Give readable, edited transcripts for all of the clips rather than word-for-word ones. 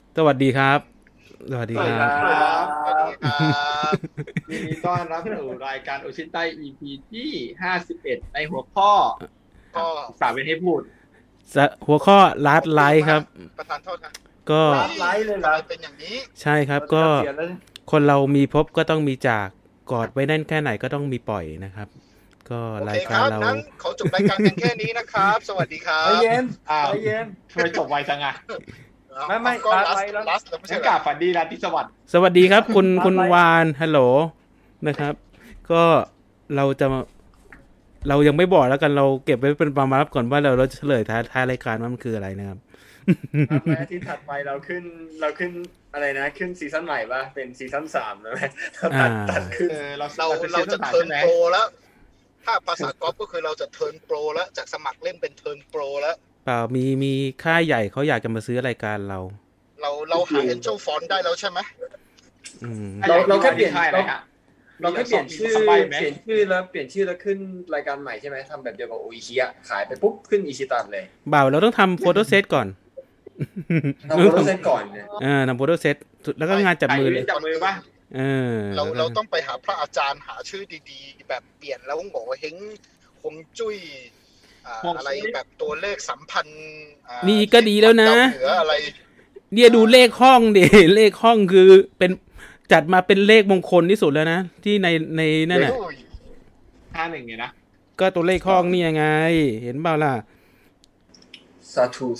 สวัสดีครับสวัสดีสวัสดีครับครับสวัสดีครับยินดีต้อนรับสู่รายการโอชินไต EP ที่51ในหัวข้อก็สาเป็นให้พูดหัวข้อลัดผมลืมฮะไลท์ครับประธานโทษฮะก็ลาดไลฟ์เลยเหรอทำไมเป็นอย่างนี้ใช่ครับเราจะก็เกษียณแล้วคนเรามีพบก็ต้องมีจากกอดไว้แน่นแค่ไหนก็ต้องมีปล่อยนะครับก็โอเครายครับการเรานั้นขอจบรายการกันแค่นี้นะครับสวัสดีครัใจบเย็นใจเย็นทำไมจบไวจังอะไม่ก็ลาดลัสไลฟ์แล้วลัสแล้วไม่ใช่งั้นเหรอกราบฝันดีราตรีสวัสดิ์สวัสดีครับคุณลาคุณดไลฟ์วานฮัลโหลนะครับก็เราจะเรายังไม่บอกแล้วกันเราเก็บไว้เป็นความลับก่อนว่าเราจะเฉลยท้ายรายการว่ามันคืออะไรนะครับครับแม้ที่ถัดไปเราขึ้นอะไรนะขึ้นซีซั่นใหม่ป่ะเป็นซีซั่น3แล้วไหมตัดขึ้นเราจะเทิร์นโปรแล้วถ้าภาษากอล์ฟก็คือเราจะเทิร์นโปรแล้วจากสมัครเล่นเป็นเทิร์นโปรแล้วเปล่ามีค่ายใหญ่เขาอยากจะมาซื้อรายการเราเราหา Angel Font ได้แล้วใช่ไหมเราแค่เปลี่ยนเราแค่เปลี่ยนชื่อแล้วเปลี่ยนชื่อแล้วขึ้นรายการใหม่ใช่ไหมทำแบบเดียวกับโออิชิอะขายไปปุ๊บขึ้นอิชิตันเลยบ่าวเราต้องทำโฟโต้เซตก่อนทำโฟโต้เซตก่อนเนี่ยทำโฟโต้เซตแล้วก็งานจับมือเลยจับมือป่ะเราต้องไปหาพระอาจารย์หาชื่อดีๆแบบเปลี่ยนแล้วบอกว่าเฮงฮวงจุ้ยอะไรแบบตัวเลขสัมพันธ์นี่ก็ดีแล้วนะเหนืออะไรเนี่ยดูเลขห้องดิเลขห้องคือเป็นจัดมาเป็นเลขมงคลที่สุดแล้วนะที่ในนั่นน่ะ 51เนี่ยนะก็ตัวเลขห้องนี่ยังไงเห็นเปล่าล่ะสาธุ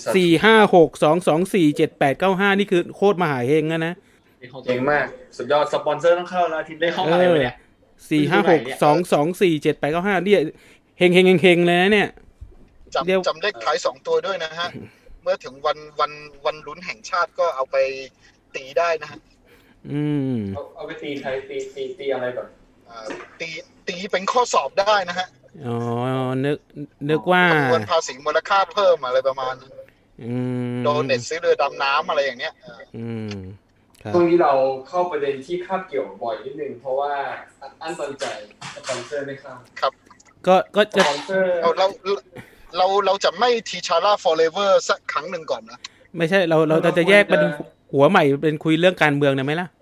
456224789นี่คือโคตรมหาเฮงนะเก่งมากสุดยอดสปอนเซอร์ต้องเข้าแล้วทีเลขห้องอะไรวะเนี่ย 456224789เนี่ยเฮงเลยนะเนี่ยจำเลขท้าย2ตัวด้วยนะฮะเมื่อถึงวันลุ้นแห่งชาติก็เอาไปตีได้นะฮะเอาไปตีใครตีอะไรก่อนตีเป็นข้อสอบได้นะฮะอ๋อนึกว่าคำนวณภาษีมูลค่าเพิ่มอะไรประมาณโดนเน็ตซื้อเรือดำน้ำอะไรอย่างเนี้ยตรงนี้เราเข้าประเด็นที่คาบเกี่ยวบ่อยนิดนึงเพราะว่าอันสนใจสปอนเซอร์ไม่เข้าครับก็จะเราจะไม่ทีชาร่าฟอร์เรเวอร์สักครั้งหนึ่งก่อนนะไม่ใช่เราจะแยกเป็นหัวใหม่เป็นคุยเรื่องการเมืองได้ไหมล่ะ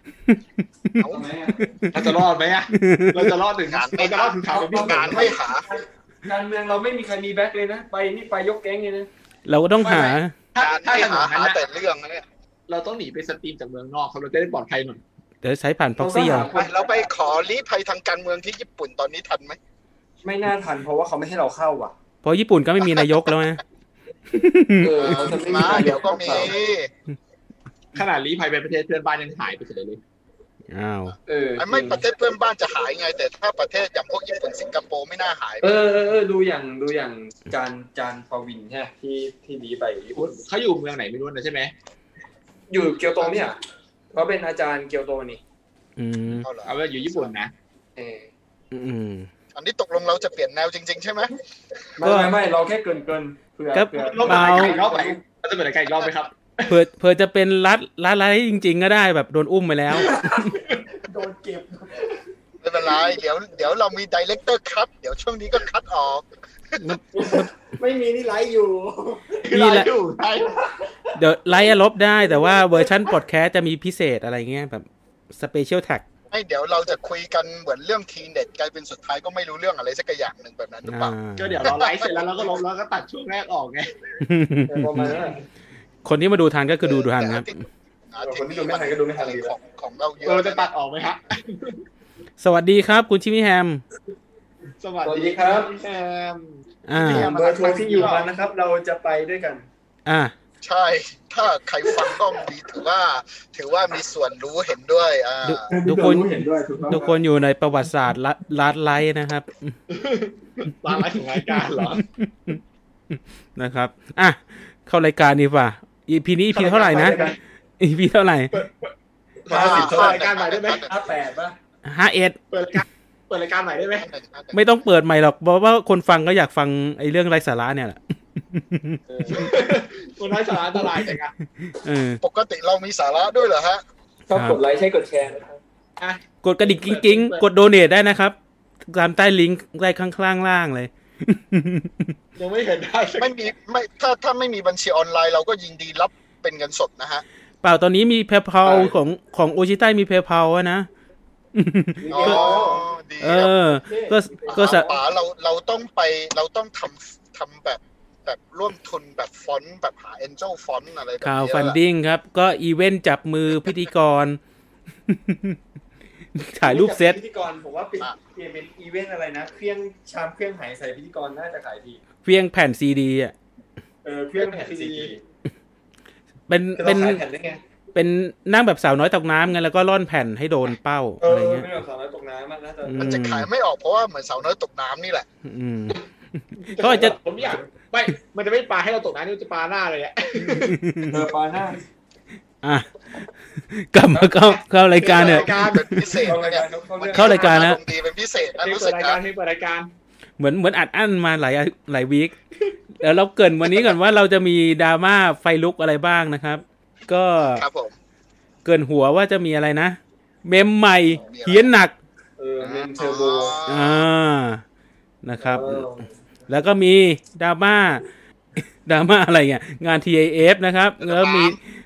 เราจะรอดไหมอ่ะเราจะรอดถึงข่าวเป็นงานไม่หาการเมืองเราไม่มีใครมีแบ็คเลยนะไปยกแก๊งเลยนะเราก็ต้องหาถ้าหาแต่เรื่องเนี่ยเราต้องหนีไปสตรีมจากเมืองนอกเราจะได้ปลอดภัยหน่อยเดี๋ยวใช้ผ่านพ็อกซี่เราไปขอลี้ภัยทางการเมืองที่ญี่ปุ่นตอนนี้ทันไหมไม่น่าทันเพราะว่าเขาไม่ให้เราเข้าว่ะเพราะญี่ปุ่นก็ไม่มีนายกแล้วนะมาเดี๋ยวก็มีขนาดลี้ภัยไปประเทศเพื่อนบ้านยังหายไปเลยอ้าวไม่ประเทศเพื่อนบ้านจะหายไงแต่ถ้าประเทศอย่างพวกญี่ปุ่นสิงคโปร์ไม่น่าหายดูอย่างจานปวินใช่ที่ลี้ไปญี่ปุ่นเขาอยู่เมืองไหนไม่รู้นะใช่ไหมอยู่เกียวโตเนี่ยเขาเป็นอาจารย์เกียวโตนี่เอาว่าอยู่ญี่ปุ่นนะอันนี้ตกลงเราจะเปลี่ยนแนวจริงๆใช่ไหมไม่เราแค่เกินเผื่อเราเปล่าเราจะเปิดรายการอีกรอบไหมครับเผื่อจะเป็นรัดอะไรจริงๆก็ได้แบบโดนอุ้มไปแล้วโดนเก็บไม่เป็นไรเดี๋ยวเรามีไดเรคเตอร์คัทเดี๋ยวช่วงนี้ก็คัทออกไม่มีนี่ไลฟ์อยู่มีแหละเดี๋ยวไลฟ์ลบได้แต่ว่าเวอร์ชันพอดแคสต์จะมีพิเศษอะไรเงี้ยแบบสเปเชียลแท็กไม่เดี๋ยวเราจะคุยกันเหมือนเรื่องทีเน็ตกลายเป็นสุดท้ายก็ไม่รู้เรื่องอะไรสักอย่างหนึ่งแบบนั้นหรือเปล่าก็เดี๋ยวเราไลฟ์เสร็จแล้วเราก็ลบแล้วก็ตัดช่วงแรกออกไงประมาณนั้นคนที่มาดูทันก็คือดูทันครับคนที่ดูไม่ทันก็ดูไม่ทันของเราเยอะเราจะตัดออกไหมฮะสวัสดีครับคุณชิมิแฮมสวัสดีครับแฮมเบอร์โทรที่อยู่มานะครับเราจะไปด้วยกันใช่ถ้าใครฟังก็ดีถือว่ามีส่วนรู้เห็นด้วยทุกคนอยู่ในประวัติศาสตร์ลาดไลท์นะครับลาดไลท์ของรายการเหรอนะครับเข้ารายการดีป่ะ EP นี้ EP เท่าไหร่นะ EP เท่าไหร่ 50รายการใหม่ได้ไหม58ป่ะ 51 เปิดรายการใหม่ได้ไหมไม่ต้องเปิดใหม่หรอกเพราะว่าคนฟังก็อยากฟังไอ้เรื่องไร้สาระเนี่ยแหละคนไร้สาระอันตรายจังอะปกติเรามีสาระด้วยเหรอฮะชอบกดไลค์ใช้กดแชร์นะครับกดกระดิ่งกิ๊งๆกดโดเนทได้นะครับตามใต้ลิงก์ใต้ข้างล่างเลยยังไม่เห็นได้ไม่ถ้าไม่มีบัญชีออนไลน์เราก็ยินดีรับเป็นเงินสดนะฮะเปล่าตอนนี้มีเพย์เพาของโอชิไตมีเพย์เพาอะนะอ๋อดีเอครับก็ป๋าเราต้องทำแบบร่วมทุนแบบฟอนต์แบบหา Angel ฟอนต์อะไรแบบข่าวนี้ฟันดิ้งครับ ก็อีเวนต์จับมือพิธีกร ถ่ายรูปเซตพิธีกรผมว่าเปลี่ยนเป็นอีเวนต์อะไรนะเครื่องชามเครื่องไหใส่พิธีกรน่าจะขายดีเพียงแผ่นซีดีอ่ะเครื่องแผ่นซีดีเป็นเป็นนั่งแบบสาวน้อยตกน้ำไงแล้วก็ล่อนแผ่นให้โดนเป้าอะไรเงี้ยไม่แบบสาวน้อยตกน้ำมันจะขายไม่ออกเพราะว่าเหมือนสาวน้อยตกน้ำนี่แหละก็จะผมอยากไม่มันจะไม่ปาให้เราตกน้ำนี่จะปาหน้าเลยอ่ะปาหน้ากลับมาเข้ารายการเนี่ยเป็นพิเศษเนี่ยเข้ารายการนะดีเป็นพิเศษนะรู้สึกนะเปิดรายการเหมือนอัดอั้นมาหลายวีคแล้วเราเกินวันนี้ก่อนว่าเราจะมีดราม่าไฟลุกอะไรบ้างนะครับก็ครับผมเกินหัวว่าจะมีอะไรนะเมมใหม่เฮี้ยนหนักเมมเทอร์โบนะครับแล้วก็มีดราม่าอะไรเงี้ยงาน TIF นะครับแล้วมี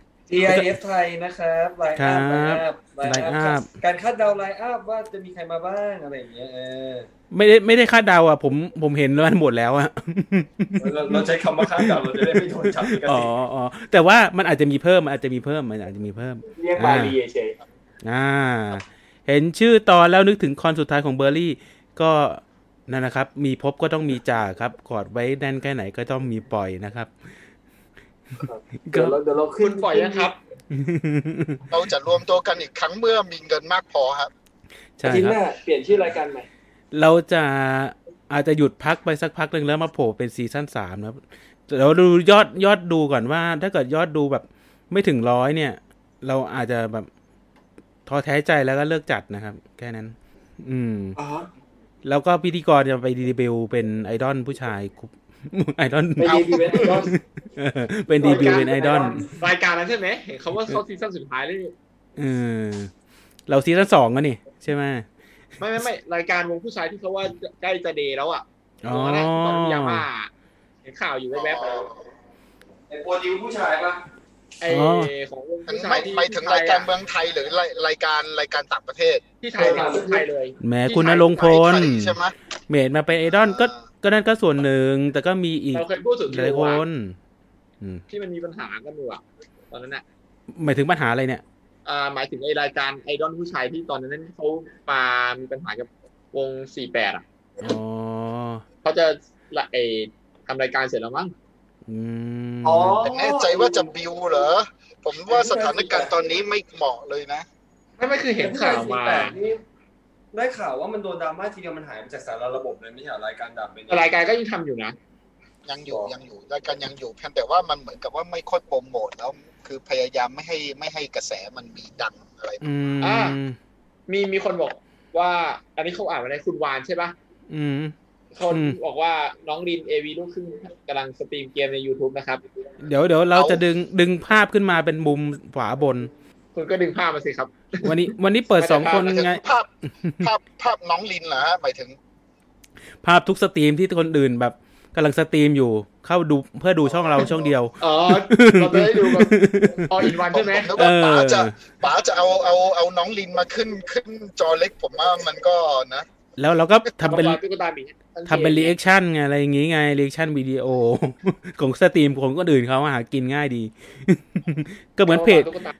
TIF ไทยนะครับไลน์อัพการคาดเดาไลน์อัพว่าจะมีใครมาบ้างอะไรอย่างเงี้ยไม่ได้คาดเดาอ่ะผมเห็นมันหมดแล้วอ่ะเราใช้คำว่าคาดเดาเราจะได้ไม่โดนจับกันอ๋อแต่ว่ามันอาจจะมีเพิ่มเรียกบาลีเฉยเห็นชื่อตอนแล้วนึกถึงคอนสุดท้ายของเบอร์รี่ก็นั่นนะครับมีพบก็ต้องมีจ่าครับกอดไว้แน่นแค่ไหนก็ต้องมีปล่อยนะครับเดี๋ยวเราขึ้นปล่อยนะครับเราจะรวมตัวกันอีกครั้งเมื่อมีเงินมากพอครับใช่ครับเปลี่ยนชื่อรายการใหม่เราอาจจะหยุดพักไปสักพักนึงแล้วมาโผล่เป็นซีซั่น3นะครับเราดูยอดดูก่อนว่าถ้าเกิดยอดดูแบบไม่ถึง100เนี่ยเราอาจจะแบบท้อแท้ใจแล้วก็เลิกจัดนะครับแค่นั้นแล้วก็พิธีกรจะไปดีบิวเป็นไอดอลผู้ชายไอดอลเป็นดีบิวเป็นไอดอลเป็นดีบิวเป็นไอดอลรายการนั้นใช่ไหมเห็นเขาว่าเขาซีซั่นสุดท้ายเลยเราซีซั่น2กันนี่ใช่ไหมไม่รายการวงผู้ชายที่เขาว่าใกล้จะเดย์แล้วอ่ะตอนนั้นยาม่าเห็นข่าวอยู่แวบๆไอโปรดิวผู้ชายป่ะไอของวงผู้ชายที่ไปถึงรายการเมืองไทยหรือรายการต่างประเทศที่ไทยเลยแหมคุณณรงค์พลใช่ไหมเมดมาเป็นไอดอลก็นั่นก็ส่วนหนึ่งแต่ก็มีอีกหลายคนที่มันมีปัญหากันอยู่อ่ะตอนนั้นน่ะหมายถึงปัญหาอะไรเนี่ยหมายถึงไอรายการไอดอลผู้ชายที่ตอนนั้นเขามามีปัญหากับวง48อ่ะเขาจะทำรายการเสร็จแล้วมั้งแน่ใจว่าจะบิวเหรอผมว่าสถานการณ์ตอนนี้ไม่เหมาะเลยนะไม่คือเห็นข่าวมาได้ข่าวว่ามันโดนดราม่าทีเดียวมันหายไปจากสารระบบเลยไม่ใช่รายการดับเป็นรายการก็ยังทำอยู่นะยังอยู่รายการยังอยู่เพียงแต่ว่ามันเหมือนกับว่าไม่ค่อยโปรโมทแล้วคือพยายามไม่ให้กระแสมันมีดังอะไรมีคนบอกว่าอันนี้เขาอ่านมาในคุณวานใช่ป่ะคนบอกว่าน้องริน AV ลูกครึ่งกำลังสตรีมเกมใน YouTube นะครับเดี๋ยวเราจะดึงภาพขึ้นมาเป็นมุมขวาบนคุณก็ดึงภาพมาสิครับวันนี้เปิด2คนไงภาพน้องลินเหรอฮะหมายถึงภาพทุกสตรีมที่คนอื่นแบบกำลังสตรีมอยู่เข้าดูเพื่อดูช่องเราช่องเดียวเราจะได้ดูแบบออินวันใช่ไหมป๋าจะเอาน้องลินมาขึ้นจอเล็กผมว่ามันก็นะแล้วเราก็ทำเป็นรีแอคชั่นไงอะไรอย่างงี้ไงรีแอคชั่นวิดีโอของสตรีมของคนอื่นเขาหากินง่ายดีก็เหมือนเพจ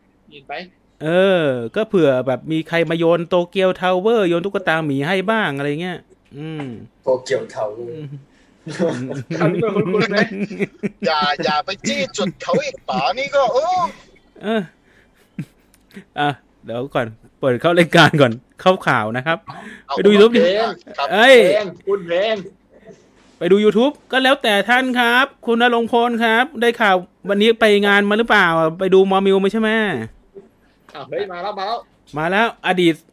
ก็เผื่อแบบมีใครมาโยนโตเกียวทาวเวอร์โยนตุ๊กตาหมีให้บ้างอะไรเงี้ยโตเกียวทาวเวอร์อย่าไปจี้จุดเขาอีกป๋านี่ก็เดี๋ยวก่อนเปิดเข้ารายการก่อนเข้าข่าวนะครับไปดู YouTube ดิคุณเพลงไปดู YouTube ก็แล้วแต่ท่านครับคุณณรงค์พลครับได้ข่าววันนี้ไปงานมาหรือเปล่าไปดูมอมิวไม่ใช่ไหมเฮ้ยมาแล้วอดีต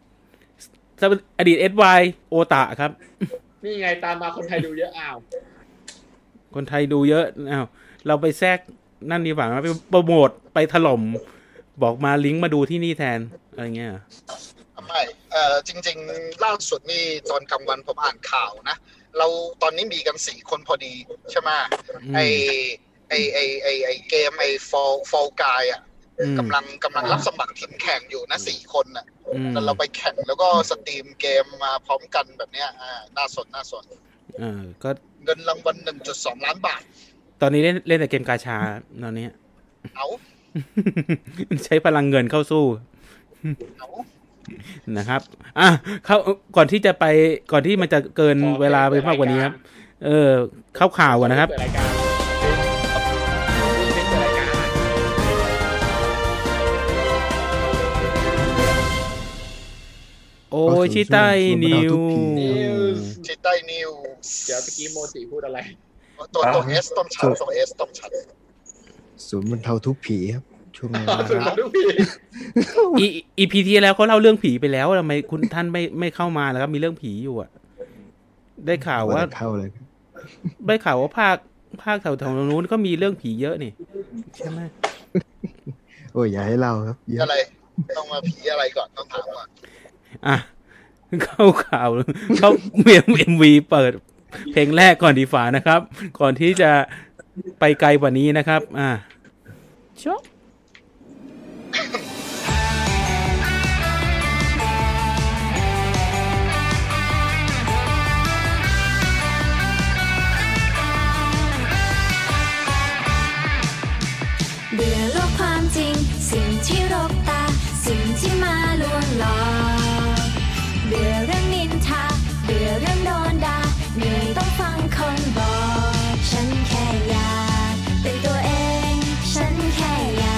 SY โอตะครับนี่ไงตามมาคนไทยดูเยอะคนไทยดูเยอะเราไปแทรกนั่นดีกว่าไปโปรโมทไปถล่มบอกมาลิงก์มาดูที่นี่แทนอะไรเงี้ยไม่จริงๆล่าสุดนี่ตอนกลางวันผมอ่านข่าวนะเราตอนนี้มีกัน4คนพอดีใช่ไหมไอเกมไอ Fall Guy อ่ะกำลังรับสมัครทีมแข่งอยู่นะ4 คนน่ะแล้วเราไปแข่งแล้วก็สตรีมเกมมาพร้อมกันแบบเนี้ยน่าสนก็เงินรางวัล 1.2 ล้านบาทตอนนี้เล่นแต่เกมกาชาตอนนี้เอาใช้พลังเงินเข้าสู้นะครับก่อนที่มันจะเกินเวลาไปมากกว่านี้ครับเข้าข่าวก่อนนะครับโอ้ยชิต้นิวชิต้นิวเดี๋ยวเมื่อกี้โมจิพูดอะไรตัวS ต้องชัดตัวS ต้องชัดศูนย์บรรเทาทุกข์ผีครับช่วงนี้ศูนย์บรรเทาทุกข์ผี EP ที่แล้วเขาเล่าเรื่องผีไปแล้วทำไมคุณท่านไม่เข้ามาแล้วครับมีเรื่องผีอยู่ได้ข่าวว่าเข้าเลยได้ข่าวว่าภาคแถวนู้นก็มีเรื่องผีเยอะนี่ใช่ไหมโอ้ยอย่าให้เล่าครับอะไรต้องมาผีอะไรก่อนต้องถามก่อนเข้าข่าวเขาMV เปิดเพลงแรกก่อนดีฝ่านะครับก่อนที่จะไปไกลกว่านี้นะครับชอบเบื่อโลกความจริงสิ่งที่รกตาสิ่งที่มาลวงหลอกเบื่อเรื่องนินทาเบื่อเรื่องโดนด่าเหนื่อยต้องฟังคนบอกฉันแค่อยากเป็นตัวเองฉันแค่อย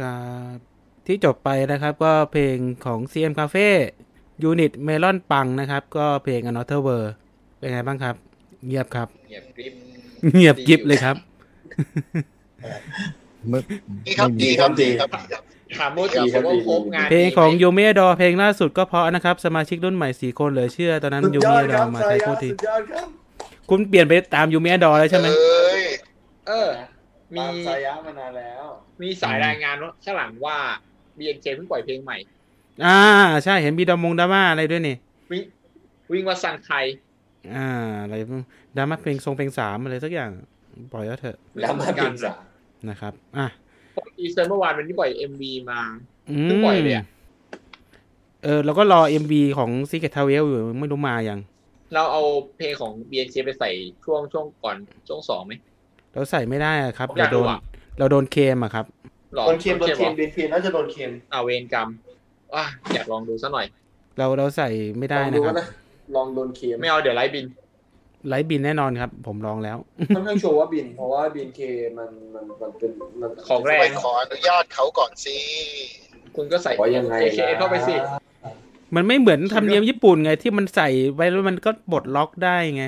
ที่จบไปนะครับก็เพลงของ CM Cafe ยูนิตเมลอนปังนะครับก็เพลง Another World เป็นไงบ้างครับเงียบครับเงียบกริบเงียบกริบเลยครับดีครับดีครับดีครับถามโมจิเขาก็พบงานเพลงของยูเมดอเพลงล่าสุดก็เพราะนะครับสมาชิกรุ่นใหม่4คนเหลือเชื่อตอนนั้นยูเมดอมาใช้พูดทีคุณเปลี่ยนไปตามยูเมดอแล้วใช่ไหมมีสายยะมานานแล้วมีสายรายงานว่าข้างหลังว่า BNK เพิ่งปล่อยเพลงใหม่ใช่เห็นมีดราม่าอะไรด้วยนี่วิ่งว่าซันไคอะไรดราม่าเพลงเพลง3อะไรสักอย่างปล่อยแล้วเถอะดราม่าเพลง3 นะครับอีเซอร์เมื่อวานวันที่ปล่อย MV มาเพิ่งปล่อยเลยเราก็รอ MV ของ Secret Travel อยู่ไม่รู้มายังเราเอาเพลงของ BNK ไปใส่ช่วงก่อนช่วง2มั้ยเราใส่ไม่ได้ครับเราโดนเคมครับโดนเคม BNK น่าจะโดนเคมเวรกรรมอยากลองดูซะหน่อยเราใส่ไม่ได้นะครับลองโดนเคมไม่เอาเดี๋ยวไลฟ์บินแน่นอนครับผมลองแล้วค่อนข้างโชว์ว่าบินเพราะว่า BNK มันเป็นของแรงขออนุญาตเขาก่อนสิคุณก็ใส่ยังไง AK เข้าไปสิมันไม่เหมือนธรรมเนียมญี่ปุ่นไงที่มันใส่ไว้แล้วมันก็ปลดล็อกได้ไง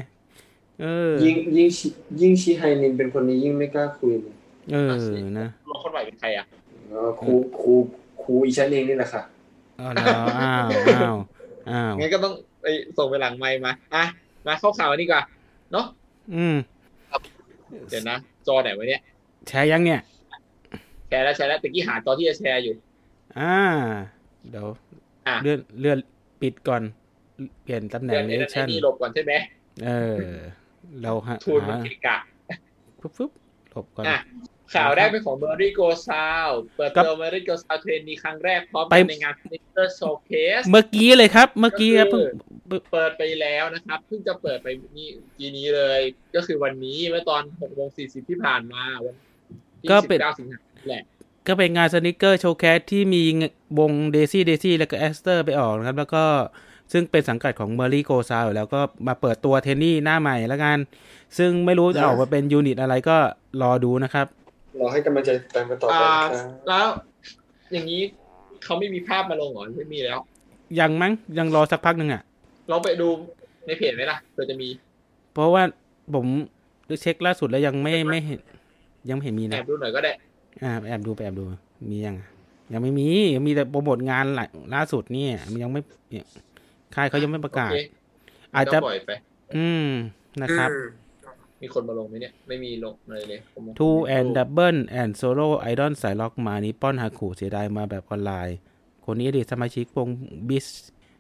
ยิ่งชิไฮนินเป็นคนนี้ยิ่งไม่กล้าคุยนะลองคนใหม่เป็นใครครูอีชั้นเองนี่แหละค่ะอ้าวงั้นก็ต้องไปส่งไปหลังไมค์มาเข้าข่าวนี่ก่อนเนาะเดี๋ยวนะจอไหนวะเนี่ยแชร์ยังเนี่ยแชร์แล้วตะกี้หาจอที่จะแชร์อยู่เดี๋ยวเลื่อนปิดก่อนเปลี่ยนตำแหน่งเลชั่นนี่หลบก่อนใช่ไหมเราทูนมันเกะกะปุ๊บหลบก่อนข่าวแรกเป็นของ Merry Go Sound เปิดตัว Merry Go Sound เทรนนี้ครั้งแรกพร้อมในงาน Sneaker Showcase เมื่อกี้เลยครับเพิ่งเปิดไปแล้วนะครับเพิ่งจะเปิดไปนี้เลยก็คือวันนี้เมื่อตอน 6:40 ที่ผ่านมาวันที่19สิงหาคมแหละก็เป็นงาน Sneaker Showcase ที่มีวง Daisy แล้วก็ Aster ไปออกนะครับแล้วก็ซึ่งเป็นสังกัดของ Merry Go Sound อยู่แล้วก็มาเปิดตัวเทนนี่หน้าใหม่แล้วกันซึ่งไม่รู้จะออกมาเป็นยูนิตอะไรก็รอดูนะครับรอให้กำลังใจตามกันต่อไปแล้วอย่างนี้เขาไม่มีภาพมาลงหรอไม่มีแล้วยังมั้งยังรอสักพักนึงลองไปดูในเพจไหมล่ะเผื่อจะมีเพราะว่าผมเช็คล่าสุดแล้วยังไม่เห็นยังไม่เห็นมีนะแอบดูหน่อยก็ได้แอบดูมียังไม่มีแต่โปรโมทงานล่าสุดนี่มันยังไม่ค่ายเขายังไม่ประกาศอาจจะปล่อยไปนะครับมีคนมาลงไหมเนี่ยไม่มีลงเลย Two and Double and Solo Idol สายล็อกมานิปปอนฮาคุเสียดายมาแบบออนไลน์คนนี้อดีตสมาชิกวงบิส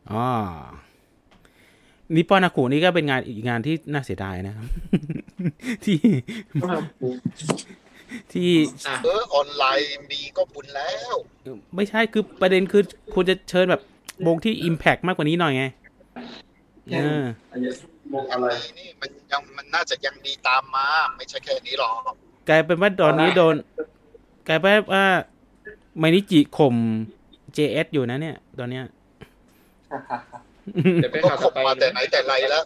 นิปปอนฮาคุนี่ก็เป็นอีกงานที่น่าเสียดายนะครับที่ออนไลน์มีก็บุญแล้วไม่ใช่คือประเด็นคือคุณจะเชิญแบบวงที่ impact มากกว่านี้หน่อยไงวงอะไรนี่มันน่าจะยังดีตามมาไม่ใช่แค่นี้หรอกกลายเป็นว่าตอนนี้กลายเป็นว่าไมนิจิข่ม JS อยู่นะเนี่ยตอนเนี้ยเดี๋ยวไปข่าวต่อไปมาแต่ไหนแต่ไรแล้ว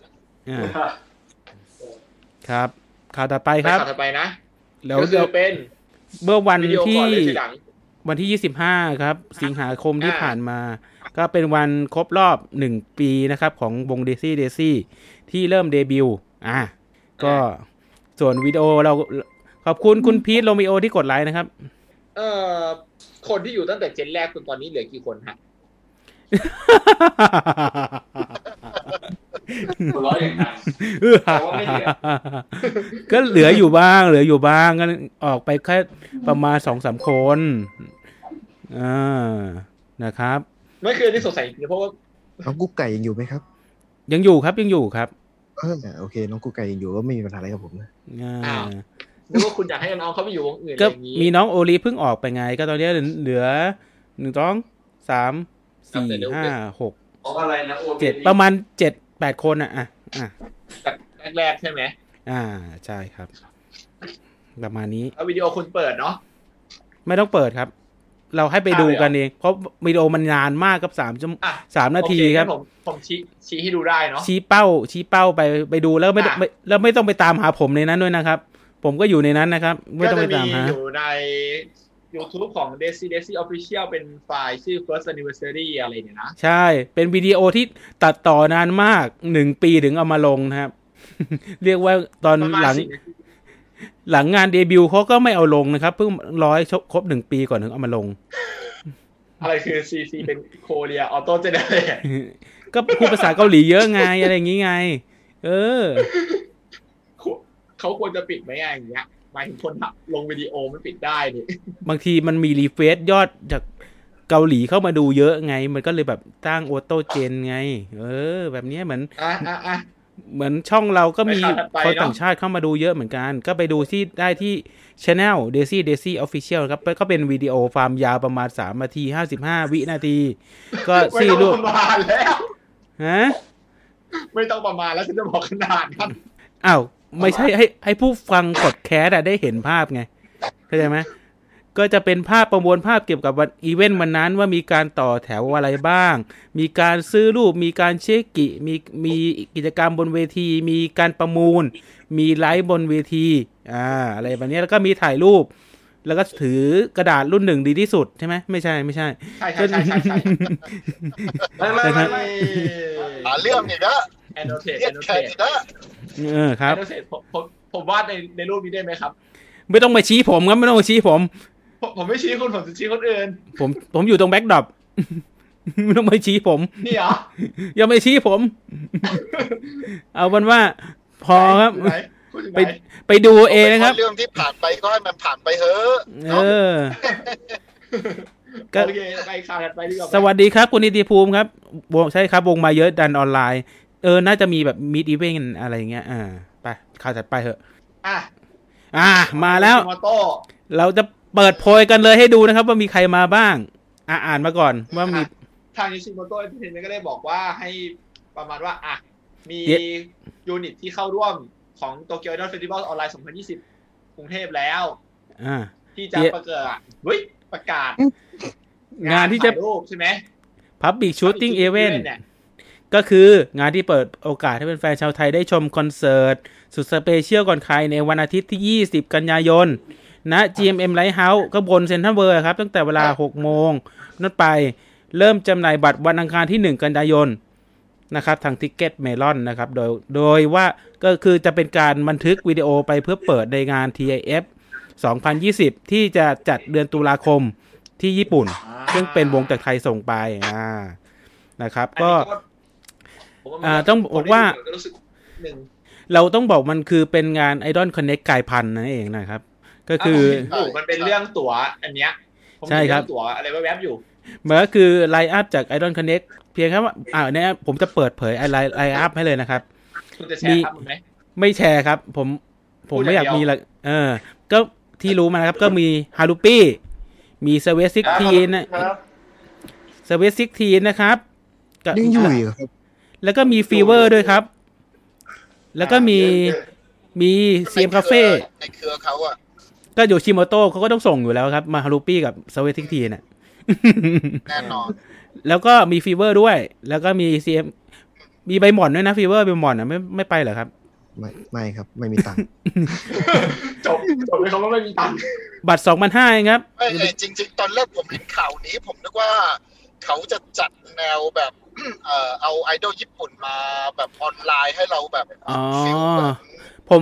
ครับข่าวต่อไปครับข่าวต่อไปนะแล้วเป็นเมื่อวันที่25ครับสิงหาคมที่ผ่านมาก็เป็นวันครบรอบ1ปีนะครับของวง Daisy ที่เริ่มเดบิวต์ก็ส่วนวิดีโอเราขอบคุณคุณพีทโรมิโอที่กดไลค์นะครับคนที่อยู่ตั้งแต่เจนแรกจนตอนนี้เหลือกี่คนฮะร้อยอย่างนั้นก็เหลืออยู่บ้างก็ออกไปแค่ประมาณ 2-3 คนนะครับไม่เคยได้สงสัยเพราะว่าน้องกุ๊กไก่ยังอยู่ไหมครับยังอยู่ครับโอเคน้องกุ๊กไก่ยังอยู่ก็ไม่มีปัญหาอะไรกับผมนะนึกว่าคุณอยากให้น้องเขาไปอยู่วงอื่นอะไรอย่างนี้มีน้องโอลีเพิ่งออกไปไงก็ตอนนี้เหลือ1 2 3 4 5 6 อะไรนะ 7ประมาณ 7-8 คนแรกใช่ไหมใช่ครับประมาณนี้เอาวิดีโอคุณเปิดเนาะไม่ต้องเปิดครับเราให้ไปดูกันเองเพราะวิดีโอมันนานมากครับ3 นาทีครับผมชี้ให้ดูได้เนาะชี้เป้าไปดูแล้วไม่ต้องไปตามหาผมในนั้นด้วยนะครับผมก็อยู่ในนั้นนะครับไม่ต้องไปตามหาอยู่ใน YouTube ของ Desi Official เป็นไฟล์ชื่อ First Anniversary อะไรเนี่ยนะใช่เป็นวิดีโอที่ตัดต่อนานมาก1 ปีถึงเอามาลงนะครับ เรียกว่าตอนหลังงานเดบิวต์เขาก็ไม่เอาลงนะครับเพิ่งครบ1 ปีก่อนถึงเอามาลงอะไรคือ CC เป็น Korea Auto Generate ก็พูดภาษาเกาหลีเยอะไงอะไรอย่างงี้ไงเขาควรจะปิดไหมอย่างเงี้ยหมายถึงคนลงวิดีโอมันปิดได้ดิบางทีมันมีรีเฟรชยอดจากเกาหลีเข้ามาดูเยอะไงมันก็เลยแบบตั้งออโต้เจนไงแบบนี้เหมือนช่องเราก็มีคนต่างชาติเข้ามาดูเยอะเหมือนกันก็ไปดูที่ได้ที่ Channel Desi Official ครับก็เป็นวิดีโอความยาวประมาณ3 นาที55 วินาทีก็ซี่รูปประมาณแล้วฮะไม่ต้องประมาณแล้วฉันจะบอกขนาดนั้นอ้าวไม่ใช่ให้ผู้ฟังกดแคสได้เห็นภาพไงเข้าใจไหมก็จะเป็นภาพประมวลภาพเกี่ยวกับวันอีเวนต์วันนั้นว่ามีการต่อแถวอะไรบ้างมีการซื้อรูปมีการเช็คกิมีกิจกรรมบนเวทีมีการประมูลมีไลฟ์บนเวทีอะไรแบบนี้แล้วก็มีถ่ายรูปแล้วก็ถือกระดาษรุ่น1ดีที่สุดใช่ไหมไม่ใช่ใช่ไม่เรื่องนี่นะ annotate ครับผมวาดในรูปนี้ได้ไหมครับไม่ต้องมาชี้ผมครับไม่ต้องมาชี้ผมไม่ชี้คุณผมจะชี้คนอื่นผมอยู่ตรงแบ็คดรอปไม่ต้องมาชี้ผมนี่เหรออย่ามาชี้ผมเอาเป็นว่าพอครับไปดูเองนะครับเรื่องที่ผ่านไปก็ให้มันผ่านไปเถอะก็โอเคไปข่าวถัดไปดีกว่าสวัสดีครับคุณนิติภูมิครับใช่ครับวงมาเยอะดันออนไลน์น่าจะมีแบบมิดอีเวนต์อะไรอย่างเงี้ยไปข่าวถัดไปเถอะมาแล้วเราจะเปิดโพยกันเลยให้ดูนะครับว่ามีใครมาบ้างอ่านมาก่อนว่ามีทางยูชิโมโตะเอ็นเตอร์เทนเมนต์ก็ได้บอกว่าให้ประมาณว่ามียูนิตที่เข้าร่วมของ Tokyo Idol Festival ออนไลน์ 2020 กรุงเทพแล้วที่จะประกาศงานที่จะรูปใช่ไหม Public Shooting Event ก็คืองานที่เปิดโอกาสให้เป็นแฟนชาวไทยได้ชมคอนเสิร์ตสุดสเปเชียลก่อนใครในวันอาทิตย์ที่20กันยายนณ GMM Lighthouse ก็บนเซ็นทรัลเวิลด์ครับตั้งแต่เวลา 6 โมงนั่นไปเริ่มจำหน่ายบัตรวันอังคารที่1กันยายนนะครับทาง Ticket Melon นะครับโดยว่าก็คือจะเป็นการบันทึกวิดีโอไปเพื่อเปิดในงาน TIF 2020 ที่จะจัดเดือนตุลาคมที่ญี่ปุ่นซึ่งเป็นวงจากไทยส่งไปนะครับก็ต้องบอกว่าเราต้องบอกมันคือเป็นงาน Idol Connect กายพันธุ์นั่นเองนะครับก็คือมันเป็นเรื่องตั๋วอันเนี้ยใช่ครับตั๋วอะไรแวบๆอยู่มันก็คือไลน์อัพจาก Idol Connect เพียงแค่ว่าเนี่ยผมจะเปิดเผยไลน์อัพให้เลยนะครับคุณจะแชร์ครับไหมไม่แชร์ครับผมไม่อยากมีละก็ที่รู้มานะครับก็มีฮารุปี้มีเซเวซิกทีนเซเวซิกทีนนะครับยังอยู่ครับแล้วก็มีฟีเวอร์ด้วยครับแล้วก็มีเซียมคาเฟ่ในเครือเขาก็อยู่ชิโมโต้เขาก็ต้องส่งอยู่แล้วครับมาฮารุปี้กับเซเวซิกทีนแน่นอนแล้วก็มีฟีเวอร์ด้วยแล้วก็มีซีเอ็มมีใบหม่อนด้วยนะฟีเวอร์ใบหม่อนไม่ไปเหรอครับไม่ครับไม่มีตังค์จบเลยเขาก็ไม่มีตังค์บัตร 2,500 เองครับจริงๆตอนแรกผมเห็นข่าวนี้ผมนึกว่าเขาจะจัดแนวแบบเอาไอดอลญี่ปุ่นมาแบบออนไลน์ให้เราแบบผม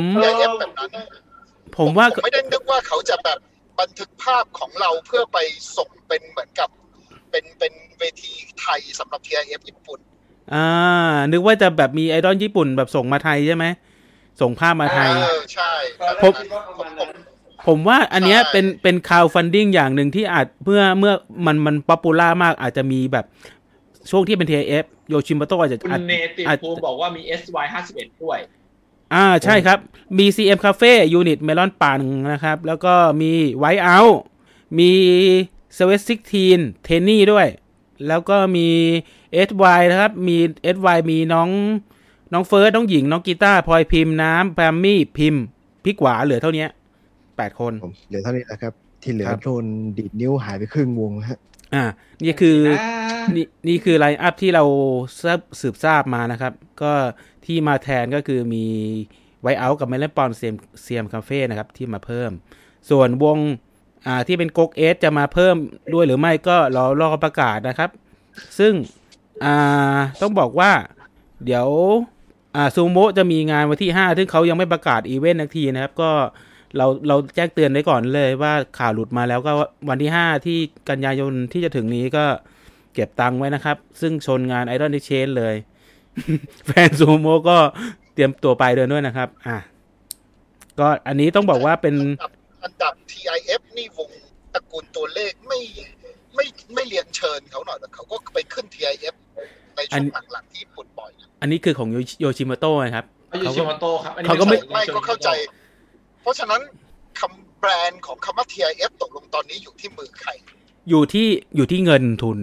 ว่าไม่ได้นึกว่าเขาจะแบบบันทึกภาพของเราเพื่อไปส่งเป็นเหมือนกับเป็นเวทีไทยสำหรับ TIF ญี่ปุ่นนึกว่าจะแบบมีไอดอลญี่ปุ่นแบบส่งมาไทยใช่ไหมส่งภาพมาไทยใช่ผมว่าอันเนี้ยเป็นคาวฟันดิ้งอย่างหนึ่งที่อาจเมื่อมันป๊อปปูล่ามากอาจจะมีแบบช่วงที่เป็น TIF โยชิโมโตะอาจจะคุณเนติภูมิบอกว่ามี SY51 ด้วยใช่ครับมี CM Cafe ยูนิตเมลอนปังนะครับแล้วก็มี White Out มีเซเวซิกทีนเทนนี่ด้วยแล้วก็มี SY นะครับมี SY มีน้องเฟิร์สน้องหญิงน้องกีตาร์พลอยพิมพ์น้ำแพมมี่พิมพ์พี่กว่าเหลือเท่านี้8 คนเหลือเท่านี้นะครับที่เหลือโดนดีดนิ้วหายไปครึ่งวงฮะนี่คือไลน์อัพที่เราสืบทราบมานะครับก็ที่มาแทนก็คือมีไวท์เอาท์กับเมลอนปอนเซียมคาเฟ่นะครับที่มาเพิ่มส่วนวงที่เป็นก๊กเอสจะมาเพิ่มด้วยหรือไม่ก็รอประกาศนะครับซึ่งต้องบอกว่าเดี๋ยวซูโม่จะมีงานวันที่5ซึ่งเขายังไม่ประกาศอีเวนต์ทันทีนะครับก็เราแจ้งเตือนไว้ก่อนเลยว่าข่าวหลุดมาแล้วก็วันที่5ที่กันยายนที่จะถึงนี้ก็เก็บตังค์ไว้นะครับซึ่งชนงาน Idol Exchange เลย แฟนซูโม่ก็เตรียมตัวไปเดินด้วยนะครับก็อันนี้ต้องบอกว่าเป็นอันดับ TIF นี่วงตระกูลตัวเลขไม่เรียนเชิญเขาหน่อยแต่เขาก็ไปขึ้น TIF ในช่วงหลังๆที่ญี่ปุ่นบ่อยอันนี้คือของโยชิโมโตะนะครับโยชิโมโตะครับเขาก็ไม่ก็เข้าใจเพราะฉะนั้นคำแบรนด์ของคำว่า TIF ตกลงตอนนี้อยู่ที่มือใครอยู่ที่เงินทุน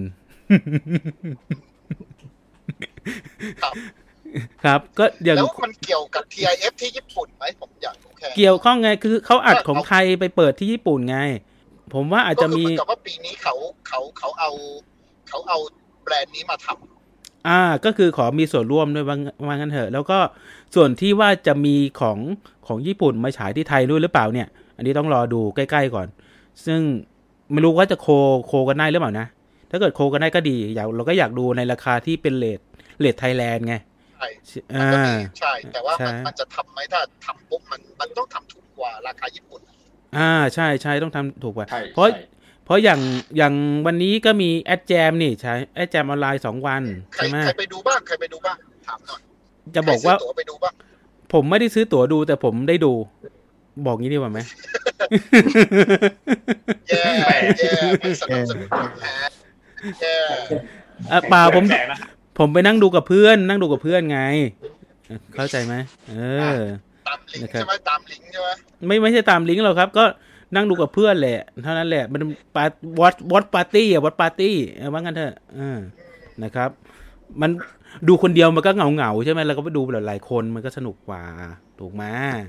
ครับก็อย่างแล้วมันเกี่ยวกับ TIF ที่ญี่ปุ่นไหมผมอยากรู้แค่เกี่ยวข้องไงคือเขาอัดของไทยไปเปิดที่ญี่ปุ่นไงผมว่าอาจจะมีก็ว่าปีนี้เขาเอาแบรนด์นี้มาทำก็คือขอมีส่วนร่วมด้วยว่างั้นเถอะแล้วก็ส่วนที่ว่าจะมีของญี่ปุ่นมาฉายที่ไทยด้วยหรือเปล่าเนี่ยอันนี้ต้องรอดูใกล้ๆก่อนซึ่งไม่รู้ว่าจะโคกันได้หรือเปล่านะถ้าเกิดโคกันได้ก็ดีเราก็อยากดูในราคาที่เป็นเรทไทยแลนด์ไงใช่แต่ว่ามันจะทำไหมถ้าทำปุ๊บมันต้องทำถูกกว่าราคาญี่ปุ่นใช่ต้องทำถูกกว่าเพราะอย่างวันนี้ก็มีแอดแจมนี่ใช่แอดแจมออนไลน์2วันใช่ไหมใครไปดูบ้างถามหน่อยจะบอกว่าตั๋วไปดูบ้างผมไม่ได้ซื้อตั๋วดูแต่ผมได้ดูบอกงี้ดีกว่าไหมแย่ไม่สนับสนุนแพ้แย่ป่าผมไปนั่งดูกับเพื่อนไงเข้าใจไหมตามลิงก์ใช่ไหมตามลิงก์ใช่ไหมไม่ใช่ตามลิงก์หรอกครับก็นั่งดูกับเพื่อนแหละเท่านั้นแหละมันวอตปาร์ตี้ว่างั้นเถอะนะครับมันดูคนเดียวมันก็เหงาใช่ไหมแล้วก็ไปดูหลายคนมันก็สนุกกว่าถูกไหม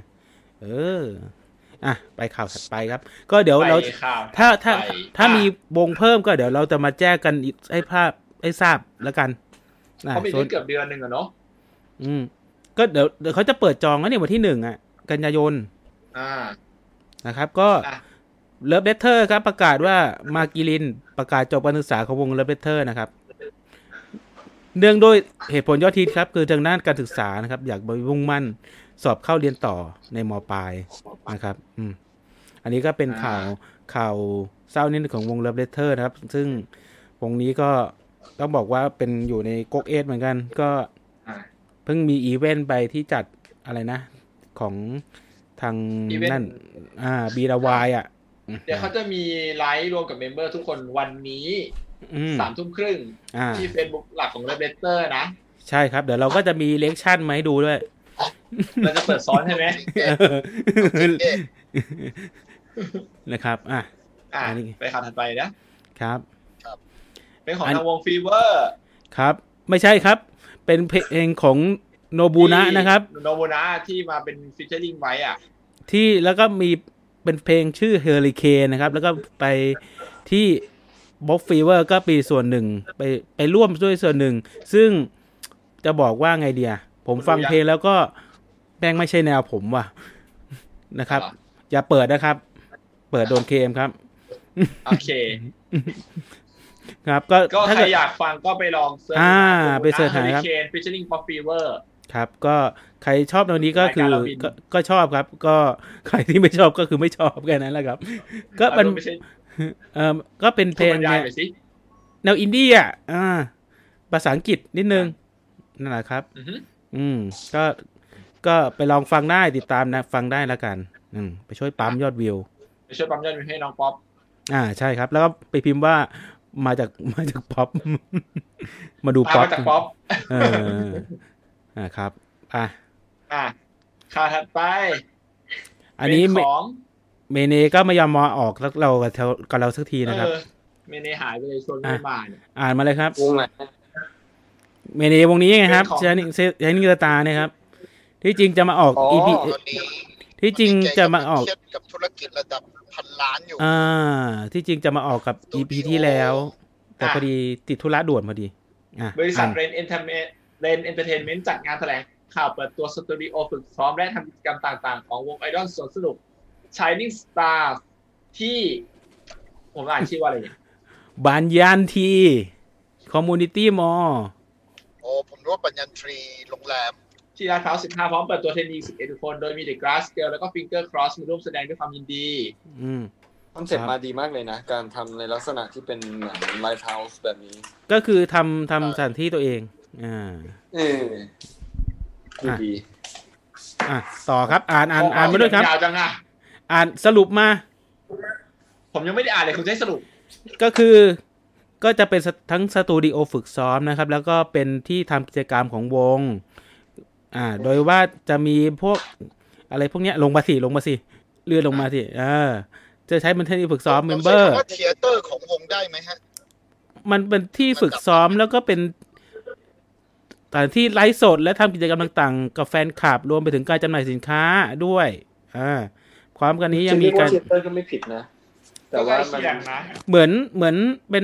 ไปข่าวถัดไปครับก็เดี๋ยวเราถ้ามีวงเพิ่มก็เดี๋ยวเราจะมาแจ้งกันให้ทราบแล้วกันเขามีเกือบเดือนนึงอะเนาะก็เดี๋ยวเขาจะเปิดจองแล้วเนี่ยวันที่1กันยายนนะครับก็เลิฟเลตเตอร์ครับประกาศว่ามากิรินประกาศจบการศึกษาของวงเลิฟเลตเตอร์นะครับเนื่องด้วยเหตุผลยอดฮิตครับคือทางด้านการศึกษานะครับอยากมุ่งมั่นสอบเข้าเรียนต่อในม.ปลายนะครับอันนี้ก็เป็นข่าวเศร้านิดของวงเลิฟเลตเตอร์นะครับซึ่งวงนี้ก็ต้องบอกว่าเป็นอยู่ในก๊กเอสเหมือนกันก็เพิ่งมีอีเวนต์ไปที่จัดอะไรนะของทางนั่นBWY เดี๋ยวเขาจะมีไลฟ์รวมกับเมมเบอร์ทุกคนวันนี้3:30 น.ที่ Facebook หลักของ Red Letter นะใช่ครับเดี๋ยวเราก็จะมีเลคชั่นมาให้ดูด้วยเราจะเปิดซ้อนใช่ไหมนะครับไปข่าวถัดไปนะครับเป็นของทางวงฟีเวอร์ครับไม่ใช่ครับเป็นเพลงของโนบุนะนะครับโนบุนะที่มาเป็นฟีเจอริ่งไว้ที่แล้วก็มีเป็นเพลงชื่อเฮอริเคนนะครับแล้วก็ไปที่บ็อกฟีเวอร์ก็ปีส่วนหนึ่งไปร่วมด้วยส่วนหนึ่งซึ่งจะบอกว่าไงเดียผมฟังเพลงแล้วก็แม่งไม่ใช่แนวผมว่ะนะครับอย่าเปิดนะครับเปิดโดนเคมครับโอเคครับก็ถ้าใครอยากฟังก็ไปลองเสิร์ชไปเสิร์ชหาครับ featuring Pop Fever ครับก็ใครชอบตรงนี้ก็คือก็ชอบครับก็ใครที่ไม่ชอบก็คือไม่ชอบแค่นั้นแหละครับก็มันก็เป็นเพลงแนวอินดี้ภาษาอังกฤษนิดนึงนั่นแหละครับก็ไปลองฟังได้ติดตามนะฟังได้แล้วกันไปช่วยปั๊มยอดวิวไปช่วยปั๊มยอดวิวให้น้องป๊อปใช่ครับแล้วก็ไปพิมพ์ว่ามาจากป๊อปมาดูป๊อปมาจากป๊อปครับข่าวถัดไปอันนี้ของเมเนก็ไม่ยอมมาออกแล้วเรากับเราสักทีนะครับเมเนหายไปเลยชวนไม่มาอ่านมาเลยครับวงไหนเมเนวงนี้ไงครับใช้นิกตาเนี่ยครับที่จริงจะมาออก EP ที่จริงจะมาออกกับธุรกิจระดับพันล้านอยู่ที่จริงจะมาออกกับ EP ที่แล้วแต่พอดีติดธุระด่วนพอดีบริษัทเรนเอนเตอร์เทนเมนต์จัดงานแถลงข่าวเปิดตัวสตูดิโอฝึกซ้อมและทำกิจกรรมต่างๆของวงไอดอลสวนสนุก Shining Stars ที่ผมอ่านชื่อว่าอะไรเนี่ยบานยานทีคอมมูนิตี้มอลโอ้ผมรู้ว่าปัญญาทรีโรงแรมที่ลาดพร้าว15พร้อมเปิดตัวเทรนนี11คนโดยมี The Glass Girl แล้วก็ Finger Cross มาร่วมแสดงด้วยความยินดีคอนเซ็ปต์มาดีมากเลยนะการทำในลักษณะที่เป็นเหมือนไลฟ์เฮาส์แบบนี้ก็คือทำสถานที่ตัวเองดีต่อครับอ่านมาด้วยครับยาวจังอ่ะอ่านสรุปมาผมยังไม่ได้อ่านเลยคุณจะให้สรุปก็คือก็จะเป็นทั้งสตูดิโอฝึกซ้อมนะครับแล้วก็เป็นที่ทำกิจกรรมของวงโดยว่าจะมีพวกอะไรพวกเนี้ยลงมาสิเลื่อนลงมาสิจะใช้เป็นที่ฝึกซ้อมเมมเบอร์ว่าเธียเตอร์ของวงได้ไหมฮะมันเป็นที่ฝึกซ้อมแล้วก็เป็นสถานที่ไลฟ์สดและทำกิจกรรมต่างๆกับแฟนคลับรวมไปถึงการจำหน่ายสินค้าด้วยความกันนี้ยังมีการเธียเตอร์ก็ไม่ผิดนะแต่ว่ามันเหมือนเป็น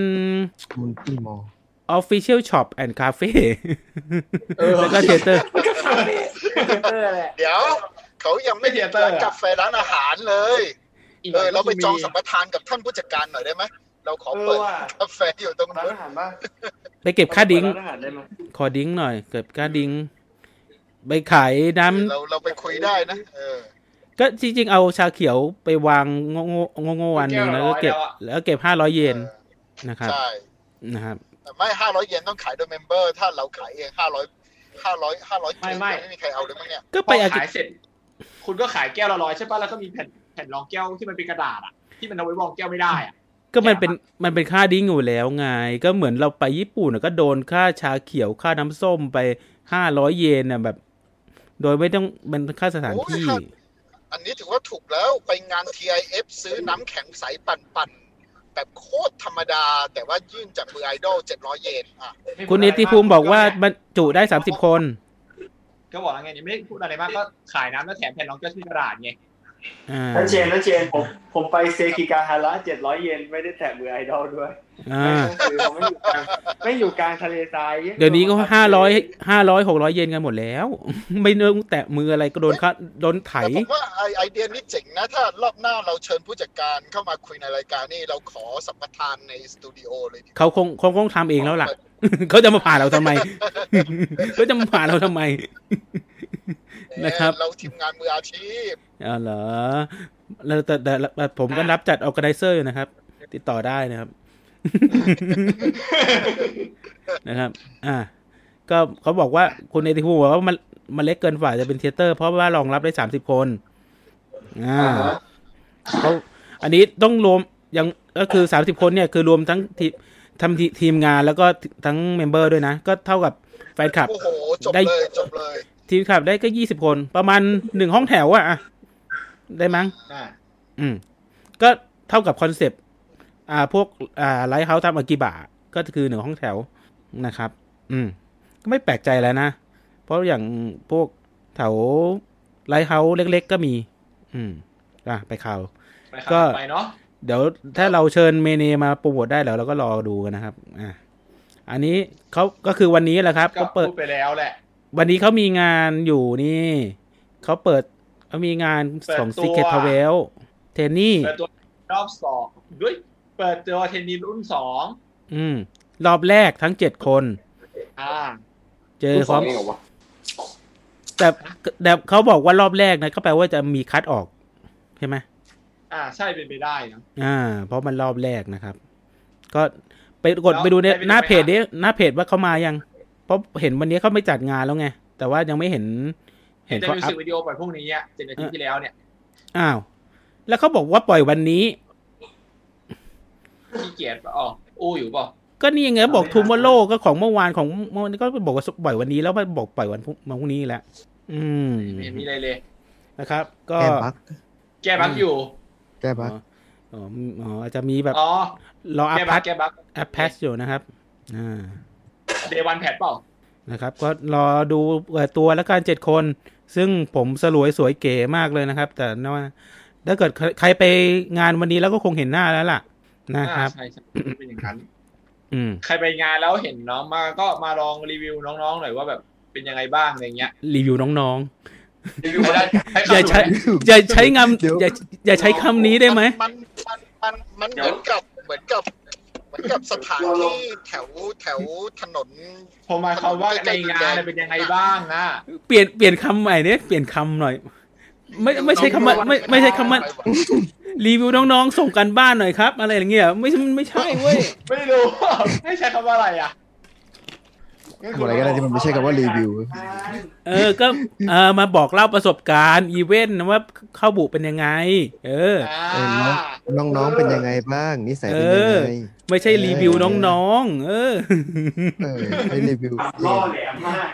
Official Shop and Cafe แล้วก็เธียเตอร์เดี๋ยวเขายังไม่เธียเตอร์กาแฟร้านอาหารเลยเราไปจองสัมปทานกับท่านผู้จัดการหน่อยได้ไหมเราขอเปิดกาแฟอยู่ตรงนั้นไปเก็บค่าดิ้งขอดิ้งหน่อยเก็บค่าดิ้งไปขายน้ำเราไปคุยได้นะก็จริงๆเอาชาเขียวไปวางโง่ๆวันนึงแล้วก็เก็บ500 เยนนะครับใช่นะครับไม่500 เยนต้องขายโดยเมมเบอร์ถ้าเราขายเอง500ไม่มีใครเอาเลยมั้งเนี่ยก็ไปขายเสร็จคุณก็ขายแก้วละ100ใช่ป่ะแล้วก็มีแผ่นรองแก้วที่มันเป็นกระดาษที่มันเอาไว้รองแก้วไม่ได้ก็มันเป็นค่าดิ้งอยู่แล้วไงก็เหมือนเราไปญี่ปุ่นก็โดนค่าชาเขียวค่าน้ำส้มไป500 เยนน่ะแบบโดยไม่ต้องเป็นค่าสถานที่อันนี้ถือว่าถูกแล้วไปงาน TIF ซื้อน้ำแข็งใสปั่นแบบโคตรธรรมดาแต่ว่ายื่นจากมือไอดอล700 เยนคุณนิติภูมิบอกว่าบรรจุได้30 คนก็บอกไงนี่ไม่ได้พูดอะไรมากก็ขายน้ำแล้วแถมแผ่นรองแก้วที่กระดาษไงนั่นเชนผมไปเซกิกาฮาระ700 เยนไม่ได้แตะมือไอดอลด้วยผมไม่อยู่กลางทะเลทรายเดี๋ยวนี้ก็500-600 เยนกันหมดแล้วไม่เนื้อแตะมืออะไรก็โดนไถผมว่าไอเดียนี้เจ๋งนะถ้ารอบหน้าเราเชิญผู้จัดการเข้ามาคุยในรายการนี่เราขอสัมปทานในสตูดิโอเลยเขาคงทำเองแล้วล่ะเขาจะมาผ่านเราทำไมนะครับเราทีมงานมืออาชีพเหรอแล้วแต่ผมก็รับจัดออร์แกไนเซอร์อยู่นะครับติดต่อได้นะครับนะครับก็เขาบอกว่าคุณเอติคูบอกว่ามันเล็กเกินฝ่าจะเป็นเธียเตอร์เพราะว่ารองรับได้30 คนเขาอันนี้ต้องรวมยังก็คือ30 คนเนี่ยคือรวมทั้งทีมงานแล้วก็ทั้งเมมเบอร์ด้วยนะก็เท่ากับแฟนคลับได้จบเลยทีมขับได้ก็20 คนประมาณ1ห้องแถวได้มั้งก็เท่ากับคอนเซปต์พวกไลท์เฮาส์ทำอากิบะก็คือ1ห้องแถวนะครับก็ไม่แปลกใจแล้วนะเพราะอย่างพวกแถวไลท์เฮาส์เล็กๆก็มีไปข่าวก็เดี๋ยวถ้าเราเชิญเมเนมาโปรโมทได้แล้วเราก็รอดูกันนะครับอันนี้เขาก็คือวันนี้แหละครับก็เปิดไปแล้วแหละวันนี้เขามีงานอยู่นี่เขามีงานของ Secret Travel เทนนี่เปิดตัวรอบ2ด้วยเปิดตัวเทนนี่รุ่น2 รอบแรกทั้ง7 คนเจอพร้อมแต่เขาบอกว่ารอบแรกนะก็แปลว่าจะมีคัดออกใช่ไหมใช่เป็นไปได้นะเพราะมันรอบแรกนะครับก็ไปกดไปดูในหน้าเพจดิหน้าเพจว่าเขามายังเพราะเห็นวันนี้เขาไม่จัดงานแล้วไงแต่ว่ายังไม่เห็นจะมิวสิกวิดีโอปล่อยพรุ่งนี้7 นาทีที่แล้วเนี่ยแล้วเขาบอกว่าปล่อยวันนี้ขี้เกียจอู้อยู่ป่ะก็นี่ไงบอกทูมอร์โลก็ของเมื่อวานของเมื่อนี้ก็บอกว่าปล่อยวันนี้แล้วมาบอกปล่อยวันพรุ่งนี้แล้วไม่มีอะไรเลยนะครับก็แก้บั๊กอยู่แก้บั๊กอาจจะมีแบบรออัพแพทอยู่นะครับเดย์วันแพทเปล่านะครับก็รอดูตัวแล้วกัน7 คนซึ่งผมสวยเก๋มากเลยนะครับแต่ว่าถ้าเกิดใครไปงานวันนี้แล้วก็คงเห็นหน้าแล้วล่ะนะครับใช่เป็นอย่างนั้นใครไปงานแล้วเห็นน้องมาก็มาลองรีวิวน้องๆหน่อยว่าแบบเป็นยังไงบ้างอะไรเงี้ยรีวิวน้องๆรีวิวไม่ได้อย่าใช้คำนี้ได้ไหมมันเหมือนกับเหมือนกับสถานที่แถวถนนผมหมายความว่าในงานเป็นยังไงบ้างนะเปลี่ยนคำใหม่เนี่ยเปลี่ยนคำหน่อยไม่ใช่คำว่าไม่ใช่คำว่ารีวิวน้องๆส่งกันบ้านหน่อยครับอะไรอย่างเงี้ยไม่ใช่เว้ยไม่รู้ไม่ใช่คำว่าอะไรอ่ะอะไรก็ได้ที่มันไม่ใช่คำว่ารีวิวก็มาบอกเล่าประสบการณ์อีเวนต์ว่าเข้าบุเป็นยังไงน้องๆเป็นยังไงบ้างนิสัยเป็นยังไงไม่ใช่รีวิวน้องๆไม่รีวิวล่อแหลมมาก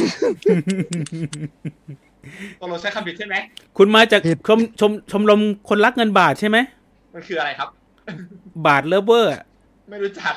ต้องเราใช้คำผิดใช่ไหมคุณมาจากชมรมคนรักเงินบาทใช่ไหมมันคืออะไรครับบาทเลิฟเวอร์ไม่รู้จัก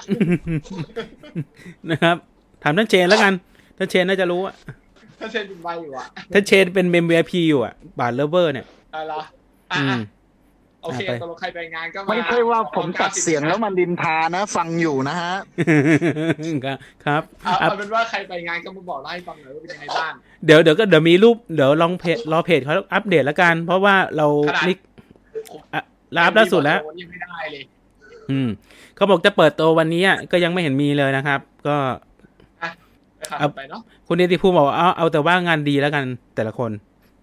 นะครับถามท่านเชนแล้วกันท่านเชนน่าจะรู้อ่ะท่านเชนเป็นใบอยู่อ่ะท่านเชนเป็นเมมเบอร์ VIP อยู่อ่ะบาทเลิฟเวอร์เนี่ยเหรอโอเคตกลงใครไปงานก็มาไม่ใช่ว่าผมตัดเสียงแล้วมันดินทานะฟังอยู่นะฮะครับเอาเป็นว่าใครไปงานก็มาบอกเล่าให้ฟังหน่อยว่าเป็นยังไงบ้างเดี๋ยวมีรูปเดี๋ยวลองรอเพจเขาอัปเดตแล้วกันเพราะว่าเราลิกรับล่าสุดแล้วยังไม่ได้เลยเขาบอกจะเปิดตัววันนี้ก็ยังไม่เห็นมีเลยนะครับก็เอาไปเนาะคุณเดติภูมิบอกเอาแต่ว่างานดีแล้วกันแต่ละคน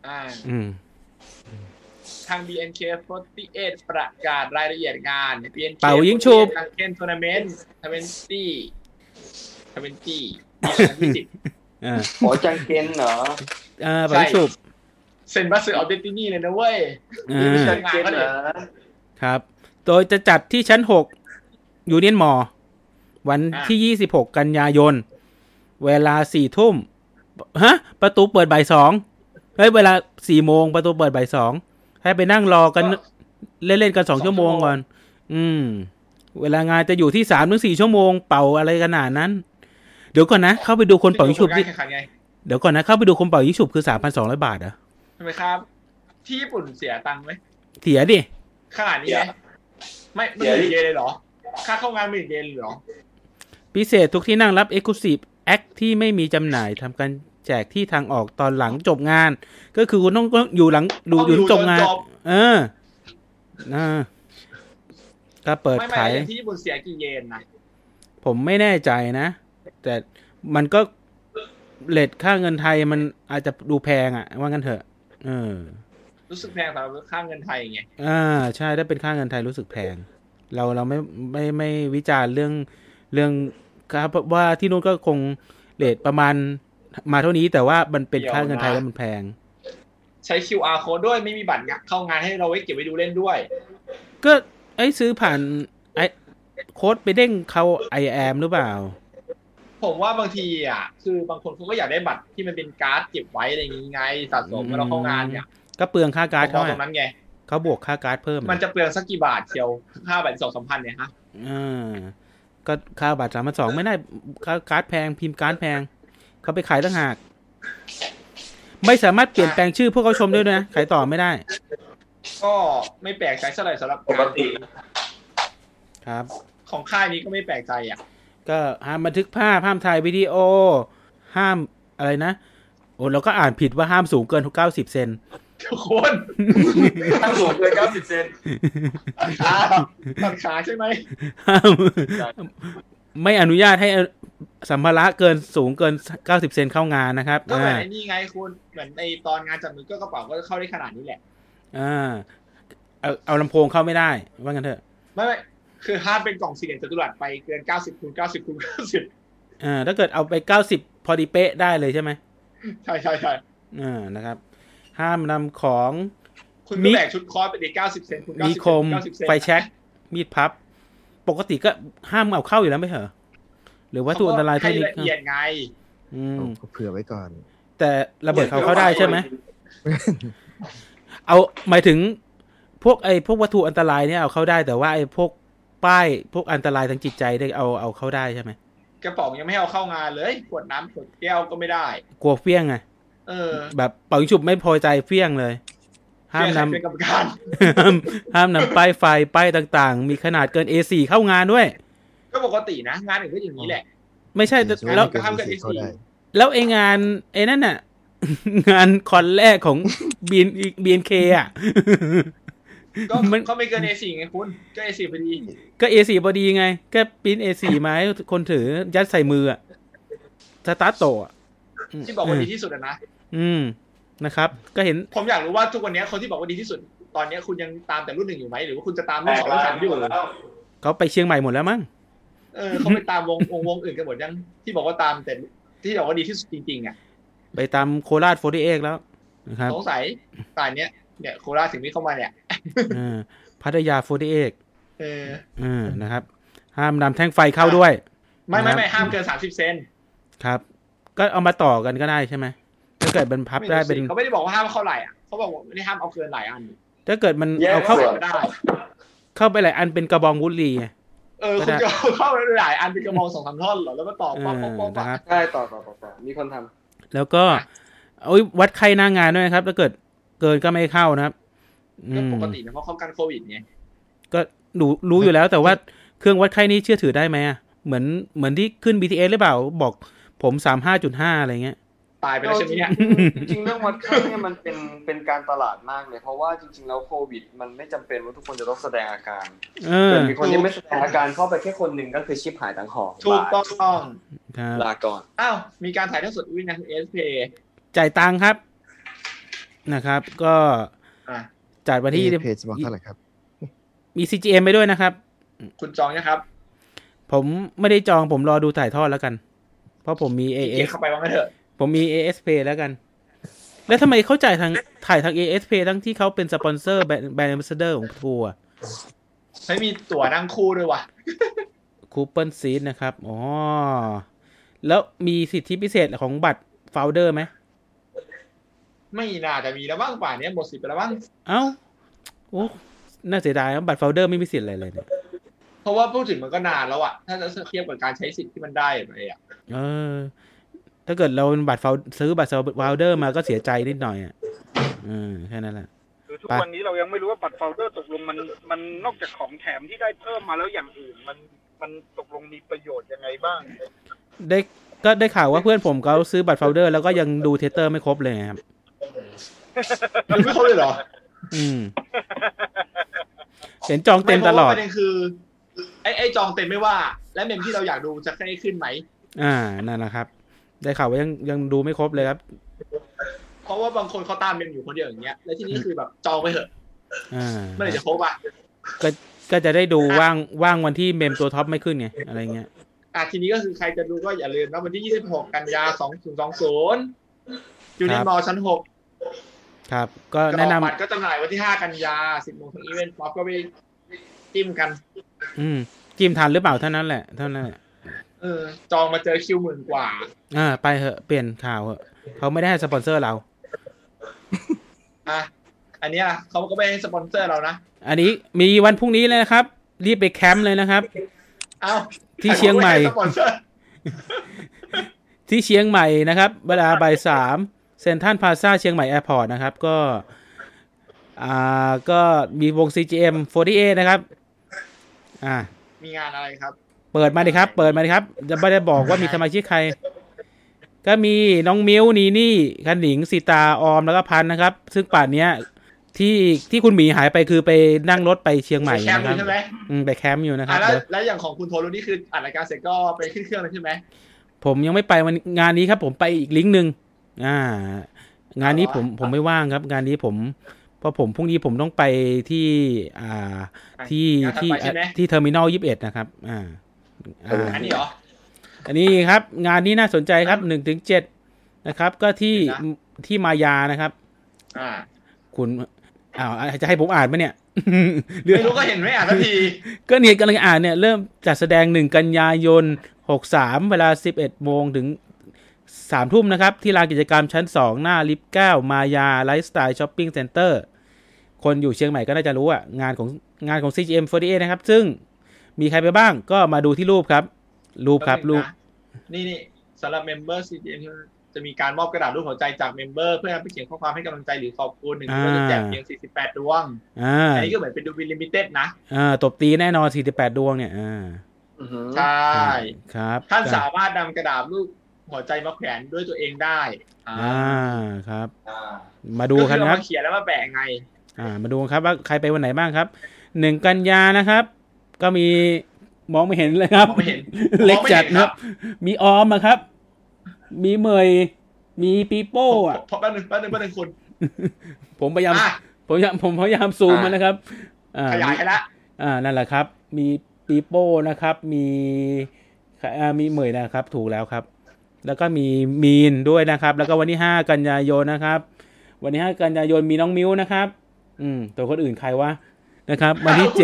ทาง BNK48 ประกาศรายละเอียดงาน BNK เป่ายิงฉุบเคนทัวร์นาเมนต์20 โหจังเคนเหรอเป่ายิงฉุบเซ็นบัสเซอร์ออฟเดสตินีเลยนะเว้ยจังเคนเหรอครับโดยจะจัดที่ชั้น6ยูเนียนมอวันที่26กันยายนเวลา 4 ทุ่มประตูเปิดบ่าย 2เวลา 4 โมงประตูเปิดบ่าย 2ให้ไปนั่งรอกันเล่นๆกัน2ชั่วโมงก่อนเวลางานจะอยู่ที่ 3-4 ชั่วโมงเป่าอะไรขนาดนั้นเดี๋ยวก่อนนะเข้าไปดูคนเป่ายิงฉุบเดี๋ยวก่อนนะเข้าไปดูคนเป่ายิงฉุบคือ 3,200 บาทเหรอทำไมครับที่ญี่ปุ่นเสียตังค์ไหมเสียดิขนาดนี้ไม่เยนเลยเหรอค่าเข้างาน10,000 เยนเหรอพิเศษทุกที่นั่งรับ Exclusive Act ที่ไม่มีจำหน่ายทำการแจกที่ทางออกตอนหลังจบงานก็คือคุณต้องอยู่หลังอยู่จบงานก็เปิดขายที่ญี่ปุ่นเสียกี่เยนนะผมไม่แน่ใจนะแต่มันก็เรทค่าเงินไทยมันอาจจะดูแพงว่างั้นเถอะรู้สึกแพงสำหรับค่าเงินไทยไงใช่ถ้าเป็นค่าเงินไทยรู้สึกแพงเราไม่วิจารณ์เรื่องครับว่าที่นู้นก็คงเรทประมาณมาเท่านี้แต่ว่ามันเป็นค่าเงินไทยแล้วมันแพงใช้ QR code ด้วยไม่มีบัตรเข้างานให้เราไว้เก็บไว้ดูเล่นด้วยก็ซื้อผ่านโค้ดไปเด้งเข้า IAM หรือเปล่าผมว่าบางทีคือบางคนเขาก็อยากได้บัตรที่มันเป็นการ์ดเก็บไว้อะไรอย่างงี้ไงสะสมเมื่อเราเข้างานเนี่ยก็เปลืองค่าการ์ดเขาตรงนั้นไงเขาบวกค่าการ์ดเพิ่มมันจะเปลืองสักกี่บาทเชียวค่าบัตร 2-3 พันเนี่ยฮะก็ค่าบัตร 3,200 ไม่ได้ค่าการ์ดแพงพิมพ์การ์ดแพงเขาไปขายต่างหากไม่สามารถเปลี่ยนแปลงชื่อพวกเขาชมด้วยนะขายต่อไม่ได้ก็ไม่แปลกใจเท่าไหร่สำหรับปกติครับของค่ายนี้ก็ไม่แปลกใจก็ห้ามบันทึกภาพห้ามถ่ายวิดีโอห้ามอะไรนะเราก็อ่านผิดว่าห้ามสูงเกิน90 เซนทุกคนห้ามสูงเกิน90 เซนตัดขาใช่ไหมไม่อนุญาตให้สัมภาระสูงเกิน90 เซนเข้างานนะครับก็เหมือนนี่ไงคุณเหมือนในตอนงานจับมือก็กระเป๋าก็เข้าได้ขนาดนี้แหละเอาลำโพงเข้าไม่ได้ว่างั้นเถอะไม่คือห้ามเป็นกล่องสี่เหลี่ยมจัตุรัสไปเกิน90 คูณ 90 คูณ 90 ถ้าเกิดเอาไป90พอดีเป๊ะได้เลยใช่ไหมใช่นะครับห้ามนำของคุณแบกชุดคอร์สไปอีก90 เซนคูณ 90 มีคมไฟแช็กมีดพับปกติก็ห้ามเอาเข้าอยู่แล้วไม่เหรอหรือว่าตัวอันตรายเทคนิคละเอียดไงก็เผื่อไว้ก่อนแต่ระเบิดเข้าได้ใช่ไหมเอาหมายถึงพวกวัตถุอันตรายเนี่ยเอาเข้าได้แต่ว่าพวกป้ายพวกอันตรายทางจิตใจได้เอาเข้าได้ใช่ไหมกระป๋องยังไม่เอาเข้างานเลยขวดน้ำขวดแก้วก็ไม่ได้กลัวเฟี้ยงไงแบบเป่ายิงฉุบไม่พอใจเฟี้ยงเลยห้ามนำห้ามนำป้ายไฟป้ายต่างๆมีขนาดเกิน A4 เข้างานด้วยก็ปกตินะงานอื่นก็อย่างนี้แหละไม่ใช่แล้วห้ามเกิน A4 แล้วงานนั่นน่ะงานคอนแรกของ BNK ก็ไม่เกิน A4 ไงคุณก็ A4 พอดีก็ A4 พอดีไงก็ปริ้น A4 มาให้คนถือยัดใส่มืออะสตาร์ทโตะที่บอกว่าดีที่สุดนะนะครับก็เห็นผมอยากรู้ว่าทุกวันนี้คนที่บอกว่าดีที่สุดตอนนี้คุณยังตามแต่รุ่น1อยู่ไหมหรือว่าคุณจะตามรุ่น2รุ่น3อยู่เขาไปเชียงใหม่หมดแล้วมั้งเขาไปตามวงอื่นกันหมดยังที่บอกว่าตามแต่ที่บอกว่าดีที่สุดจริงๆอ่ะไปตามโคราช48แล้วนะครับสงสัยป่านนี้เนี่ยโคราชถึงนี้เข้ามาเนี่ยพัทยา48นะครับห้ามนำแท่งไฟเข้าด้วยไม่ห้ามเกิน30 เซนครับก็เอามาต่อกันก็ได้ใช่ไหมถ้าเกิดมันพับได้เป็นเขาไม่ได้บอกว่าห้ามเข้าหลายอ่ะเขาบอกว่าไม่ได้ห้ามเอาเกินหลายอันถ้าเกิดมันเอาเข้าไปหลายอันเป็นกระบองวุ้นลีคุณจะเข้าไปหลายอันเป็นกระบอง2-3 ท่อนเหรอแล้วก็ต่อป๊อกใช่ต่อมีคนทำแล้วก็วัดไข้หน้างานด้วยครับถ้าเกิดเกินก็ไม่เข้านะครับก็ปกตินะเพราะเขากันโควิดไงก็รู้อยู่แล้วแต่ว่าเครื่องวัดไข้นี้เชื่อถือได้ไหมเหมือนที่ขึ้น BTS หรือเปล่าบอกผม 35.5 อะไรเงี้ยตายไปแล้วใช่ไหมเนี่ยจริงๆเรื่องวัดไข้เนี่ยมันเป็นการตลาดมากเลยเพราะว่าจริงๆแล้วโควิดมันไม่จำเป็นว่าทุกคนจะต้องแสดงอาการมีคนที่ไม่แสดงอาการเข้าไปแค่คนหนึ่งก็คือชิปหายทั้งหอถูกต้องลาก่อนมีการถ่ายทอดสดวินาที SP จ่ายตังค์ครับนะครับก็จัดวันที่เพจบอกเท่าไหร่ครับมี CGM ไปด้วยนะครับคุณจองนะครับผมไม่ได้จองผมรอดูถ่ายทอดแล้วกันเพราะผมมี AS เข้าไปว่างั้นเถอะผมมี ASP แล้วกันแล้วทำไมเขาจ่ายถ่ายทาง ASP ทั้งที่เขาเป็นสปอนเซอร์แบรนด์แอมบาสเดอร์ของทัวร์ไม่มีตั๋วนั่งคู่ด้วยวะคูปองซีทนะครับอ๋อแล้วมีสิทธิพิเศษของบัตรโฟลเดอร์ไหมไม่น่าจะมีแล้วบ้างป่านนี้หมดสิทธิ์ไปแล้วบ้างโอ้น่าเสียดายบัตรโฟลเดอร์ไม่มีสิทธิ์อะไรเลยเนี่ยเพราะว่าพูดถึงมันก็นานแล้วอะถ้าจะเทียบกับการใช้สิทธิ์ที่มันได้ไปอะถ้าเกิดเราบัตรซื้อบัตรโฟลเดอร์มาก็เสียใจนิดหน่อยอ่ะแค่นั้นแหละคือทุกวันนี้เรายังไม่รู้ว่าบัตรโฟลเดอร์ตกลงมันนอกจากของแถมที่ได้เพิ่มมาแล้วอย่างอื่นมันตกลงมีประโยชน์ยังไงบ้างก็ได้ข่าวว่าเพื่อนผมเขาซื้อบัตรโฟลเดอร์แล้วก็ยังดูเทเตอร์ไม่ครบเลยครับไม่ครบเลยเหรอเห็นจองเต็มตลอดประเด็นคือไอ้จองเต็มไม่ว่าและเมมที่เราอยากดูจะได้ขึ้นไหมนั่นนะครับได้ข่าวว่ายังดูไม่ครบเลยครับเพราะว่าบางคนเขาตามเมมอยู่คนเดียวอย่างเงี้ยแล้วที่นี่คือแบบจองไปเถอะเมื่อไหร่จะครบอ่ะก็จะได้ดูว่างวันที่เมมตัวท็อปไม่ขึ้นไงอะไรเงี้ยทีนี้ก็คือใครจะดูก็อย่าลืมนะวันที่26 กันยายน 2020ยูนิมอลชั้น6 ครับก็แนะนำบัตรก็จำหน่ายวันที่5 กันยายน 10 โมงทางอีเวนต์ป๊อปก็ไปจิ้มกันจิ้มทันหรือเปล่าเท่านั้นแหละจองมาเจอคิว10,000 กว่าไปเหอะเปลี่ยนข่าวเหอะเขาไม่ได้ให้สปอนเซอร์เราอันนี้เขาก็ไม่ให้สปอนเซอร์เรานะอันนี้มีวันพรุ่งนี้เลยนะครับรีบไปแคมป์เลยนะครับที่เชียงใหม่ที่เชียงใหม่นะครับเวลาบ่าย 3เซ็นทรัลพลาซ่าเชียงใหม่แอร์พอร์ตนะครับก็มีวง CGM 48นะครับมีงานอะไรครับเปิดมาดิครับจะไม่ได้บอกว่ามีสมาชิกใครก็มีน้องมิ้วนีนี่คันหนิงสีตาออมแล้วก็พันนะครับซึ่งป่านนี้ที่คุณหมีหายไปคือไปนั่งรถไปเชียงใหม่นะครับไปแคมป์อยู่นะครับแล้วอย่างของคุณโทรุนี่คืออัดรายการเสร็จก็ไปขึ้นเครื่องเลยใช่ไหมผมยังไม่ไปวันงานนี้ครับผมไปอีกลิงก์นึงงานนี้ผมไม่ว่างครับงานนี้เพราะผมพรุ่งนี้ผมต้องไปที่เทอร์มินอล21นะครับอันนี้เหรออันนี้ครับงานนี้น่าสนใจครับ 1-7 นะครับก็ที่มายานะครับคุณจะให้ผมอ่านมั้ยเนี่ยไม่รู้ก็เห็นไม่อ่านสักทีก็เนี่ยกำลังอ่านเนี่ยเริ่มจัดแสดง1 กันยายน 63เวลา 11 โมงถึง 3 ทุ่มนะครับที่ลานกิจกรรมชั้น2หน้าลิฟต์9มายาไลฟ์สไตล์ช้อปปิ้งเซ็นเตอร์คนอยู่เชียงใหม่ก็น่าจะรู้งานของ CGM 48นะครับซึ่งมีใครไปบ้างก็มาดูที่รูปครับรูปนี่สำหรับเมมเบอร์ CGM จะมีการมอบกระดาษรูปหัวใจจากเมมเบอร์เพื่อไปเขียนข้อความให้กำลังใจหรือขอบคุณ1ดวงจะแจกเพียง48 ดวงอันนี้ก็เหมือนเป็นดูบิลลิมิเต็ดนะตบตีแน่นอน48 ดวงเนี่ยใช่ครับท่านสามารถนำกระดาษรูปหัวใจมาแขวนด้วยตัวเองได้ครับมาดูกันครับเขียนแล้วมาแปะไงมาดูครับว่าใครไปวันไหนบ้างครับ1 กันยานะครับก็มีมองไม่เห็นเลยครับเล็กจัดนะครับมีออมครับมีเมยมีปีโป้แป๊บนึงคุณผมพยายามซูมมันนะครับขยายให้ละนั่นแหละครับมีปีโป้นะครับมีเมยนะครับถูกแล้วครับแล้วก็มีมีนด้วยนะครับแล้วก็วันที่5 กันยายนนะครับวันที่5 กันยายนมีน้องมิ้วนะครับตัวคนอื่นใครวะนะครับวันที่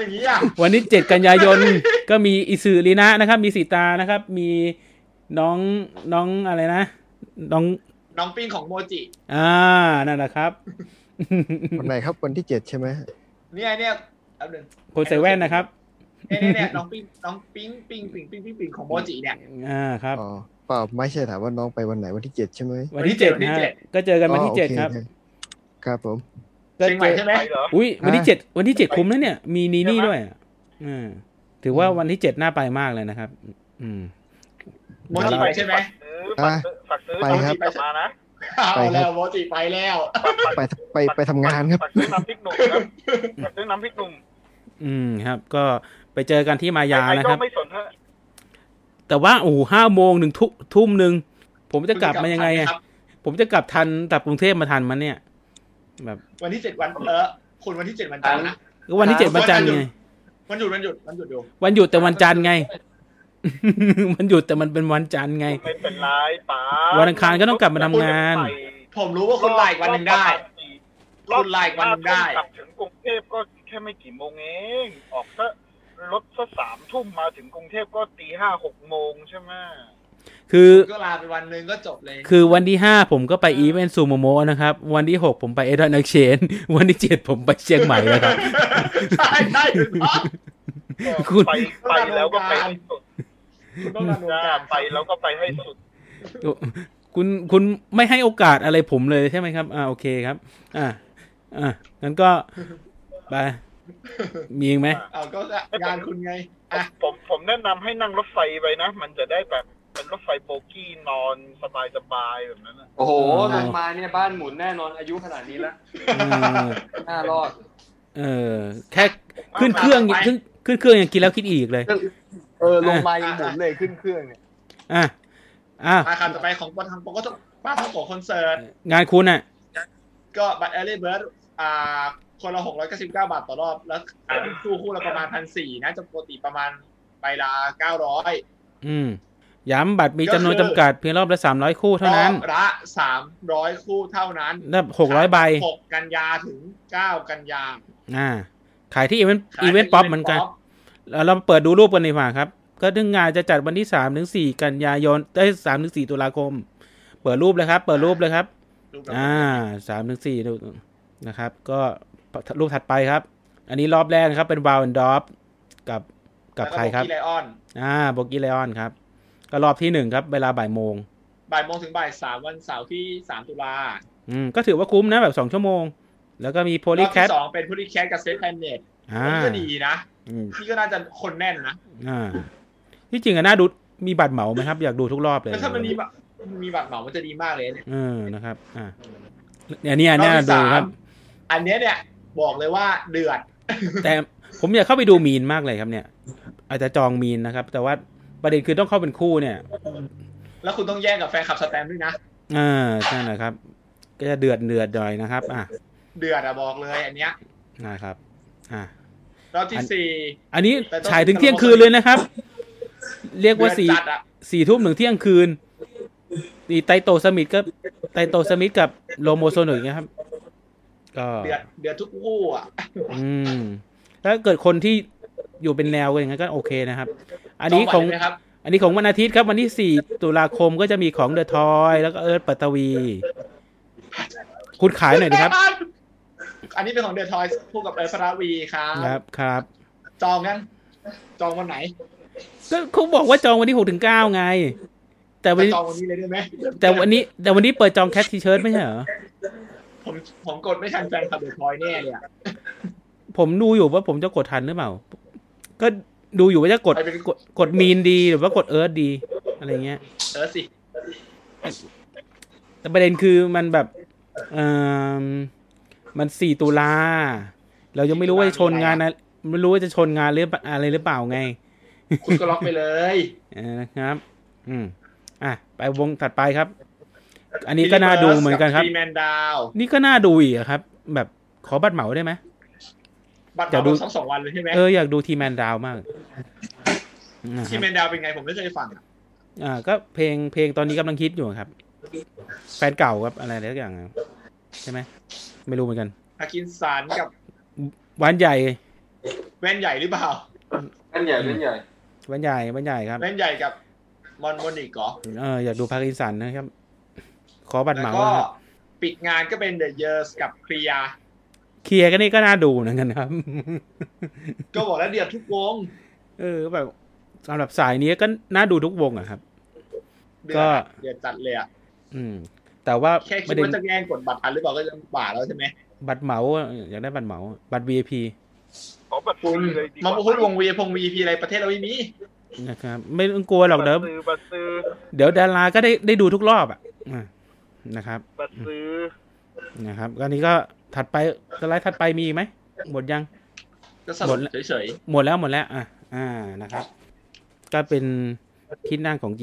7วันที่7 กันยายนก็มีอิซึรินะนะครับมีสีตานะครับมีน้องอะไรนะน้องปิ้งของโมจินั่นแหละครับวันไหนครับวันที่7ใช่ไหมเนี่ยแป๊บนึงคนใส่แว่นนะครับเนี่ยน้องปิ้งของโมจิเนี่ยครับเปล่าไม่ใช่ถามว่าน้องไปวันไหนวันที่7ใช่ไหมวันที่7นะก็เจอกันวันที่7ครับครับผมเชียงใหม่ใช่ไหมอุ้ยวันที่7คุ้มนะเนี่ยมีนีนี่ด้วยถือว่าวันที่7น่าไปมากเลยนะครับโมจิไปใช่ไหมไปครับมานะไปแล้วโมจิไปแล้วไปทำงานครับซื้อน้ำพริกหนุ่มครับซื้อน้ำพริกหนุ่มครับก็ไปเจอกันที่มายานะครับแต่ว่า5 โมงถึงทุ่มนึงผมจะกลับมายังไงผมจะกลับทันจากกรุงเทพมาทันมันเนี่ยแบบวันที่7วันคุณวันที่7วันจันทร์นะก็วันที่7วันจันทร์ไงวันหยุดอยู่วันหยุดแต่วันจันทร์ไงมันหยุดแต่มันเป็นวันจันทร์ไงไม่เป็นไรป๋าวันอังคารก็ต้องกลับมาทำงานผมรู้ว่าคุณไล่วันนึงได้คุณไล่วันนึงได้กลับถึงกรุงเทพก็แค่ไม่กี่โมงเองออกซะรถซะ3 ทุ่มมาถึงกรุงเทพก็ตี 5-6 โมงใช่ไหมคือก็ลาไปวันนึงก็จบเลยคือวันที่5ผมก็ไปอีเวนต์ซูโมโมะนะครับวันที่6ผมไปเอดอนเอ็กซ์เชนจ์วันที่7ผมไปเชียงใหม่นะครับใช่คุณไปแล้วก็ไปให้สุดไปแล้วก็ไปให้สุดคุณไม่ให้โอกาสอะไรผมเลยใช่ไหมครับโอเคครับงั้นก็ไปมีอีกไหมก็งานคุณไงผมแนะนำให้นั่งรถไฟไปนะมันจะได้แบบเป็นรถไฟโบกี้นอนสบายแบบนั้นโอ้โหลงมาเนี่ยบ้านหมุนแน่นอนอายุขนาดนี้แล้วน่ารอดแค่ขึ้นเครื่องยังกินแล้วคิดอีกเลยลงมายังหมุนเลยขึ้นเครื่องเนี่ยการต่อไปของบอลทางโปก็ต้องป้าทางโปคอนเสิร์ตงานคุณก็บัตรแอร์เรย์เบิร์ดคนละ699 บาทต่อรอบแล้วคู่ละประมาณ 1,400 นะจะปกติประมาณใบละ900 ย้ำบัตรมีจำนวนจำกัดเพียงรอบละ300 คู่เท่านั้นรอบละ300 คู่เท่านั้นนับ600 ใบ 6 กันยาถึง9 กันยาขายที่อีเวนต์ป๊อปเหมือนกันเราเปิดดูรูปกันดีกว่าครับก็ถึงงานจะจัดวันที่3 ถึง 4 กันยายน3 ถึง 4 ตุลาคมเปิดรูปเลยครับ3 ถึง 4นะครับก็รูปถัดไปครับอันนี้รอบแรกนะครับเป็นวาวแอนด์ดอฟกับใครครับโบกี้ไลออนครับก็รอบที่1ครับเวลาบ่ายโมงถึงบ่าย 3วันเสาร์ที่3 ตุลาก็ถือว่าคุ้มนะแบบ2 ชั่วโมงแล้วก็มีโพลีแคท 2เป็นโพลีแคทกับเซฟแพนเน็ตก็ดีนะที่ก็น่าจะคนแน่นนะที่จริงน่าดูมีบัตรเหมาไหมครับอยากดูทุกรอบเลยถ้ามันมีบัตรเหมามันจะดีมากเลยเนี่ยนะครับอันนี้น่าดูครับอันนี้เนี่ยบอกเลยว่าเดือดแต่ผมอยากเข้าไปดูมีนมากเลยครับเนี่ยอาจจะจองมีนนะครับแต่ว่าประเด็นคือต้องเข้าเป็นคู่เนี่ยแล้วคุณต้องแย่งกับแฟนคลับสแตมด้วยนะใช่นะครับก็จะเดือดหน่อยนะครับเดือดบอกเลยอันเนี้ยนะครับรอบที่4 อันนี้ฉายถึงเที่ยงคืนเลยนะครับเรียกว่า4 ทุ่มถึงเที่ยงคืนนี่ไตโตสมิธกับโลโมโซนิกนะครับก็เดือดทุกคู่ถ้าเกิดคนที่อยู่เป็นแนวอย่างนั้นก็โอเคนะครับอันนี้ของวันอาทิตย์ครับวันที่4 ตุลาคมก็จะมีของเดอะทอยแล้วก็เอิร์ธปัตตวีคุณขายหน่อยดิครับอันนี้เป็นของเดอะทอยคู่กับเอิร์ธปัตตวีครับจองวันไหนก็เขาบอกว่าจองวันที่6 ถึง 9ไงแต่วันนี้จองวันนี้เลยได้ไหมแต่วันนี้เปิดจองแคททีเชิร์ตไม่ใช่เหรอผมกดไม่ทันแฟนคลับเดอะทอยแน่เลยผมดูอยู่ว่าผมจะกดทันหรือเปล่าก็ดูอยู่ว่าจะกดมีนดีหรือว่ากดเอิร์ธดีอะไรเงี้ยสิแต่ประเด็นคือมันแบบมัน4 ตุลาเรายังไม่รู้ว่าจะชนงานนะไม่รู้ว่าจะชนงานหรืออะไรหรือเปล่าไงคุณก็ล็อกไปเลยนะครับไปวงถัดไปครับอันนี้ก็น่าดูเหมือนกันครับนี่ก็น่าดูอีกครับแบบขอบัตรเหมาได้ไหมบัตรเหมาทั้ง2 วันเลยใช่ไหมอยากดูทีแมนดาวมากทีแมนดาวเป็นไงผมไม่เคยฟังก็เพลงตอนนี้กำลังฮิตอยู่ครับแฟนเก่าครับอะไรทุกอย่างใช่ไหมไม่รู้เหมือนกันพากินสันกับวันใหญ่แว่นใหญ่หรือเปล่าแว่นใหญ่วันใหญ่ครับแว่นใหญ่กับมอนนิกเหรออยากดูพากินสันนะครับขอบัตรเหมาก็ปิดงานก็เป็น The Years กับเคลียร์ก็นี่ก็น่าดูเหมือนกันครับก็บอกแล้วเดือดทุกวงแบบสำหรับสายนี้ก็น่าดูทุกวงอะครับก็เดือดจัดเลยแต่ว่าแค่คิดว่าจะแย่งกดบัตรทันหรือเปล่าก็จะบาทแล้วใช่ไหมบัตรเหมาอยากได้บัตรเหมาบัตร VIP บัตรคุณมาพูดวง VIP อะไรประเทศเราไม่มีนะครับไม่ต้องกลัวหรอกเดี๋ยวดาราก็ได้ดูทุกรอบนะครับบัตรซื้อนะครับอันนี้ก็ถัดไปสไลด์ถัดไปมีไหมหมดยังหมดเฉยๆหมดแล้วนะครับก็เป็นที่นั่งของ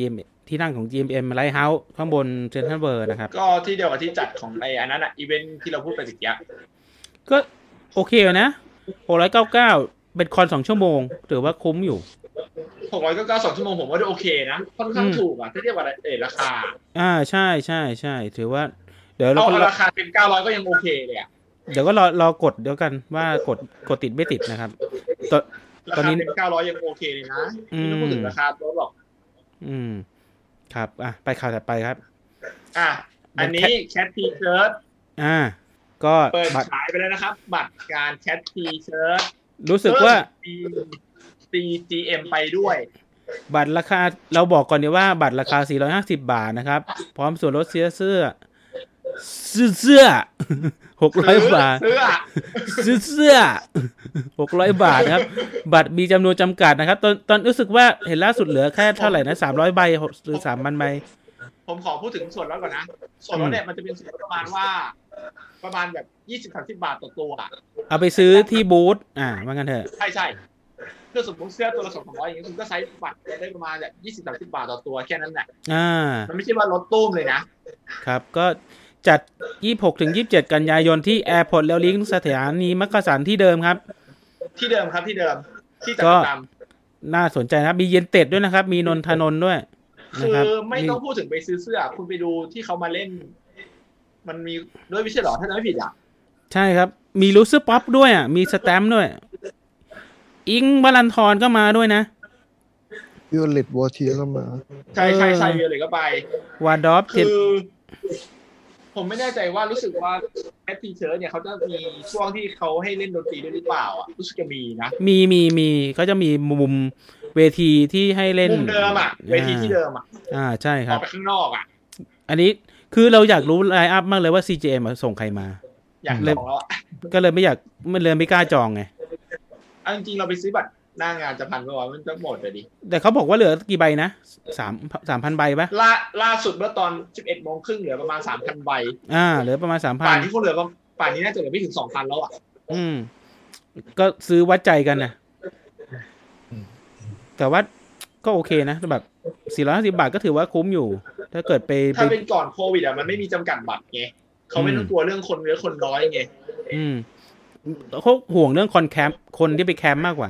GMM Lighthouse ข้างบนเซ็นทรัลเวิลด์นะครับก็ที่เดียวกับที่จัดของไอ้อันนั้นอ่ะอีเวนท์ที่เราพูดไปเมื่อกี้ก็โอเคนะ699เป็นคอน2 ชั่วโมงถือว่าคุ้มอยู่ 699 2 ชั่วโมงผมว่าโอเคนะค่อนข้างถูกอ่ะถ้าเทียบกับราคาใช่ถือว่าเดี๋ยวเราราคาเป็น900ก็ยังโอเคเลยอ่ะเดี๋ยวก็รอกดเดี๋ยวกันว่ากดติดไม่ติดนะครับตอนนี้เป็น900ยังโอเคเลยนะไม่ต้องพูดถึงราคาตัวหรอกครับไปข่าวถัดไปครับอันนี้แคททีเชิร์ตก็เปิดขายไปแล้วนะครับบัตรการแคททีเชิร์ตรู้สึกว่า CGM ไปด้วยบัตรราคาเราบอกก่อนดีว่าบัตรราคา450 บาทนะครับพร้อมส่วนลดเสื้อ600 บาทเสื้อ600 บาทครับบัตรมีจำนวนจำกัดนะครับตอนรู้สึกว่าเห็นล่าสุดเหลือแค่เท่าไหร่นะ300 ใบหรือ 3,000 ใบผมขอพูดถึงส่วนลดก่อนนะส่วนลดเนี่ยมันจะเป็นส่วนประมาณแบบ20-30 บาทต่อตัวเอาไปซื้อที่บูธว่างั้นเถอะใช่คือสมมติเสื้อตัวละ200อย่างนี้คุณก็ใช้บัตรได้ประมาณแบบ20-30 บาทต่อตัวแค่นั้นแหละมันไม่ใช่ว่าลดตุ้มเลยนะครับก็จัด 26-27 กันยายนที่แอร์พอร์ตแล้วลิงก์สถานีมักกะสันที่เดิมครับที่จัดประจำน่าสนใจนะครับมีเย็นเต็ดด้วยนะครับมีนนทนนท์ด้วยคือไม่ต้องพูดถึงไปซื้อเสื้อคุณไปดูที่เขามาเล่นมันมีด้วยไม่ใช่หรอถ้าไม่ผิดใช่ครับมีลูเซอร์ป๊อปด้วยมีสแตมป์ด้วยอิงบาลันทอนก็มาด้วยนะวิโอเลตวอร์เทียก็มาใช่วิโอเลตก็ไปวาร์ดอฟคือผมไม่แน่ใจว่ารู้สึกว่าแอปทีเชิร์ตเนี่ยเขาจะมีช่วงที่เขาให้เล่นดนตรีด้วยหรือเปล่ารู้สึกจะมีนะมีเขาจะมีมุมเวทีที่ให้เล่นมุมเดิมเวทีที่เดิมใช่ครับออกไปข้างนอกอันนี้คือเราอยากรู้ไลน์อัพมากเลยว่า CGM ส่งใครมาอยากเลยก็เลยไม่กล้าจองไงจริงๆเราไปซื้อบัตรหน้างานจะพันกว่ามันจะหมดเลยดิแต่เขาบอกว่าเหลือกี่ใบนะ3,000 ใบป่ะล่าสุดเมื่อตอน 11:30 นเหลือประมาณ 3,000 ใบเหลือประมาณ 3,000 ป่านที่เขาเหลือป่านนี้น่าจะเหลือไม่ถึง 2,000 แล้วก็ซื้อวัดใจกันนะแต่ว่าก็โอเคนะแบบ450 บาทก็ถือว่าคุ้มอยู่ถ้าเกิดถ้าเป็นก่อนโควิดมันไม่มีจำกัดบัตรไงเขาไม่ต้องกลัวเรื่องคนเยอะคนน้อยไงเขาห่วงเรื่องคนที่ไปแคมป์มากกว่า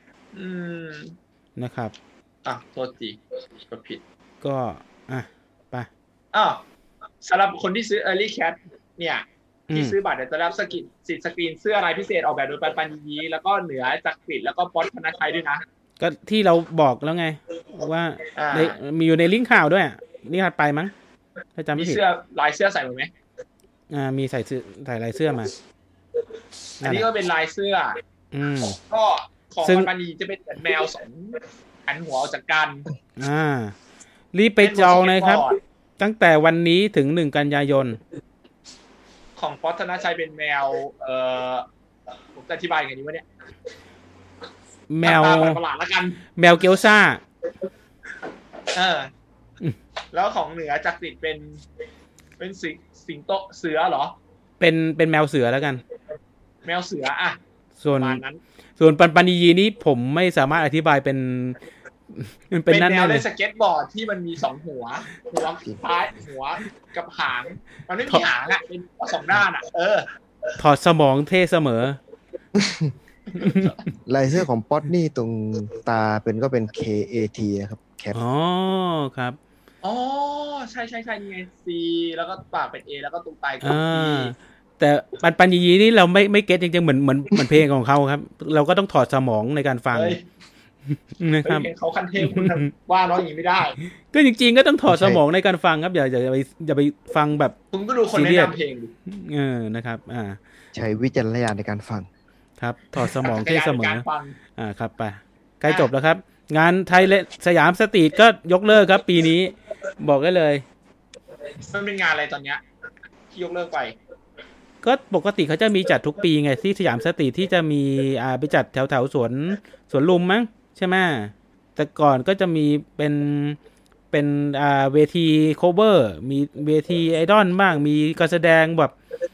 นะครับโทษทีก็ผิดก็ไปสำหรับคนที่ซื้อ Early Cat เนี่ยที่ซื้อบัตรจะได้รับสิทธิ์สกรีนเสื้อลายพิเศษออกแบบโดยปันยีแล้วก็เหนือจากกรีฑแล้วก็ป๊อตธนชัยด้วยนะก็ที่เราบอกแล้วไงว่ามีอยู่ในลิงก์ข่าวด้วยนี่ถัดไปมั้งถ้าจำไม่ผิดมีเสื้อลายเสื้อใส่ไหมมีใส่ลายเสื้อมาอันนี้ก็เป็นลายเสื้อก็ของปันยีจะเป็นแมว2 หันหัวออกจากกันรีบไปจองนะครับตั้งแต่วันนี้ถึง1 กันยายนของป๊อตธนชัยเป็นแมวผมจะอธิบายไงดีวะเนี่ยแมวประหลาดละกันแมวเกียวซ่าแล้วของเหนือจักริดเป็นสิงโตเสือเหรอเป็นแมวเสือแล้วกันแมวเสืออ่ะส่วนปันนียีนี้ผมไม่สามารถอธิบายเป็นแนวเล่นสเก็ตบอร์ดที่มันมี2หัวท้ายหัวกับหางมันไม่มีหางอ่ะเป็น2ด้านอ่ะถอดสมองเท่เสมอลายเสื้อของป๊อตนี่ตรงตาก็เป็น KAT นะครับแคปอ๋อครับอ๋อใช่นี่ไง C แล้วก็ปากเป็น A แล้วก็ตรงปลายก็ P แต่ปันยีนี่เราไม่เก็ตจริงๆเหมือนเพลงของเขาครับเราก็ต้องถอดสมองในการฟังนะครับเขาคันเทพคุณว่าน้อยอย่างนี้ไม่ได้ก็จริงๆก็ต้องถอดสมองในการฟังครับอย่าไปฟังแบบคุณก็ดูคนแนะนำเพลงดินะครับใช้วิจารณญาณในการฟังครับถอดสมองเท่เสมอครับไปใกล้จบแล้วครับงานไทยสยามสตรีทก็ยกเลิกครับปีนี้บอกได้เลยมันเป็นงานอะไรตอนเนี้ยที่ยกเลิกไปก็ปกติเขาจะมีจัดทุกปีไงที่สยามสตรีทที่จะมีไปจัดแถวสวนลุมมั้งใช่ไหมแต่ก่อนก็จะมีเป็นเวทีโคเวอร์มีเวทีไอดอลบ้างมีการแสดงแบบ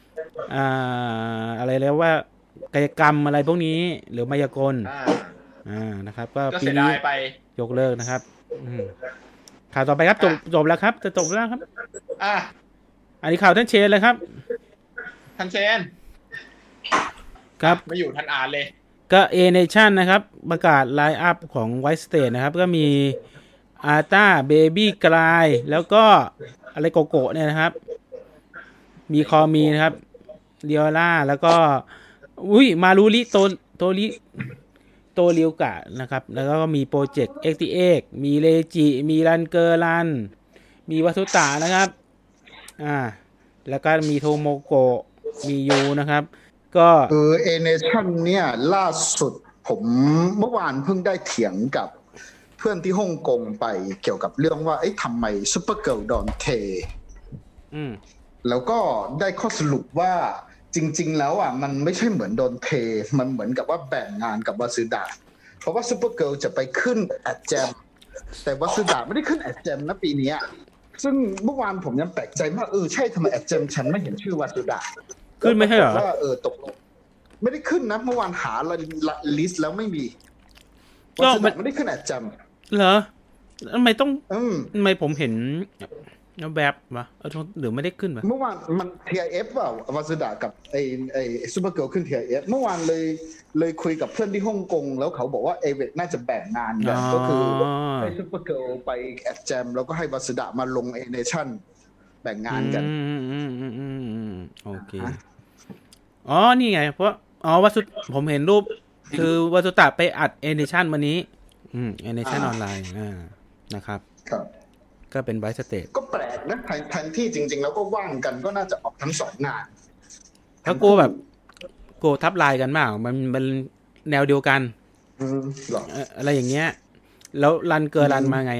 อะไรแล้วว่ากายกรรมอะไรพวกนี้หรือมายากลนะครับก็ปีนี้ยกเลิกนะครับข่าวต่อไปครับจบแล้วครับจะจบแล้วครับอันนี้ข่าวท่านเชนเลยครับท่านเชนครับไม่อยู่ท่านอ่านเลยก็ A Nation นะครับประกาศไลน์อัพของ White State นะครับก็มีอาร์ต้าเบบี้กลายแล้วก็อะไรโกโก้เนี่ยนะครับมีคอมีนะครับเดียร่าแล้วก็มารูริโตเรียวกะนะครับแล้วก็มีโปรเจกต์ XTX มีเลจิมีรันเกอร์รันมีวัตุตะนะครับแล้วก็มีโทโมโกะมียูนะครับก็ A Nation เนี่ยล่าสุดผมเมื่อวานเพิ่งได้เถียงกับเพื่อนที่ฮ่องกงไปเกี่ยวกับเรื่องว่าทำไมซุปเปอร์เกิร์ลโดนเทแล้วก็ได้ข้อสรุปว่าจริงๆแล้วมันไม่ใช่เหมือนโดนเทมันเหมือนกับว่าแบ่งงานกับวาซึดะเพราะว่าซุปเปอร์เกิร์ลจะไปขึ้นแอดแจมแต่วาซึดะไม่ได้ขึ้นแอดแจมนะปีนี้ซึ่งเมื่อวานผมยังแปลกใจมากใช่ทำไมแอดแจมฉันไม่เห็นชื่อวาซึดะขึ้นไม่ใช่เหรอว่าตกลงไม่ได้ขึ้นนะเมื่อวานหาลิสต์แล้วไม่มีวาซึดะไม่ได้ขึ้นแอดแจมเหรอทำไมต้องทำไมผมเห็นแบบวะหรือไม่ได้ขึ้นวะเมื่อวานมัน TIF เปล่าวาซึดะกับไอ้ซุปเปอร์เกิร์ลขึ้น TIF เมื่อวานเลยคุยกับเพื่อนที่ฮ่องกงแล้วเขาบอกว่าเอเวกน่าจะแบ่งงานกันก็คือให้ซุปเปอร์เกิร์ลไปแอดแจมแล้วก็ให้วาซึดะมาลงเอเนชั่นแบ่งงานกันโอเคนี่ไงเพราะผมเห็นรูปคือวาซึดะไปอัดเอเนชั่นวันนี้เอเนชั่นออนไลน์นะครับก็เป็นไวท์สเตทก็แปลกนะแทนที่จริงๆแล้วก็ว่างกันก็น่าจะออกทั้ง2งานถ้ากูทับลายกันมากมันแนวเดียวกันอะไรอย่างเงี้ยแล้วรันเกอร์รันมาไง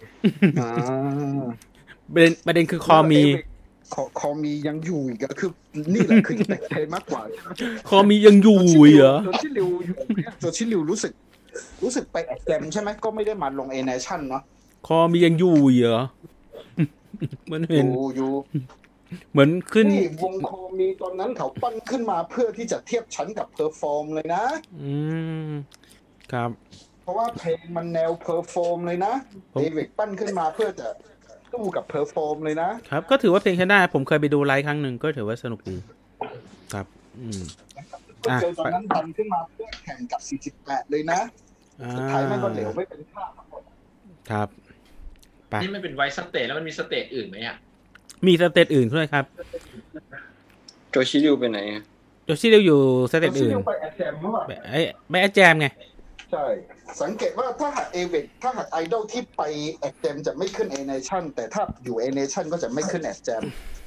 ประเด็นคือคอมียังอยู่อีกก็คือนี่แหละคือแปลกใจมากกว่าคอมียังอยู่เหรอตัวที่ริวรู้สึกไปแอดแจมใช่ไหมก็ไม่ได้มาลงเอเนชั่นเนาะคอมียังอยู่เหรอมันเห็นอยู่เหมือนขึ้นวงคอมีตอนนั้นเขาปั้นขึ้นมาเพื่อที่จะเทียบชั้นกับเพอร์ฟอร์มเลยนะครับเพราะว่าเพลงมันแนวเพอร์ฟอร์มเลยนะเดวิดปั้นขึ้นมาเพื่อจะสู้กับเพอร์ฟอร์มเลยนะครับก็ถือว่าเพลงใช้ได้ผมเคยไปดูไลฟ์ครั้งหนึ่งก็ถือว่าสนุกดีครับตอนนั้นปั้นขึ้นมาเพื่อแข่งกับ48เลยนะสุดท้ายมันก็เหลวไม่เป็นท่าครับนี่มันเป็นไวท์สเตทแล้วมันมีสเตทอื่นไหมมีสเตทอื่นด้วยครับโจชิริวไปไหนโจชิริวอยู่สเตทอื่นไปแอดแจมเมื่อวานไปแอดแจมไงใช่สังเกตว่าถ้าหากถ้าหากไอดอลที่ไปแอดแจมจะไม่ขึ้นเอเนชั่นแต่ถ้าอยู่เอเนชั่นก็จะไม่ขึ้นแอดแจม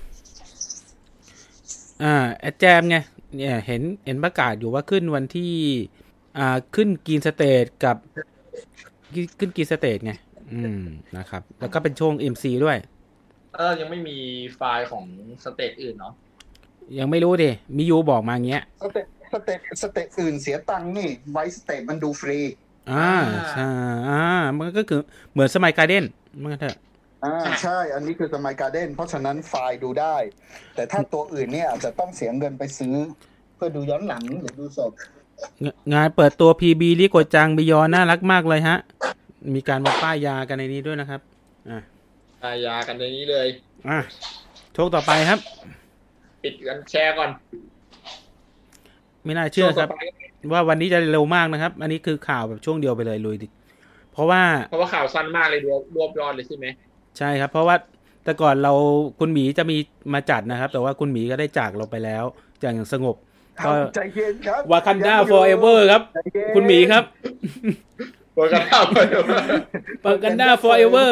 แอดแจมไงเนี่ยเห็นประกาศอยู่ว่าขึ้นวันที่ขึ้นกินสเตทกับขึ้นกินสเตทไงนะครับแล้วก็เป็นช่วง MC ด้วยยังไม่มีไฟล์ของสเตทอื่นเนาะยังไม่รู้ดิมียูบอกมาอย่างเงี้ยสเตทอื่นเสียตังค์นี่ไวท์สเตทมันดูฟรีใช่มันก็คือเหมือนสมัยการ์เด้นมันก็เถอะใช่อันนี้คือสมัยการ์เด้นเพราะฉะนั้นไฟล์ดูได้ แต่ถ้าตัวอื่นเนี่ยอาจจะต้องเสียเงินไปซื้อเพื่อดูย้อนหลังหรือดูสดงานเปิดตัว PB ลิโกจังบิยอนน่ารักมากเลยฮะมีการมาป้ายยากันในนี้ด้วยนะครับป้ายยากันในนี้เลยโชคต่อไปครับปิดกันแชร์ก่อนไม่น่าเชื่อครับว่าวันนี้จะเร็วมากนะครับอันนี้คือข่าวแบบช่วงเดียวไปเลยลุยดิเพราะว่าข่าวสั้นมากเลยรวบยอดเลยใช่ไหมใช่ครับเพราะว่าแต่ก่อนเราคุณหมีจะมีมาจัดนะครับแต่ว่าคุณหมีก็ได้จากเราไปแล้วอย่างสงบก็ใจเย็นครับวากันดา forever ครับคุณหมีครับวากันดา forever วากันดา forever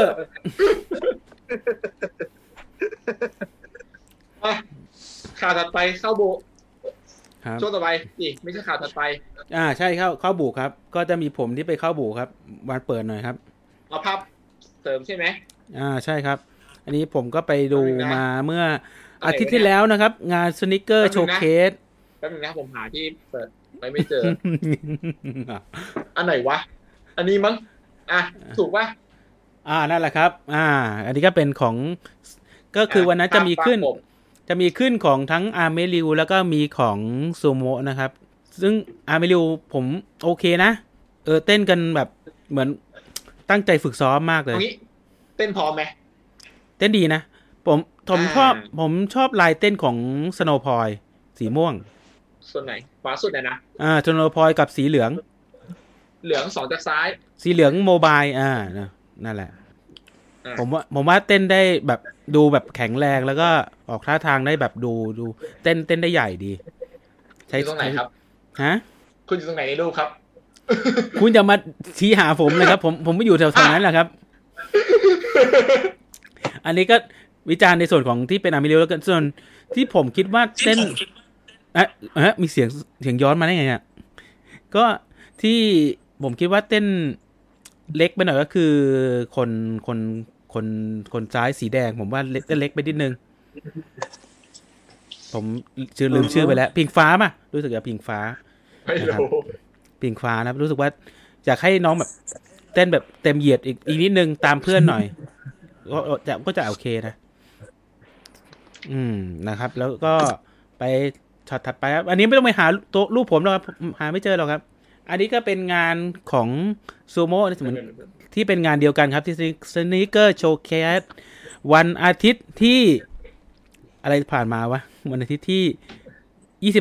ข่าวถัดไปเข้าโบช่วงต่อไปนี่ไม่ใช่ข่าวถัดไปใช่เข้าบูครับก็จะมีผมที่ไปเข้าบูครับวันเปิดหน่อยครับเอาภาพเสริมใช่ไหมใช่ครับอันนี้ผมก็ไปดูมาเมื่ออาทิตย์ที่แล้วนะครับงานสนิกเกอร์โชว์เคสแป๊บนึงนะผมหาที่เปิดไปไม่เจอ อันไหนวะอันนี้มั้งถูกป่ะนั่นแหละครับอันนี้ก็เป็นของก็คือวันนั้นจะมีขึ้นของทั้งอาร์เมริวแล้วก็มีของซูโมะนะครับซึ่งอาร์เมริวผมโอเคนะเต้นกันแบบเหมือนตั้งใจฝึกซ้อมมากเลยเต้นพร้อมไหมเต้นดีนะผมชอบลายเต้นของสโนว์พอยสีม่วงส่วนไหนขวาสุดเลยนะสโนว์พอยกับสีเหลือง 2จากซ้ายสีเหลืองโมบายนั่นแหละผมว่าเต้นได้แบบดูแบบแข็งแรงแล้วก็ออกท่าทางได้แบบดูเต้นได้ใหญ่ดีใช่ตรงไหนครับคุณอยู่ตรงไหนในรูปครับคุณจะมาชี้หาผมเลยครับผมไม่อยู่แถวๆนั้นแหละครับ อันนี้ก็วิจารณ์ในส่วนของที่เป็นอาร์มิเลียวแล้วกันส่วนที่ผมคิดว่าเต้นมีเสียงย้อนมาได้ไงอ่ะก็ที่ผมคิดว่าเต้นเล็กไปหน่อยก็คือคนซ้ายสีแดงผมว่าเล็กไปนิดนึงผมลืมชื่อไปแล้วพิงฟ้าป่ะรู้สึกจะพิงฟ้าไม่รู้พิงฟ้านะรู้สึกว่าอยากให้น้องแบบเต้นแบบเต็มเหยียดอีกนิดนึงตามเพื่อนหน่อยก็จะโอเคนะนะครับแล้วก็ไปช็อตถัดไปครับอันนี้ไม่ต้องไปหาตัวรูปผมหรอกครับหาไม่เจอหรอกครับอันนี้ก็เป็นงานของซูโม่เหมือนที่เป็นงานเดียวกันครับที่สนิกเกอร์โชว์เคสวันอาทิตย์ที่อะไรผ่านมาวะวันอาทิตย์ที่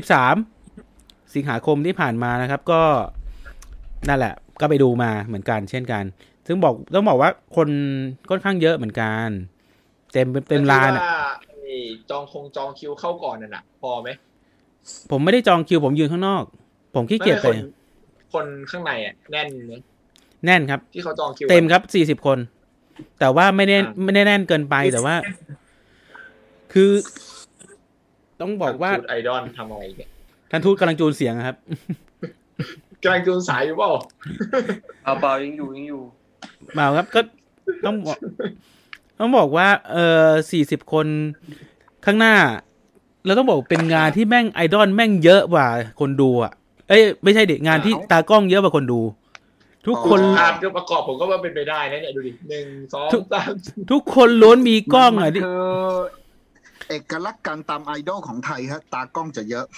23สิงหาคมที่ผ่านมานะครับก็นั่นแหละก็ไปดูมาเหมือนกันเช่นกันซึ่งต้องบอกว่าคนค่อนข้างเยอะเหมือนกันเต็มลานจองคิวเข้าก่อนน่ะพอไหมผมไม่ได้จองคิวผมยืนข้างนอกผมขี้เกียจไปคนข้างในแน่นไหมแน่นครับที่เขาจองคิวเต็มครับ40คนแต่ว่าไม่ได้แน่นเกินไปแต่ว่าคือต้องบอกว่าไอดอลทำอะไรเนี่ยท่านทูตกำลังจูนเสียงครับกำลังจูนสายอยู่เปล่าเปล่ายังอยู่เปล่าครับก็ต้องบอกว่า40คนข้างหน้าเราต้องบอกเป็นงานที่แม่งไอดอลแม่งเยอะกว่าคนดูไม่ใช่ดิงานที่ตากล้องเยอะกว่าคนดูทุกคนภาพประกอบผมก็ว่าเป็นไปได้นะเนี่ยดูดิ1 2 3 ทุกคนล้วนมีกล้องอ่ะดิเอกลักษณ์การตามไอดอลของไทยฮะตากล้องจะเยอะ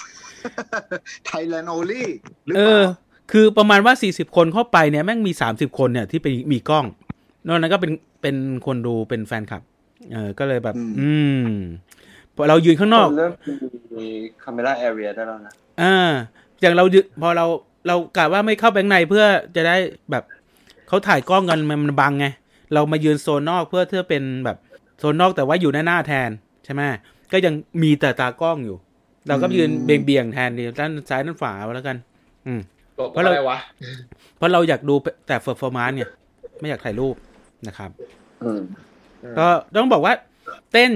Thailand only หรือเปล่าคือประมาณว่า40คนเข้าไปเนี่ยแม่งมี30คนเนี่ยที่ไปมีกล้องนอกนั้นก็เป็นคนดูเป็นแฟนคลับก็เลยแบบพอเรายืนข้างนอกเริ่มมีคาเมราแอเรียได้แล้วนะอย่างเราพอเรากะว่าไม่เข้าไปข้างในเพื่อจะได้แบบเขาถ่ายกล้องกันมันบังไงเรามายืนโซนนอกเพื่อเป็นแบบโซนนอกแต่ว่าอยู่หน้าแทนใช่ไหมก็ยังมีแต่ตากล้องอยู่เราก็ยืนเบี่ยงแทนดีด้านซ้ายด้านขวาแล้วกันเพราะเราอยากดูแต่เฟอร์ฟอร์มานซ์เนี่ยไม่อยากถ่ายรูปนะครับก็ต้องบอกว่าเต้น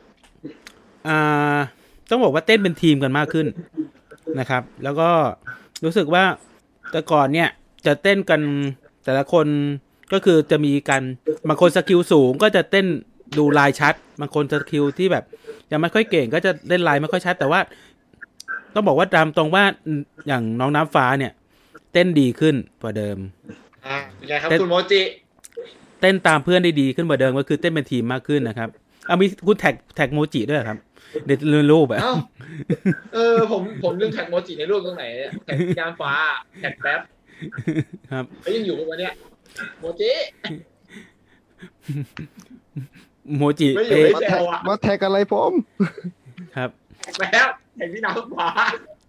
ต้องบอกว่าเต้นเป็นทีมกันมากขึ้นนะครับแล้วก็รู้สึกว่าแต่ก่อนเนี่ยจะเต้นกันแต่ละคนก็คือจะมีกันบางคนสกิลสูงก็จะเต้นดูลายชัดบางคนสกิลที่แบบยังไม่ค่อยเก่งก็จะเล่นลายไม่ค่อยชัดแต่ว่าต้องบอกว่าตามตรงว่าอย่างน้องน้ำฟ้าเนี่ยเต้นดีขึ้นกว่าเดิมเป็นไงครับคุณโมจิเต้นตามเพื่อนได้ดีขึ้นกว่าเดิมก็คือเต้นเป็นทีมมากขึ้นนะครับมีคุณแท็กโมจิด้วยครับเดี๋ยวลืมรูปอ่ะผมลืมแท็กโมจิในรูปตรงไหนแท็กยานฟ้าแท็กแป๊บครับเขายังอยู่กันวะเนี่ยโมจิ ไม่อยู่ไม่แซวอ่ะมาแท็กอะไรผมครับแป๊บแท็กพี่น้ำฟ้า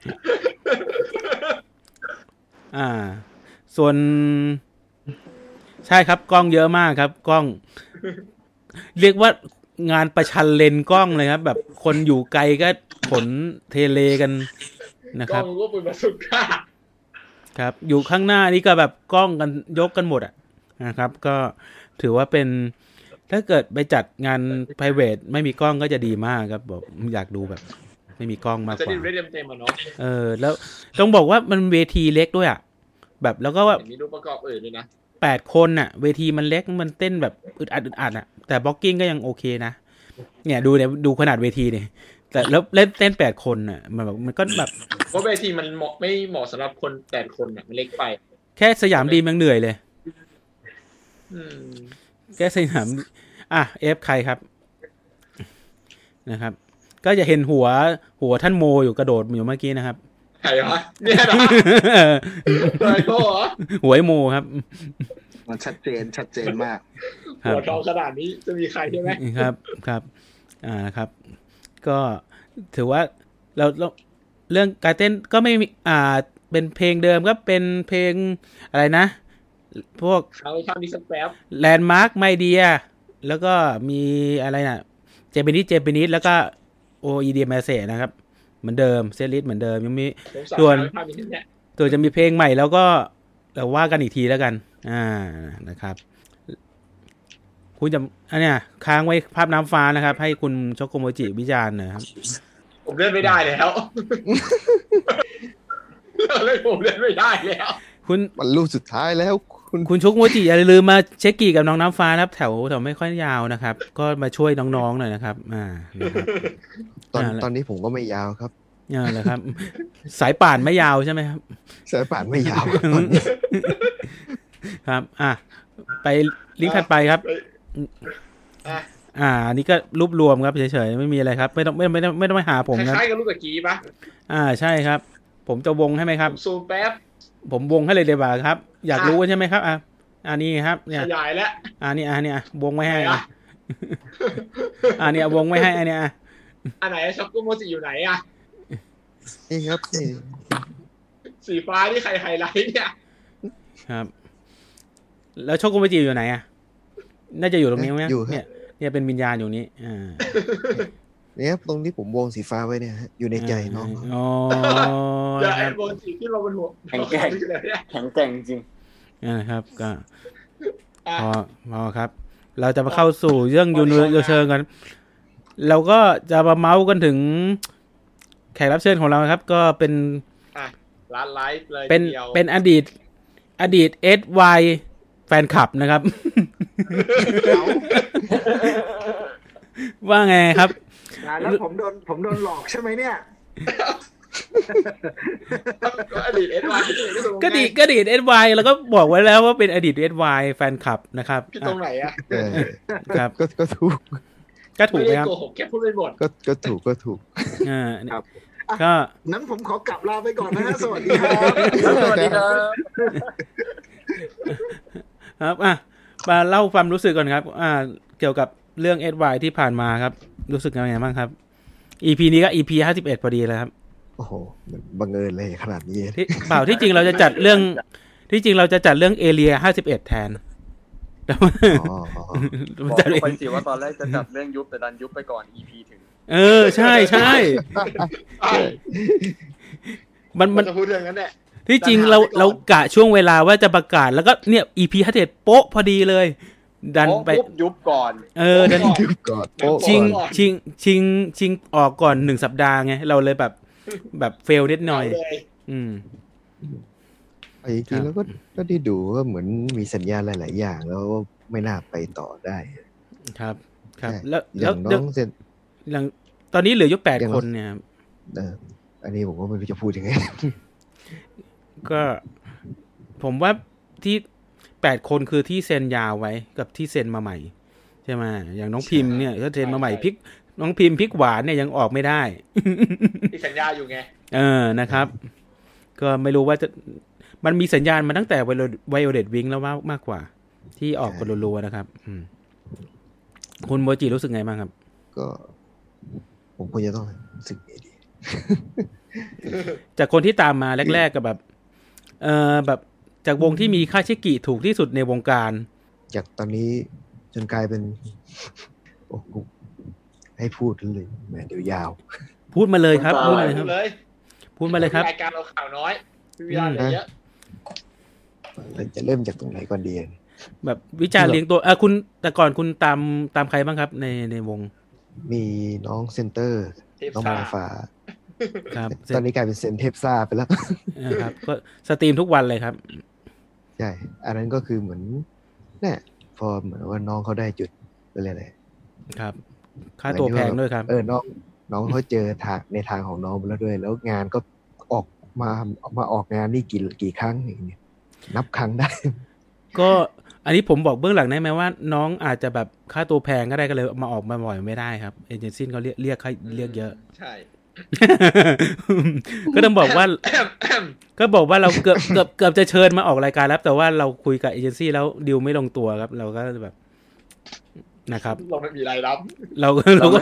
ส่วนใช่ครับกล้องเยอะมากครับกล้องเรียกว่างานประชันเลนกล้องเลยครับแบบคนอยู่ไกลก็ขนเทเลกันนะครับกล้องก็เป็นประสบการณ์ครับอยู่ข้างหน้านี่ก็แบบกล้องกันยกกันหมดอ่ะนะครับก็ถือว่าเป็นถ้าเกิดไปจัดงาน private ไม่มีกล้องก็จะดีมากครับบอกอยากดูแบบไม่มีกล้องมากกว่าจะได้เต็มๆอ่ะเนาะแล้วต้องบอกว่ามันเวทีเล็กด้วยอ่ะแบบแล้วก็ว่ามีรูปประกอบด้วยนะ 8 คนน่ะเวทีมันเล็กมันเต้นแบบอึดอัดอ่ะแต่บล็อกกิ้งก็ยังโอเคนะเนี่ยดูขนาดเวทีเนี่ยแต่แล้วเล่นเต้น8 คนน่ะมันก็แบบเพราะเวทีมันไม่เหมาะสำหรับคน8 คนน่ะมันเล็กไปแค่สยามดีมันเหนื่อยเลยแค่สยามใครครับนะครับก็จะเห็นหัวท่านโมอยู่กระโดดอยู่เมื่อกี้นะครับใครวะเนี่ยนะใครโมเหรอหัวโมครับมันชัดเจนมากหัวทองขนาดนี้จะมีใครใช่ไหมครับครับก็ถือว่าเราเรื่องการเต้นก็ไม่มีเป็นเพลงเดิมก็เป็นเพลงอะไรนะพวกเขาทำดีสักแป๊บแลนด์มาร์คไมเดียแล้วก็มีอะไรน่ะเจแปนิสแล้วก็OEDแมสเซจนะครับเหมือนเดิมเซตลิสต์เหมือนเดิมยังมีส่วนจะมีเพลงใหม่แล้วก็เราว่ากันอีกทีแล้วกันนะครับคุณจะเนี่ยค้างไว้ภาพน้ำฟ้านะครับให้คุณช็อกโกโมจิวิจารณ์หน่อยครับผมเล่นไม่ได้แล้วผมเล่นไม่ได้แล้วคุณมันลูกสุดท้ายแล้วคุณช็อกโกโมจิอย่าลืมมาเช็คกี่กับน้องน้ำฟ้านะครับแถวไม่ค่อยยาวนะครับก็มาช่วยน้องๆหน่อยนะครับตอนนี้ผมก็ไม่ยาวครับเหรอครับสายป่านไม่ยาวใช่ไหมครับสายป่านไม่ยาวครับไปลิงก์ถัดไปครับอันนี้ก็รวบรวมครับเฉยๆไม่มีอะไรครับไม่ต้องไปหาผมครับคล้ายๆกับรูปตะกี้ปะใช่ครับผมจะวงให้ไหมครับซูมแป๊บผมวงให้เลยเดี๋ยวครับอยากรู้ใช่ไหมครับนี่ครับเนี่ยขยายแล้วนี่วงไว้ให้เนี่ยวงไว้ให้อันเนี้ยอันไหนช็อกโกโมจิอยู่ไหนนี่ครับนี่สีฟ้าที่ใครไฮไลท์เนี่ยครับแล้วช็อกโกโมจิอยู่ไหนน่าจะอยู่ตรงนี้ไหมเนี่ยเป็นวิญญาณอยู่นี้เนี่ยตรงที่ผมวงสีฟ้าไว้เนี่ยอยู่ในใจน้องอย่าไอ้วงสีที่เราเป็นหัวแข็งแกร่งจริงนะครับก็พอครับเราจะมาเข้าสู่เรื่องยูนิเชิงกันเราก็จะมาเมาส์กันถึงแขกรับเชิญของเราครับก็เป็นร้านไลฟ์เลยเป็นอดีต SY แฟนคลับนะครับว่าไงครับแล้วผมโดนหลอกใช่ไหมเนี่ยอดีต SY ก็ดีด SY แล้วก็บอกไว้แล้วว่าเป็นอดีต SY แฟนคลับนะครับพี่ตรงไหนครับก็ถูกไหมครับโกหกแค่พูดไม่หมดก็ถูกครับก็นั้นผมขอกลับลาไปก่อนนะฮะสวัสดีครับครับมาเล่าความรู้สึกก่อนครับเกี่ยวกับเรื่อง SY ที่ผ่านมาครับรู้สึกยังไงบ้างครับ EP นี้ก็ EP 51พอดีแล้วครับโอ้โหบังเอิญเลยขนาดนี้ที่จริงเราจะจัดเรื่องเอเรีย51แทนบอกไปสิว่าตอนแรกจะจัดเรื่องยุบแต่ดันยุบไปก่อน EP ถึงใช่มันจะพูดเรื่องนั้นแหละที่จริงเรากะช่วงเวลาว่าจะประกาศแล้วก็เนี่ย EP 51โป๊ะพอดีเลยดันไปยุบก่อนดันยุบก่อนชิงออกก่อน1สัปดาห์ไงเราเลยแบบเฟลนิดหน่อยไอ้จริงแล้วก็ได้ดูว่าเหมือนมีสัญญาณหลายๆอย่างแล้วไม่น่าไปต่อได้ครับแล้วน้องเซ็นตอนนี้เหลืออยู่8คนเนี่ยอันนี้ผมก็ไม่รู้จะพูดยังไงก็ผมว่าที่ 8 คนคือที่เซ็นยาวไว้กับที่เซ็นมาใหม่ใช่ไหมอย่างน้องพิมพ์เนี่ยก็เซ็นมาใหม่พริกน้องพิมพ์พริกหวานเนี่ยยังออกไม่ได้ที่สัญญาอยู่ไงนะครับก็ไม่รู้ว่าจะมันมีสัญญาณมาตั้งแต่Violet Wing แล้วมากกว่าที่ออกกันรัวๆนะครับคุณโมจิรู้สึกไงบ้างครับก็ผมควรจะต้องรู้สึกดีจากคนที่ตามมาแรกๆกับแบบแบบจากวงที่มีค่าชิกิถูกที่สุดในวงการจากตอนนี้จนกลายเป็นโอ้ให้พูดเลยแหมเดี๋ยวยาวพูดมาเลยครับพูดมาเลยครับพูดมาเลยครับรายการเราข่าวน้อยวิจารณ์เยอะจะเริ่มจากตรงไหนก่อนดีแบบวิจารณ์เลี้ยงตัวคุณแต่ก่อนคุณตามใครบ้างครับในวงมีน้องเซนเตอร์น้องมาฟ้าครับตอนนี้กลายเป็นเซนเทปซ่าไปแล้วครับก็สตรีมทุกวันเลยครับใช่อันนั้นก็คือเหมือนเนี่ยพอเหมือนว่าน้องเขาได้จุดไปเลยครับค่าตัวแพงด้วยครับน้องเขาเจอทางในทางของน้องไปแล้วด้วยแล้วงานก็ออกมาออกงานนี่กี่ครั้งอย่างนี้นับครั้งได้ก็อันนี้ผมบอกเบื้องหลังได้ไหมว่าน้องอาจจะแบบค่าตัวแพงก็ได้ก็เลยมาออกมาบ่อยไม่ได้ครับเอเจนซี่เขาเรียกเยอะใช่ก็ต้องบอกว่าเราเกือบจะเชิญมาออกรายการแล้วแต่ว่าเราคุยกับเอเจนซี่แล้วดีลไม่ลงตัวครับเราก็แบบนะครับเราไม่มีรายรับเราก็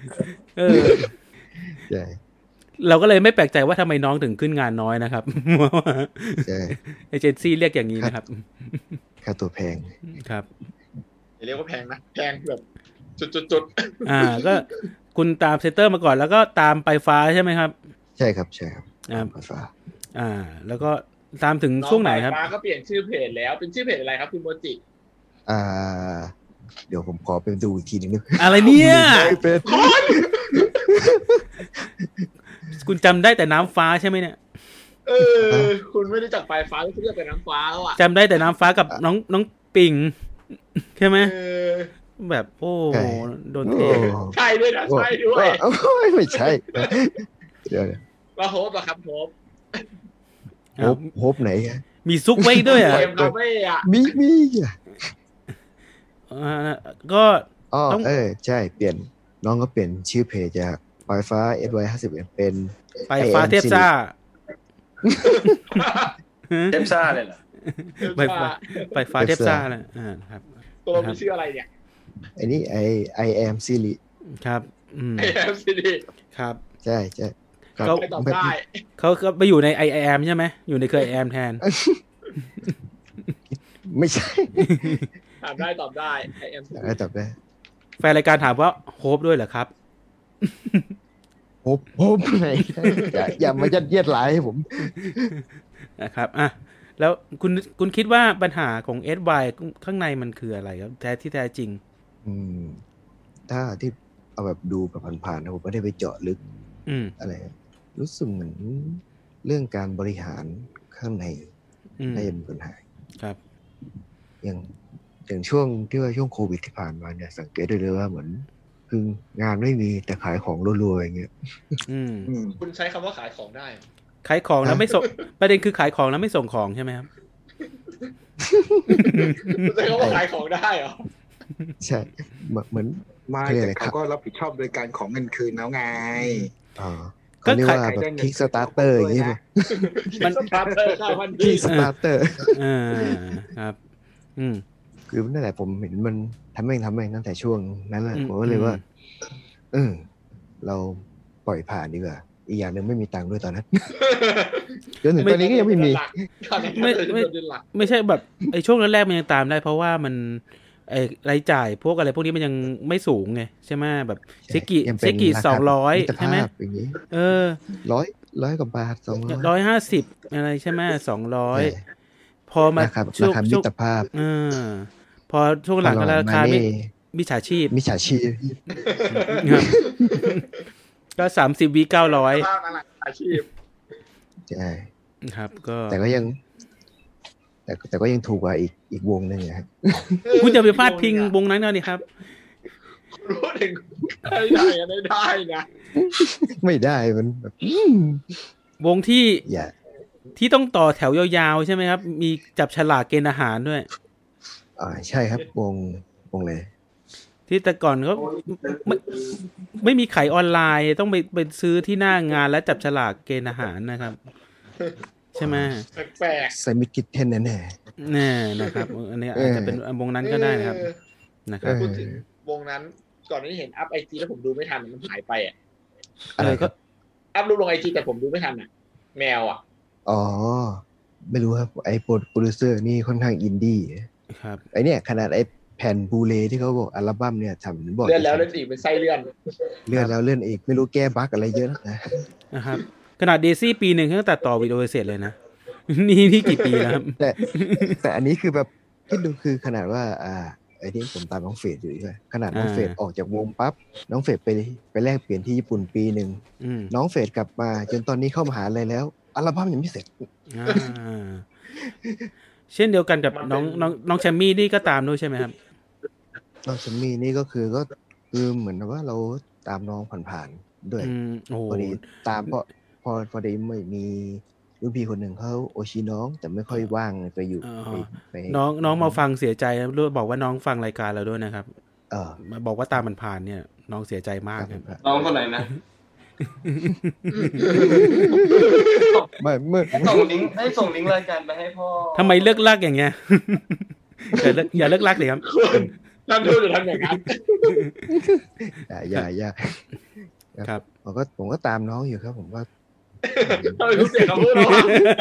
ใช่เราก็เลยไม่แปลกใจว่าทำไมน้องถึงขึ้นงานน้อยนะครับใช่เอเจนซี่เรียกอย่างนี้นะครับค่าตัวแพงครับอย่าเรียกว่าแพงนะแพงแบบจุดก็คุณตามเซนเตอร์มาก่อนแล้วก็ตามไปฟ้าใช่ไหมครับใช่ครับไปฟ้าแล้วก็ตามถึงช่วงไหนครับฟ้าก็เปลี่ยนชื่อเพจแล้วเป็นชื่อเพจอะไรครับคุณโมจิเดี๋ยวผมขอไปดูอีกทีนึงอะไรเนี่ยคุณจำได้แต่น้ำฟ้าใช่ไหมเนี่ยคุณไม่ได้จักปลายฟ้าคุณเรียกแต่น้ำฟ้าแล้วอ่ะจำได้แต่น้ำฟ้ากับน้องปิ่งใช่ไหมแบบโอ้โดนเทใช่ด้วยนะใช่ด้วยไม่ใช่เดี๋ยวว่าโฮปอะครับโฮปไหนมีซุกไว้ด้วยอ่ะมีอ่ะก็ต้องใช่เปลี่ยนน้องก็เปลี่ยนชื่อเพจจากปลายฟ้า SY51 เป็นปลายฟ้าเทพซ่าเทพซ่าเลยเหรอปลายฟ้าเทพซ่านะครับตัวมีชื่ออะไรเนี่ยไอ้นี่I am Siri ครับ I am Siri ครับใช่เขาไปอยู่ใน I am ใช่ไหมอยู่ในเคย I am แทนไม่ใช่ตอบได้ I am ตอบได้แฟนรายการถามว่าโฮปด้วยเหรอครับโฮปไหนอย่ามายัดเยียดหลายให้ผมนะครับแล้วคุณคิดว่าปัญหาของ SY ข้างในมันคืออะไรครับแท้จริงถ้าที่เอาแบบดูแบบผ่านๆนะผมไม่ได้ไปเจาะลึกอะไรรู้สึกเหมือนเรื่องการบริหารข้างในน่าจะมีปัญหาครับอย่างช่วงที่ว่าช่วงโควิดที่ผ่านมาเนี่ยสังเกตได้เลยว่าเหมือนคืองานไม่มีแต่ขายของรัวๆอย่างเงี้ยคุณใช้คำว่าขายของได้ขายของแล้วไม่ส่งประเด็นคือขายของแล้วไม่ส่งของใช่ไหมครับคุณใช้คำว่าขายของได้เหรอใช่เหมือนมาแต่เขาก็รับผิดชอบโดยการของเงินคืนแล้วไงก็เรียกว่าแบบคิกสตาร์เตอร์อย่างเงี้ยมันสตาร์เตอร์คิกสตาร์เตอร์ครับคือนั่นแหละผมเห็นมันทำเองตั้งแต่ช่วงนั้นแหละผมก็เลยว่าเราปล่อยผ่านดีกว่าอีกอย่างนึงไม่มีตังค์ด้วยตอนนั้นจนถึงตอนนี้ก็ยังไม่มีไม่ใช่แบบไอ้ช่วงแรกๆมันยังตามได้เพราะว่ามันไอ้รายจ่ายพวกอะไรพวกนี้มันยังไม่สูงไงใช่ไหมแบบเซกิ200ใช่ไหม 100กว่าบาท 150อะไรใช่ไหม200พอมาช่วงมิตรภาพพอช่วงหลังราคามิจฉาชีพก็30 วิ 900 อาชีพใช่ครับก็แต่ก็ยังถูกกว่าอีกวงนึงนะคุณจะไปพาดพิงวงนั้นเอาดิครับรู้ถึงได้นะไม่ได้มันแบบวงที่ต้องต่อแถวยาวๆใช่ไหมครับมีจับฉลากเกณฑ์อาหารด้วยใช่ครับวงเลยที่แต่ก่อนก็ไม่มีขายออนไลน์ต้องไปซื้อที่หน้างานและจับฉลากเกณฑ์อาหารนะครับใช่ไหมแปลกไซมิดคิทเทนแน่นะครับอันนี้อาจจะเป็นวงนั้นก็ได้นะครับพูดถึงวงนั้นก่อนที่เห็นอัพ IG แล้วผมดูไม่ทันมันหายไปก็อัพรูปลง IG แต่ผมดูไม่ทันแมวไม่รู้ครับไอ้โปรดิวเซอร์นี่ค่อนข้างอินดี้ครับไอ้เนี่ยขนาดไอ้แผ่นบูเลที่เขาบอกอัลบั้มเนี่ยทำบอกเลื่อนแล้วเลื่อนอีกเป็นไส้เลื่อนแล้วเลื่อนอีกไม่รู้แก้บั๊กอะไรเยอะนะครับขนาดเดซี่ปีนึงเขาตัดต่อวิดีโอเสร็จเลยนะนี่กี่ปีแล้วครับแต่อันนี้คือแบบคิดดูคือขนาดว่าไอ้ที่ผมตามน้องเฟดอยู่ด้วยขนาดน้องเฟดออกจากวงปั๊บน้องเฟดไปแลกเปลี่ยนที่ญี่ปุ่นปีนึงน้องเฟดกลับมาจนตอนนี้เข้ามหาลัยแล้วอัลบั้มยังไม่เสร็จเช่นเดียวกันกับน้องแชมมี่นี่ก็ตามด้วยใช่ไหมครับน้องแชมมี่นี่ก็คือเหมือนว่าเราตามน้องผ่านๆด้วยพอดีตามพอดีไม่มีรุ่นพี่คนหนึ่งเขาโอชิน้องแต่ไม่ค่อยว่างไปอยู่ไปน้องมาฟังเสียใจรู้บอกว่าน้องฟังรายการเราด้วยนะครับบอกว่าตามมันผ่านเนี่ยน้องเสียใจมากครับน้องคนไหนนะไม่เมื่อส่งลิงก์รายการไปให้พ่อทำไมเลิกลักอย่างเงี้ยอย่าเลิกลักเลยครับทำดูหรือทำอย่างนั้นอย่าครับผมก็ตามน้องอยู่ครับผมก็เสียงเขาพูดเนาะ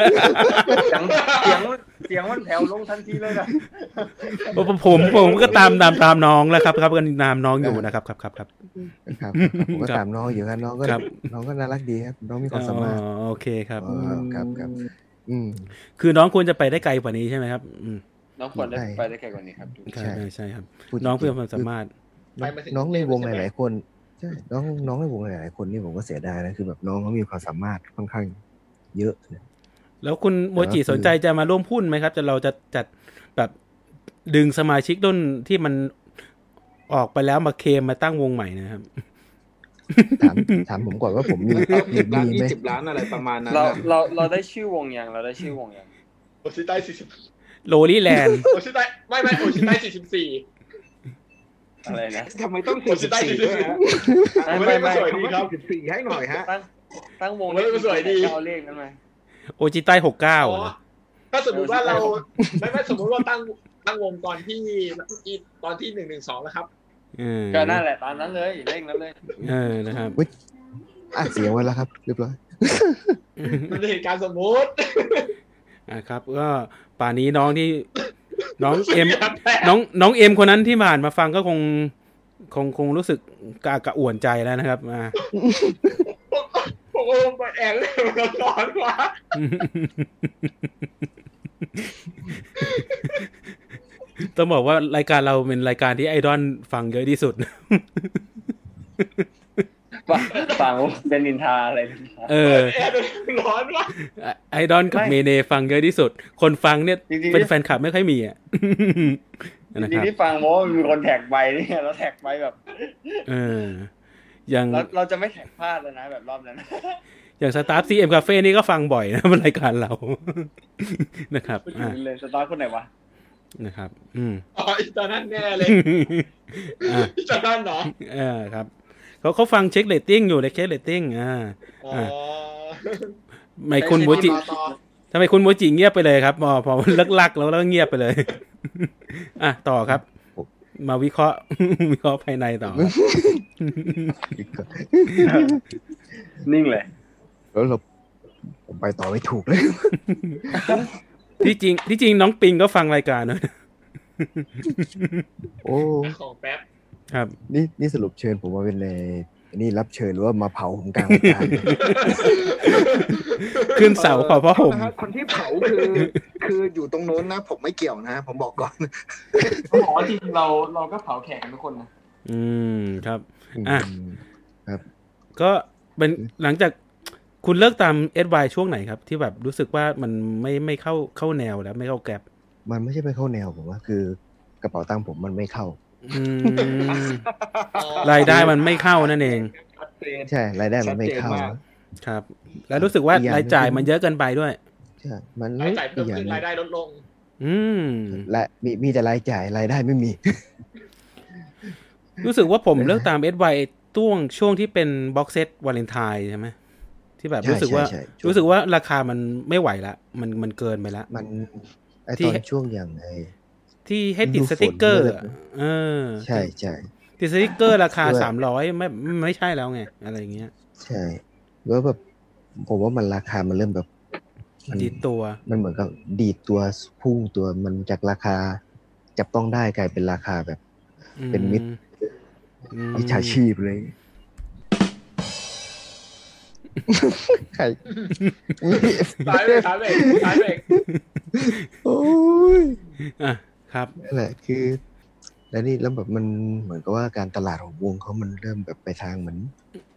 เสียงมันแผ่วลงทันทีเลยนะผมก็ตามน้องแล้วครับกันตามน้องอยู่นะครับครับผมก็ตามน้องอยู่ครับน้องก็น่ารักดีครับน้องมีความสามารถโอเคครับครับคือน้องควรจะไปได้ไกลกว่านี้ใช่ไหมครับน้องควรไปได้ไกลกว่านี้ครับใช่ครับน้องเพื่อความสามารถน้องในวงหลายๆคนใช่น้องในวงหลายๆคนนี่ผมก็เสียดายนะคือแบบน้องเขามีความสามารถค่อนข้างเยอะแล้วคุณโมจิสนใจจะมาร่วมหุ้นไหมครับเราจะจัดแบบดึงสมาชิกรุ่นที่มันออกไปแล้วมาเคมมาตั้งวงใหม่นะครับถามผมก่อนว่าผมมี 10 ล้าน20 ล้านอะไรประมาณนั้นเราได้ชื่อวงยังโอชิไต้40 โลลี่แลนด์โอชิไต้ไม่โอชิไต้44 อะไรนะทำไมต้อง44ด้วยฮะไม่สวยดีครับ14ให้หน่อยฮะตั้งวงไม่สวยดีเอาเลขนั้นมาโอจิไต้69 ถ้าสมมุติว่าเราไม่สมมุติว่าตั้งวงตอนที่112แล้วครับก็นั่นแหละตามนั้นเลยเลขนั้นเลยนะครับเสียงไว้แล้วครับเรียบร้อยมันเป็นเหตุการณ์สมมุติครับก็ป่านนี้น้องเอ็มคนนั้นที่ผ่านมาฟังก็คงรู้สึกกระอ่วนใจแล้วนะครับผมไปแอบเล่นมันร้อนกว่าต้องบอกว่ารายการเราเป็นรายการที่ไอดอลฟังเยอะที่สุดฟังเป็นนินทาอะไรร้อนว่ะไอดอลกับเมเนฟังเยอะที่สุดคนฟังเนี่ยเป็นแฟนคลับไม่ค่อยมีอ่ะนะครับที่ฟังโม้มีคนแท็กไปเนี่ยเราแท็กไปแบบอย่างเราจะไม่แท็กพลาดเลยนะแบบรอบนั้นอย่างสตาร์ท CM Cafe นี่ก็ฟังบ่อยนะเป็นรายการเรานะครับเลยสตาร์ทคนไหนวะนะครับตอนนั้นแน่เลยตอนนั้นเหรอครับเขาฟังเช็คเรตติ้งอยู่ในเช็คเรตติ้งไม่คุณโมจิทำไมคุณโมจิเงียบไปเลยครับพอเลิกลักแล้วเงียบไปเลยต่อครับมาวิเคราะห์ภายในต่อนิ่งเลยแล้วผมไปต่อไม่ถูกเลยที่จริงน้องปิงก็ฟังรายการนะโอ้ของแป๊บครับนี่สรุปเชิญผมมาเป็นนี่รับเชิญหรือว่ามาเผาผมกลางรายการขึ้นเสาเผาผมคนที่เผาคืออยู่ตรงโน้นนะผมไม่เกี่ยวนะผมบอกก่อนอ๋อจริงเราก็เผาแขกกันทุกคนนะครับครับก็เป็นหลังจากคุณเลิกตาม SY ช่วงไหนครับที่แบบรู้สึกว่ามันไม่เข้าแนวแล้วไม่เข้าแกร็บมันไม่ใช่ไม่เข้าแนวผมว่าคือกระเป๋าตังค์ผมมันไม่เข้ารายได้มันไม่เข้านั่นเองใช่รายได้มันไม่เข้าครับแล้วรู้สึกว่ารายจ่ายมันเยอะเกินไปด้วยใช่มันรายจ่ายเพิ่มขึ้นรายได้ลดลงและมีแต่รายจ่ายรายได้ไม่มีรู้สึกว่าผมเลิกตาม SY ช่วงที่เป็นบ็อกเซตวาเลนไทน์ใช่ไหมที่แบบรู้สึกว่าราคามันไม่ไหวละมันเกินไปละมันไอตอนช่วงอย่างไอที่ให้ติดสติ๊กเกอร์ใช่ใช่ติดสติ๊กเกอร์ราคา300ไม่ใช่แล้วไงอะไรอย่างเงี้ยใช่แล้วแบบผมว่ามันราคามันเริ่มแบบดีดตัวมันเหมือนกับดีดตัวพุ่งตัวมันจากราคาจับต้องได้กลายเป็นราคาแบบเป็นมิจฉาชีพเลยใครตายเลยโอ้ยครับนั่นแหละคือแล้วแบบมันเหมือนกับว่าการตลาดของวงเขามันเริ่มแบบไปทางเหมือน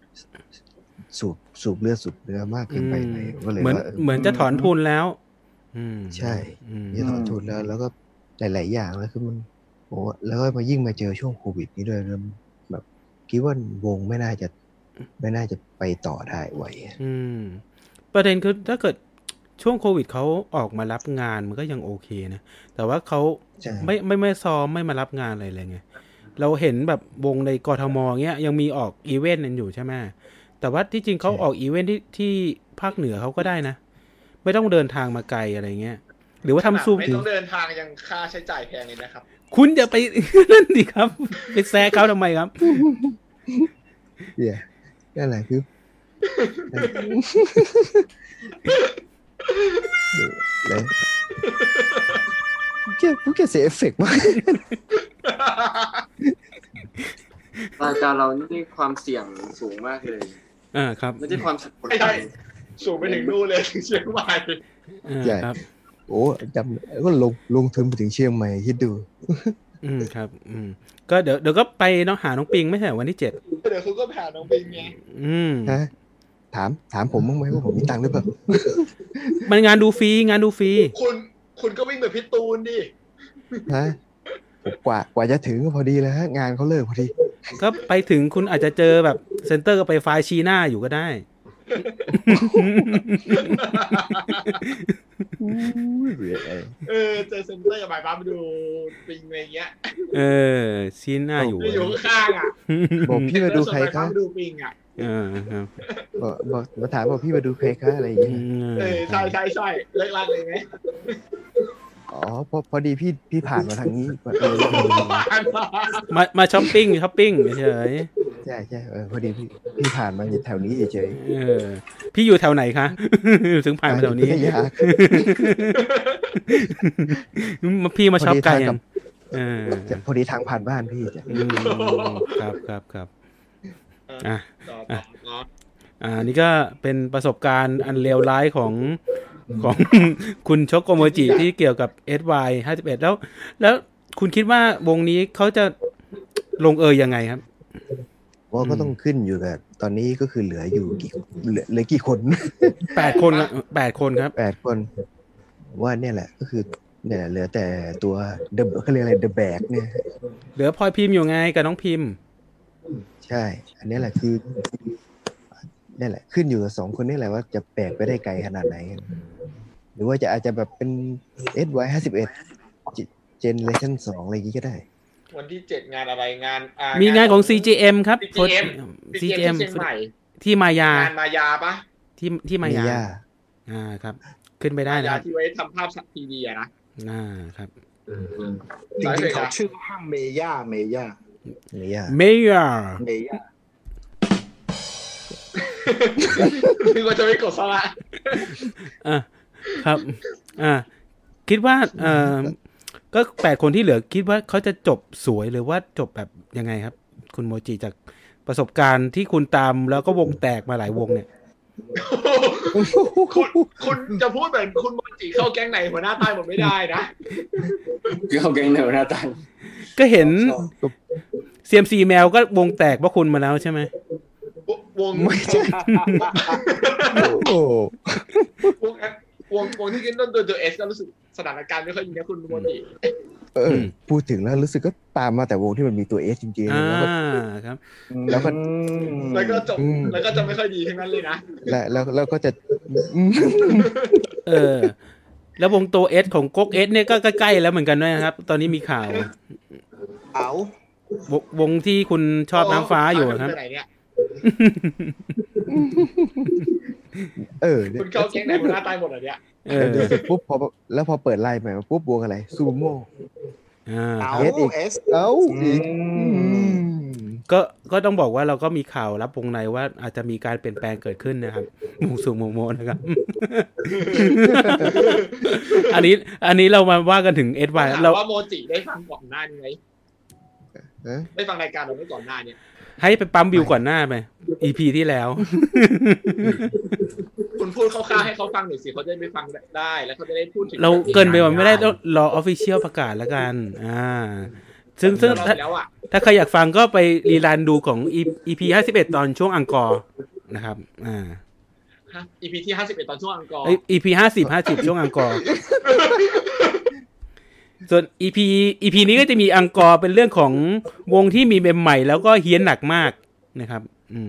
สูบเลือดสูบเนื้อมากเกินไปก็เลยว่าเหมือนจะถอนทุนแล้วใช่จะถอนทุนแล้วก็หลายๆอย่างแล้วคือมันโอ้แล้วก็มายิ่งมาเจอช่วงโควิดนี้ด้วยเริ่มแบบคิดว่าวงไม่น่าจะไปต่อได้ไหวประเด็นคือถ้าเกิดช่วงโควิดเขาออกมารับงานมันก็ยังโอเคนะแต่ว่าเขาไม่ซ้อมไม่มารับงานอะไรเลยไงเราเห็นแบบวงในกทมเงี้ยยังมีออกอีเวนต์นั่นอยู่ใช่ไหมแต่ว่าที่จริงเขาออกอีเวนต์ที่ภาคเหนือเขาก็ได้นะไม่ต้องเดินทางมาไกลอะไรเงี้ยหรือว่าทำซูมไม่ต้องเดินทางยังค่าใช้จ่ายแพงเลยนะครับคุณอย่าไปนั่นดิครับไปแซะเขาทำไมครับนั่นแหละคือเลยพวกแกเสียเอฟเฟกต์มากรายการเรานี่ความเสี่ยงสูงมากเลยครับไม่ใช่ความไม่ใช่สูงไปถึงนู่นเลยถึงเชียงใหม่ใช่ครับโอ้จำก็ลงทุนไปถึงเชียงใหม่คิดดูครับก็เดี๋ยวก็ไปหาน้องปิงไม่ใช่วันที่7เดี๋ยวคุณก็ไปหาน้องปิงไงฮะถามผมบ้างไหมว่าผมมีตังค์หรือเปล่ามันงานดูฟรีคุณก็วิ่งแบบพี่ตูนดิฮะกว่าจะถึงก็พอดีแล้วฮะงานเขาเลิกพอดีก็ไปถึงคุณอาจจะเจอแบบเซ็นเตอร์ก็ไปไฟล์ชีน่าอยู่ก็ได้เจอเซ็นเตอร์หมายความมาดูปิงอะไรเงี้ยชีน่าอยู่ข้างอ่ะบอกพี่มาดูใครครับดูปิงอ่ะครับบอกมาถามบอกพี่มาดูใครคะอะไรอย่างเงี้ยใช่เลิกลักเลยไหมอ๋อพอดีพี่ผ่านมาทางนี้มาช้อปปิ้งเฉยใช่พอดีพี่ผ่านมาแถวนี้เฉยพี่อยู่แถวไหนคะถึงผ่านมาแถวนี้พี่มาช็อปไก่พอดีทางผ่านบ้านพี่จ้ะครับนี่ก็เป็นประสบการณ์อันเลวร้ายของคุณช็อกโกโมจิที่เกี่ยวกับ SY51 แล้วคุณคิดว่าวงนี้เขาจะลงยังไงครับว่าก็ต้องขึ้นอยู่กับตอนนี้ก็คือเหลืออยู่เหลือกี่คน 8 คน8 คนครับ 8 คนว่าเนี่ยแหละก็คือเนี่ยเหลือแต่ตัวเขาเรียกอะไรเดอะแบกเนี่ยเหลือพลอยพิมพ์อยู่ไงกับน้องพิมพ์ใช่อันนี้แหละคือนี่แหละขึ้นอยู่กับ2 คนนี่แหละว่าจะแบกไปได้ไกลขนาดไหนหรือว่าอาจจะแบบเป็น SY51 Generation 2อะไรอย่างงี้ก็ได้วันที่7งานอะไรมีงานของ CGM ครับ CGM ที่มายางานมายาปะที่มายาครับขึ้นไปได้นะที่ไว้ทำภาพทีวีครับจริงๆเขาชื่อห้างเมย่าคือว่าจะไม่กดซะละครับคิดว่าก็8 คนที่เหลือคิดว่าเขาจะจบสวยหรือว่าจบแบบยังไงครับคุณโมจิจากประสบการณ์ที่คุณตามแล้วก็วงแตกมาหลายวงเนี่ยคุณจะพูดเหมือนคุณโมจิเข้าแก๊งไหนหัวหน้าใต้ผมไม่ได้นะเข้าแก๊งไหนหัวหน้าใต้ก็เห็น CMC แมวก็วงแตกเพราะคุณมาแล้วใช่ไหมวงไม่ใช่วงที่กินต้นตัว S ก็รู้สึกสถานการณ์ไม่ค่อยดีนะคุณโมจิพูดถึงแล้วรู้สึกก็ตามมาแต่วงที่มันมีตัว S จริงๆครับแล้วก็จบแล้วก็จะไม่ค่อยดีทั้งนั้นเลยนะแล้วก็จะแล้ววงตัว S ของก๊ก S เนี่ยก็ใกล้ๆแล้วเหมือนกันด้วยนะครับตอนนี้มีข่าวเอาวงที่คุณชอบน้ำฟ้าอยู่ครับคุณเข้าแก๊งไหนคุณหน้าตายหมดเหรอเนี่ยเดี๋ยวปุ๊บพอเปิดไลน์ใหม่ปุ๊บวงอะไรซูโม่ก็ต้องบอกว่าเราก็มีข่าวรับวงในว่าอาจจะมีการเปลี่ยนแปลงเกิดขึ้นนะครับวงซูโม่นะครับ อันนี้เรามาว่ากันถึง SY เราว่าโมจิได้ฟังก่อนหน้านี้ไหมได้ฟังรายการเราไม่ก่อนหน้าเนี่ยให้ไปปั๊มวิวก่อนหน้าไป EP ที่แล้วคุณพูดคร่าวๆให้เขาฟังหน่อยสิเขาจะได้ไปฟังได้แล้วเขาจะได้พูดถึงเราเกินไปว่าไม่ได้รอ Official ประกาศแล้วกันซึ่งถ้าใครอยากฟังก็ไปรีรันดูของ EP 51ตอนช่วงอังกอร์นะครับ EP ที่51ตอนช่วงอังกอร์ EP 50ช่วงอังกอร์ส่วน EP นี้ก็จะมีอังกอร์เป็นเรื่องของวงที่มีเมมใหม่แล้วก็เฮี้ยนหนักมากนะครับ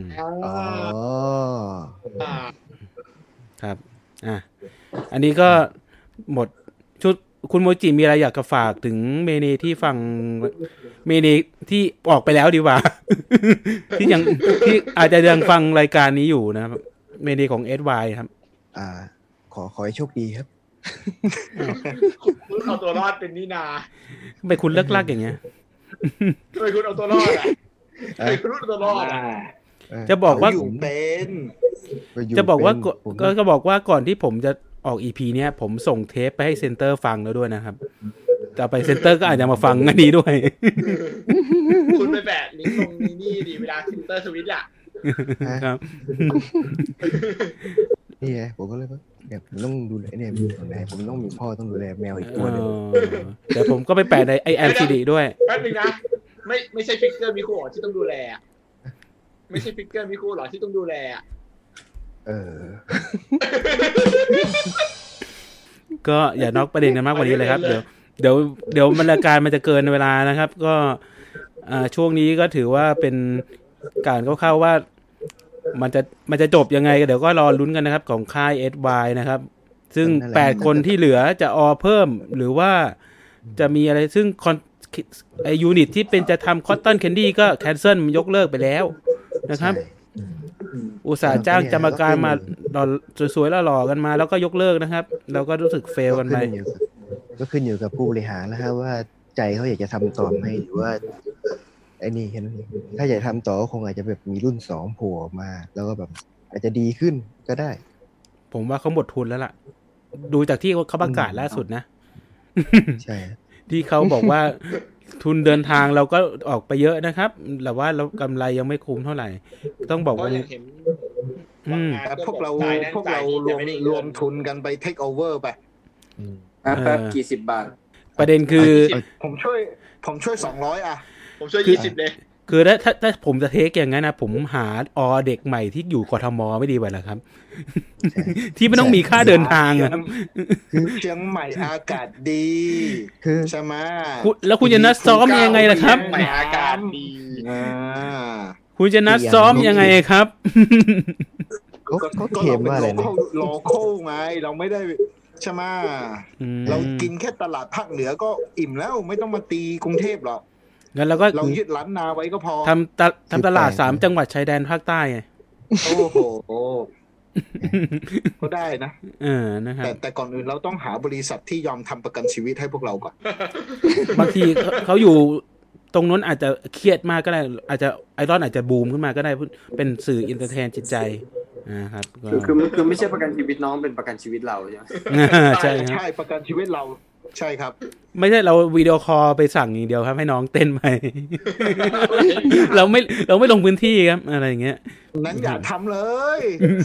ครับอันนี้ก็หมดชุดคุณโมจิมีอะไรอยากจะฝากถึงเมเนที่ฟังเมเนที่ออกไปแล้วดีกว่า ที่อาจจะยังฟังรายการนี้อยู่นะครับเมเนของ SY ครับขอให้โชคดีครับคุณเอาตัวรอดเป็นนี่นาไม่คุณเลิกลักอย่างเงี้ยทำไมคุณเอาตัวรอดคุณเอาตัวรอดจะบอกว่าจะบอกว่าก็บอกว่าก่อนที่ผมจะออก EP เนี้ยผมส่งเทปไปให้เซ็นเตอร์ฟังแล้วด้วยนะครับต่อไปเซ็นเตอร์ก็อาจจะมาฟังอันนี้ด้วยคุณไปแบะลิงก์ตรงนี้นี่ดีเวลาเซ็นเตอร์สวิตช์อ่ะครับนี่ไงผมก็เลยว่าเนี่ยผมต้องดูแลเนี่ยผมต้องมีพ่อต้องดูแลแมวอีกตัวนึงเดี๋ยวผมก็ไปแปะใน IMCD ด้วยแป๊บนึงนะไม่ใช่ฟิกเกอร์มิคุหรอที่ต้องดูแลไม่ใช่ฟิกเกอร์มิคุหรอที่ต้องดูแลก็อย่านอกประเด็นกันมากกว่านี้เลยครับเดี๋ยวมันรายการมันจะเกินเวลานะครับก็ช่วงนี้ก็ถือว่าเป็นการเข้าๆว่ามันจะจบยังไงเดี๋ยวก็รอลุ้นกันนะครับของค่าย SY นะครับซึ่ง8คนที่เหลือจะเพิ่มหรือว่าจะมีอะไรซึ่งยูนิตที่เป็นจะทำ Cotton Candy ก็แคนเซิลยกเลิกไปแล้วนะครับอุตส่าห์จ้างกรรมการมาสวยๆหล่อๆกันมาแล้วก็ยกเลิกนะครับเราก็รู้สึกเฟลกันไปก็ขึ้นอยู่กับผู้บริหารแล้วครับว่าใจเขาอยากจะทำต่อไหมหรือว่าไอ้นี่เห็นถ้าอยากทำต่อคงอาจจะแบบมีรุ่น2โผล่ออกมาแล้วก็แบบอาจจะดีขึ้นก็ได้ผมว่าเขาหมดทุนแล้วล่ะดูจากที่เขาประกาศล่าสุดนะใช่ที่เขาบอกว่าทุนเดินทางเราก็ออกไปเยอะนะครับแต่ว่าเรากำไรยังไม่คุ้มเท่าไหร่ต้องบอกว่าแต่พวกเรารวมทุนกันไปเทคโอเวอร์ไปแป๊บกี่สิบบาทประเด็นคือผมช่วย200 ผมช่วย20เลยคือถ้าผมจะเทคอย่างนั้นนะผมหาเด็กใหม่ที่อยู่กทมไม่ดีกว่าหรอครับที่ไม่ต้องมีค่าเดินทางครับคือเชียงใหม่อากาศดีใช่ไหมแล้วคุณจะนัดซ้อมยังไงล่ะครับใหม่อากาศดีคุณจะนัดซ้อมยังไงครับก็เข็มว่าอะไรนะโลคอลไงเราไม่ได้ใช่ไหมเรากินแค่ตลาดภาคเหนือก็อิ่มแล้วไม่ต้องมาตีกรุงเทพหรอกงั้นเรายึดล้านนาไว้ก็พอทำตลาด3จังหวัดชายแดนภาคใต้ไงโอ้โหก็ได้นะนะครับแต่ก่อนอื่นเราต้องหาบริษัทที่ยอมทำประกันชีวิตให้พวกเราก่อนบางทีเขาอยู่ตรงนั้นอาจจะเครียดมากก็ได้อาจจะไอรอนอาจจะบูมขึ้นมาก็ได้เป็นสื่ออินเตอร์เทนจิตใจนะครับคือไม่ใช่ประกันชีวิตน้องเป็นประกันชีวิตเราใช่ไหมใช่ประกันชีวิตเราใช่ครับไม่ใช่เราวิดีโอคอลไปสั่งอย่างเดียวครับให้น้องเต้นไป เราไม่ลงพื้นที่ครับอะไรอย่างเงี้ยนั้นอย่าทำเลย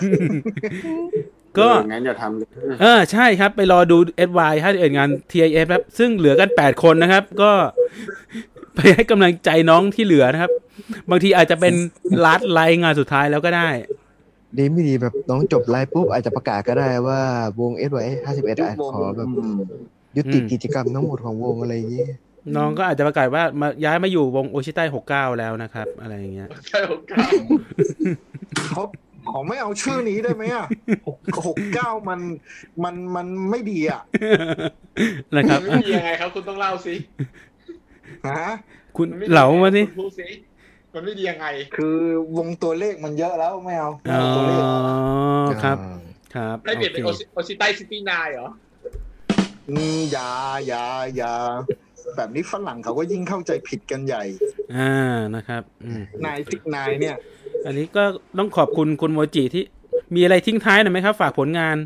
ก็งั้นอย่าทำเลยใช่ครับไปรอดู SY ถ้าเกิดงาน TIF ครับซึ่งเหลือกัน8คนนะครับก็ไปให้กำลังใจน้องที่เหลือนะครับบางทีอาจจะเป็นลัดไลน์งานสุดท้ายแล้วก็ได้ดีไม่ดีแบบน้องจบไลน์ปุ๊บอาจจะประกาศก็ได้ว่าวง SY 51ขอแบบยุติกิจกรรมทั้งหมดของวงอะไรอย่างนี้น้องก็อาจจะประกาศว่ามาย้ายมาอยู่วงโอชิไต้69แล้วนะครับอะไรอย่างเงี้ยใช่69 ขอไม่เอาชื่อนี้ได้ไหมอ่ะ69มันไม่ดีอ่ะนะครับไม่ดียังไงครับคุณต้องเล่าสิฮะคุณเหลามาสิพูดสิมันไม่ดียังไงคือวงตัวเลขมันเยอะแล้วไม่เอาตัวเลขครับครับให้เปลี่ยนเป็นโอซิไตซิตี้นายเหรออย่าแบบนี้ฝรั่งเขาก็ยิ่งเข้าใจผิดกันใหญ่นะครับนายติ๊กนายเนี่ยอันนี้ก็ต้องขอบคุณคุณโมจิที่มีอะไรทิ้งท้ายหน่อยไหมครับฝากผลงาน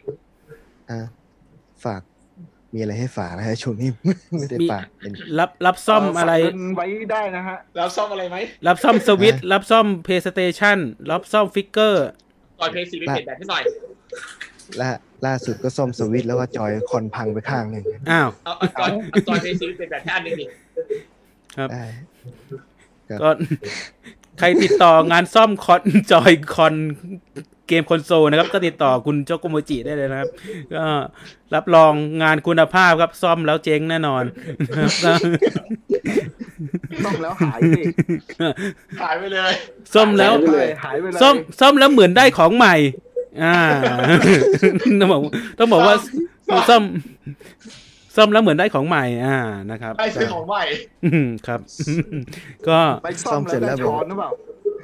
ฝากมีอะไรให้ฝากนะฮะช่วงนี้ไม่ได้ฝากรับซ่อมอะไรไว้ได้นะฮะรับซ่อมอะไรไหมรับซ่อมสวิตช์รับซ่อม PlayStation รับซ่อมฟิกเกอร์จอย PS4 ไปเปลี่ยนแบตให้หน่อยล่าสุดก็ซ่อมสวิตช์แล้วก็จอยคอนพังไปข้างนึงอ้าวจอย PS4 ไปเปลี่ยนแบตให้อันนึงดิครับก็ใครติดต่องานซ่อมคอนจอยคอนเกมคอนโซลนะครับก็ติดต่อคุณโจโกโมจิได้เลยนะครับก็รับรองงานคุณภาพครับซ่อมแล้วเจ๊งแน่นอนซ่อมแล้วหายสิหายไปเลยซ่อมแล้วหายไปเลยซ่อมแล้วเหมือนได้ของใหม่ต้องบอกว่าซ่อมแล้วเหมือนได้ของใหม่นะครับได้ซื้อของใหม่ครับก็ไปซ่อมเสร็จแล้วช้อนหรือเปล่า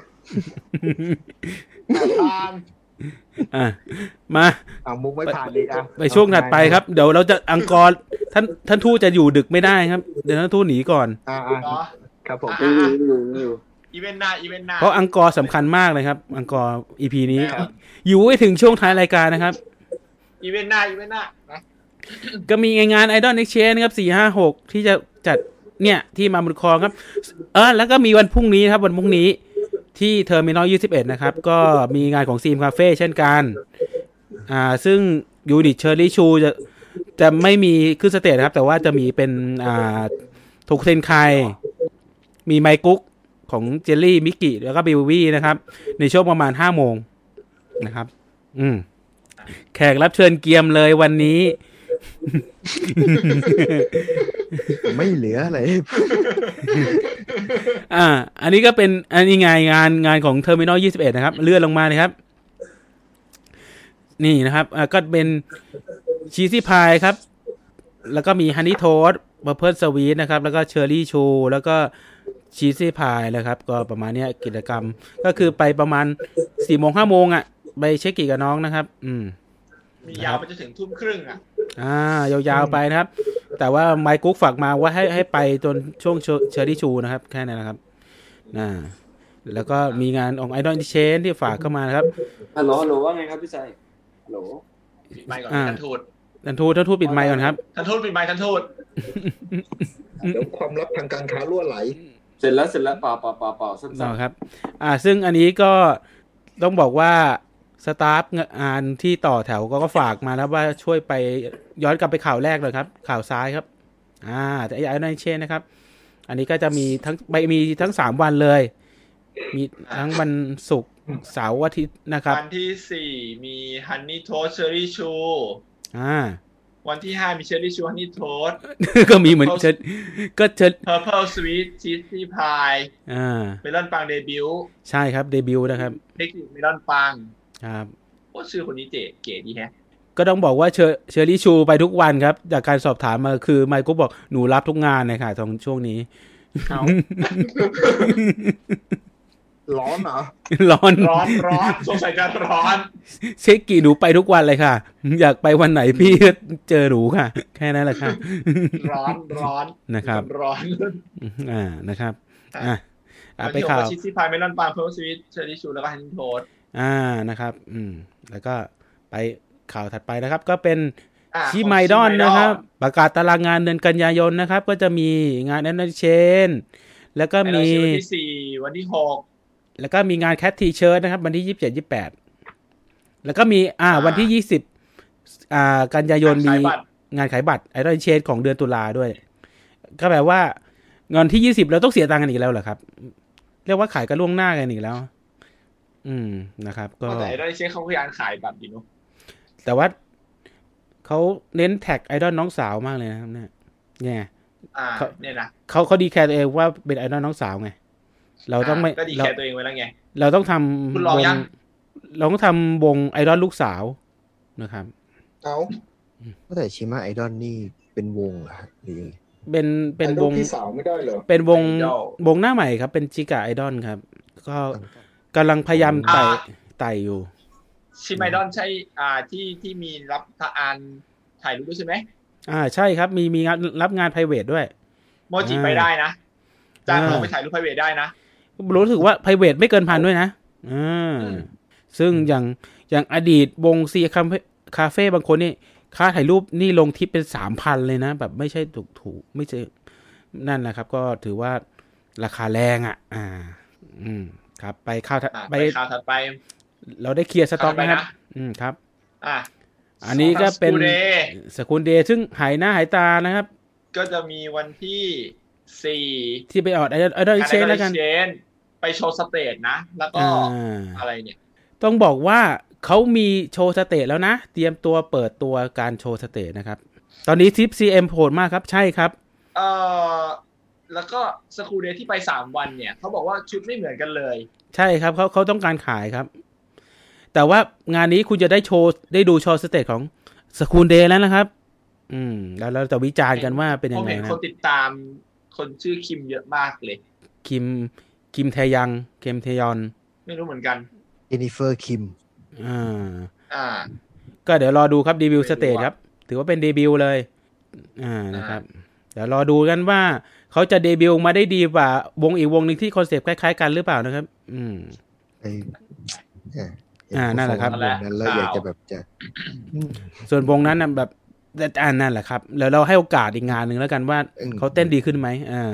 มามุกไม่ผ่านดีไปช่วงถัดไปครับเดี๋ยวเราจะอังกอร์ท่านทูตจะอยู่ดึกไม่ได้ครับเดี๋ยวท่านทูตหนีก่อนครับผมอีเวนต์หน้าเพราะอังกอร์สำคัญมากเลยครับอังกอร์ EP นี้อยู่ให้ถึงช่วงท้ายรายการนะครับอีเวนต์หน้านะก็มีงาน Idol Exchange นะครับ4-5-6ที่จะจัดเนี่ยที่มาบุญครองครับแล้วก็มีวันพรุ่งนี้ครับวันพรุ่งนี้ที่เทอร์มินอล21นะครับก็มีงานของซีมคาเฟ่เช่นกันซึ่งยูนิตเชอร์รี่ชูจะไม่มีขึ้นสเตจนะครับแต่ว่าจะมีเป็นโทคุเทนไคมีไมกุ๊กของเจลลี่มิกิแล้วก็บิววี่นะครับในช่วงประมาณ 5 โมงนะครับแขกรับเชิญเกียมเลยวันนี้ไม่เหลืออะไรอันนี้ก็เป็นอันนี้งานของ Terminal 21นะครับเลื่อนลงมาเลยครับนี่นะครับก็เป็นชีสซี่พายครับแล้วก็มีฮันนี่โทสต์บัฟเฟิลสวีทนะครับแล้วก็เชอร์รี่ชูแล้วก็ชีสซี่พายนะครับก็ประมาณนี้กิจกรรมก็คือไปประมาณ 4-5 โมงไปเช็คกี่กับน้องนะครับมียาวไปจนถึง 20:30 ยาวๆไปนะครับแต่ว่าไมค์กุ๊กฝากมาว่าให้ไปจนช่วงเชอร์รี่ชูนะครับแค่นั้นนะครับแล้วก็มีงานของ Idol Exchange ที่ฝากเข้ามานะครับฮัลโหลว่าไงครับพี่ชัยฮัลโหลปิดไมค์ก่อนท่านทูตปิดไมค์ก่อนครับท่านทูตปิดไมค์ท่านทูตเดี๋ยวความลับทางการค้ารั่วไหลเสร็จแล้วเปล่าสั้นๆครับซึ่งอันนี้ก็ต้องบอกว่าสตาฟงานที่ต่อแถวก็ฝากมาแล้วว่าช่วยไปย้อนกลับไปข่าวแรกเลยครับข่าวซ้ายครับแต่ไอ้ในเชนนะครับอันนี้ก็จะมีทั้ง3วันเลยมีทั้งวันศุกร์เสาร์อาทิตย์นะครับวันที่4มีฮันนี่โทสต์เชอร์รี่ชูวันที่5มีเชอร์รี่ชูฮันนี่โทสต์ก็มีเหมือนก็ Purple Sweet Cheesy Pie เมลอนปังเดบิวต์ใช่ครับเดบิวต์นะครับเทคนิคเมลอนปังครับโอ้ชื่อคนนี้เก๋ดีแฮะก็ต้องบอกว่าเชอรี่ชูไปทุกวันครับจากการสอบถามมาคือไมค์ก็บอกหนูรับทุกงานเลยค่ะตรงช่วงนี้ร้อนเหรอร้อนสงสัยจะร้อนเช็คกี่หนูไปทุกวันเลยค่ะอยากไปวันไหนพี่ก็เจอหนูค่ะแค่นั้นแหละค่ะร้อนนะครับร้อนนะครับไปข่าวชิซี่พายเมลอนปังเพิร์ลสวีทเชอรี่ชูแล้วก็ฮันนี่โทสต์นะครับแล้วก็ไปข่าวถัดไปนะครับก็เป็นชิไมดอนนะครับประกาศตารางงานเดือนกันยายนนะครับก็จะมีงาน Idol Exchange แล้วก็มีวันที่4วันที่6 แล้วก็มีงาน Cat T-shirt นะครับวันที่27-28แล้วก็มีวันที่20กันยายนมีงานขายบัตร Idol Exchange ของเดือนตุลาด้วยก็แปลว่าเงินที่20เราต้องเสียตังค์กันอีกแล้วเหรอครับเรียกว่าขายกันล่วงหน้ากันอีกแล้วนะครับก็แต่ Idol Exchange เขาพยายามขายบัตรดีเนาะแต่ว่าเขาเน้นแท็กไอดอลน้องสาวมากเลยนะครับเนี่ยนะเขาดีแคร์ตัวเองว่าเป็นไอดอลน้องสาวไงเราต้องไม่ก็ดีแคร์ตัวเองไว้แล้วไงเราต้องทำคุณลองยังเราต้องทำวงไอดอลลูกสาวนะครับเอาแต่ชิมะไอดอลนี่เป็นวงเหรอหรือยังไงเป็นวงพี่สาวไม่ได้เหรอเป็นวงหน้าใหม่ครับเป็นจิกะไอดอลครับก็กำลังพยายามไต่อยู่ชิมะไอดอลใช่ที่มีรับถ่ายรูปด้วยใช่ไหมใช่ครับมีรับงาน private ด้วยโมจิไปได้นะจ้างเราไปถ่ายรูป private ได้นะรู้สึกว่า private ไม่เกิน1,000ด้วยนะซึ่งอย่างอดีตวงซีคาเฟ่บางคนนี่ค่าถ่ายรูปนี่ลงทิปเป็น 3,000 เลยนะแบบไม่ใช่ถูกไม่ใช่นั่นแหละครับก็ถือว่าราคาแรงครับไปข่าวถัดไปเราได้เคลียร์สต็อกนะครับครับอันนี้ก็เป็นสกุลเดย์ซึ่งหายหน้าหายตานะครับก็จะมีวันที่4 ที่ไปออดไอดอลเชนแล้วกันไปโชว์สเตจนะแล้วก็อะไรเนี่ยต้องบอกว่าเขามีโชว์สเตจแล้วนะเตรียมตัวเปิดตัวการโชว์สเตจนะครับตอนนี้ทิป CM โผล่มากครับใช่ครับแล้วก็สกูเดย์ที่ไป3วันเนี่ยเขาบอกว่าชุดไม่เหมือนกันเลยใช่ครับเขาต้องการขายครับแต่ว่างานนี้คุณจะได้ดูโชว์สเตจของสกูเดย์แล้วนะครับแล้วเราจะวิจารณ์กันว่าเป็นยังไงนะผมเห็นคนติดตามคนชื่อคิมเยอะมากเลยคิมแทยังเคมเทยอนไม่รู้เหมือนกันเจนนิเฟอร์คิมก็เดี๋ยวรอดูครับเดบิวต์สเตจครับถือว่าเป็นเดบิวต์เลยนะครับเดี๋ยวรอดูกันว่าเขาจะเดบิวต์มาได้ดีกว่าวงอีกวงนึงที่คอนเซปต์คล้ายๆกันหรือเปล่านะครับนั่นแหละครับแล้วอยากจะแบบจะส่วนวงนั้นแบบนั่นแหละครับแล้วเราให้โอกาสอีกงานนึงแล้วกันว่าเขาเต้นดีขึ้นไหม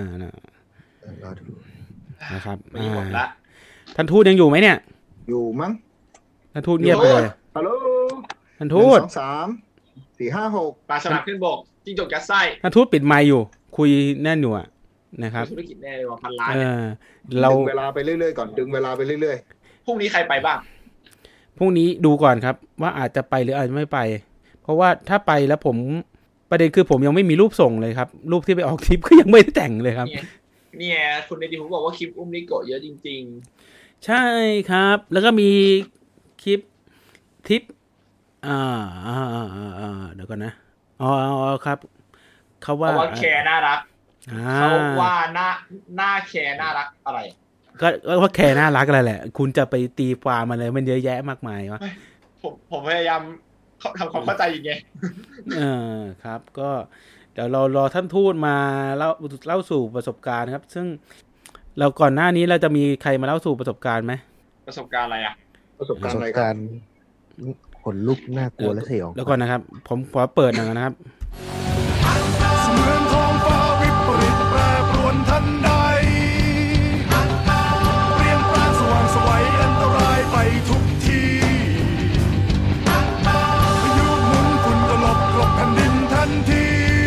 นะครับท่านทูตยังอยู่ไหมเนี่ยอยู่มั้งท่านทูตเงียบไปเลยฮัลโหลท่านทูต 2 3 4 5 6 ปลาฉลามขึ้นบกจิ้งจกยัดไส้ท่านทูตปิดไมค์อยู่คุยแน่นอยู่นะครับธุรกิจแน่เลยว่า1,000 ล้านเราดึงเวลาไปเรื่อยๆก่อนดึงเวลาไปเรื่อยๆพรุ่งนี้ใครไปบ้างพรุ่งนี้ดูก่อนครับว่าอาจจะไปหรืออาจจะไม่ไปเพราะว่าถ้าไปแล้วประเด็นคือผมยังไม่มีรูปส่งเลยครับรูปที่ไปออกทริปก็ยังไม่ได้แต่งเลยครับเนี่ยคุณในดีผมบอกว่าคลิปอุ้มนิโกะเยอะจริงๆใช่ครับแล้วก็มีคลิปทิปเดี๋ยวก่อนนะครับเขาว่าแคร์น่ารักเขาว่าหน้าแคร์น่ารักอะไรก็ว่าแคร์น่ารักอะไรแหละคุณจะไปตีความมันเลยมันเยอะแยะมากมายวะผมพยายามทำความเข้าใจอย่างไงครับก็เดี๋ยวเรารอท่านทูตมาเล่าสู่ประสบการณ์ครับซึ่งเราก่อนหน้านี้เราจะมีใครมาเล่าสู่ประสบการณ์ไหมประสบการณ์อะไรประสบการณ์ขนลุกน่ากลัวและสยองแล้วก่อนนะครับผมขอเปิดหน่อยนะครับเมืองท้องฟ้าวิปริตแปรปรวนทันใดเปลี่ยนแปลงสว่างไสวอันตรายไปทุกทีพายุหมุนฝุ่นตลบกลบแผ่นดินทันที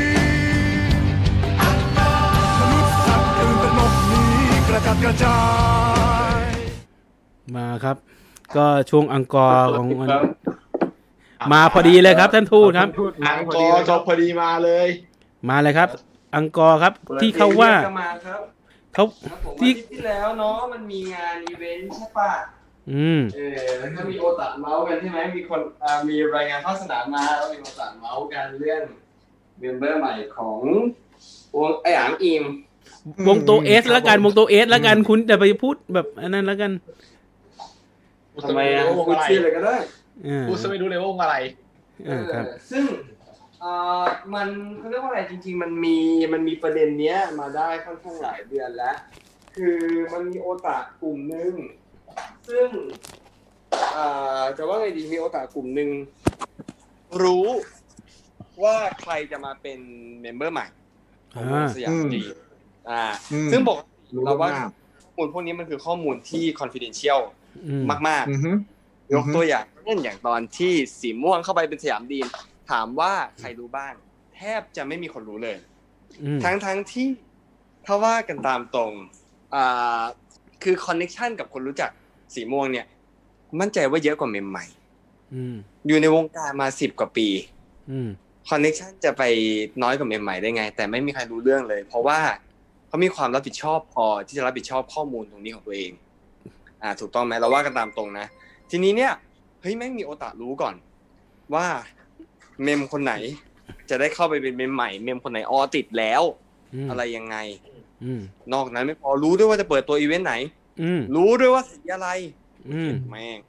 มนุษย์สัตว์ตื่นตระหนกหนีกระจัดกระจายมาครับก็ช่วงอังกอร์ของมาพอดีเลยครับท่านทูตครับอังกอร์จบพอดีมาเลยครับอังกอร์ครับที่เขาว่าเขาที่แล้วเนาะมันมีงานอีเวนต์ใช่ป่ะแล้วก็มีโอตะเมาส์กันใช่ไหมมีคนมีรายงานภาคสนามมาแล้วมีโอตะเมาส์กันเรื่องเมมเบอร์ใหม่ของวงไอหางอิมวงตัวเอสแล้วกันวงตัวเอสแล้วกันคุณจะไปพูดแบบอันนั้นแล้วกันทำไมพูดชื่ออะไรก็ได้พูดซะไม่รู้เลยว่าวงอะไรซึ่งมันเขาเรียกว่าอะไรจริงๆมันมีประเด็นเนี้ยมาได้ค่อนข้างหลายเดือนแล้วคือมันมีโอตะกลุ่มนึงซึ่งจะว่าไงดีมีโอตะกลุ่มนึงรู้ว่าใครจะมาเป็นเมมเบอร์ใหม่ของสยามดีซึ่งบอกเราว่าข้อมูลพวกนี้มันคือข้อมูลที่ confidential มากๆยกตัวอย่างเช่นอย่างตอนที่สีม่วงเข้าไปเป็นสยามดีนถามว่าใครรู้บ้างแทบจะไม่มีคนรู้เลยทั้งที่ถ้าว่ากันตามตรงคือคอนเนคชั่นกับคนรู้จักสีม่วงเนี่ยมั่นใจว่าเยอะกว่าเมมใหม่อยู่ในวงการมา10 กว่าปีคอนเนคชั่นจะไปน้อยกว่าเมมใหม่ได้ไงแต่ไม่มีใครรู้เรื่องเลยเพราะว่าเขามีความรับผิดชอบพอที่จะรับผิดชอบข้อมูลตรงนี้ของตัวเองถูกต้องไหมเราว่ากันตามตรงนะทีนี้เนี่ยเฮ้ยแม่งมีโอตารู้ก่อนว่าเมมคนไหนจะได้เข้าไปเป็นเมมใหม่เมมคนไหนติดแล้วอะไรยังไงนอกนั้นไม่พอรู้ด้วยว่าจะเปิดตัวอีเวนต์ไหนรู้ด้วยว่าสีอะไรแม่ง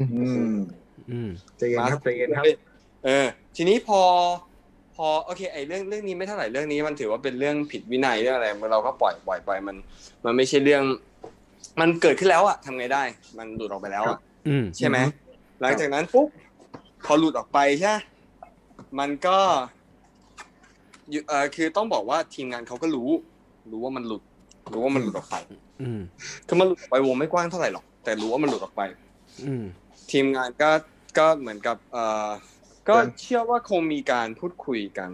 ใจเย็นครับใจเย็นครับทีนี้พอโอเคไอ้เรื่องนี้ไม่เท่าไหร่เรื่องนี้มันถือว่าเป็นเรื่องผิดวินัยเรื่องอะไรเราก็ปล่อยไปมันไม่ใช่เรื่องมันเกิดขึ้นแล้วอะทำไงได้มันหลุดออกไปแล้วอะใช่ไหมหลังจากนั้นปุ๊บพอหลุดออกไปใช่มันก็คือต้องบอกว่าทีมงานเขาก็รู้ว่ามันหลุดออกไปคือมันหลุดออกไปวงไม่กว้างเท่าไหร่หรอกแต่รู้ว่ามันหลุดออกไปทีมงานก็เหมือนกับก็เชื่อว่าคงมีการพูดคุยกัน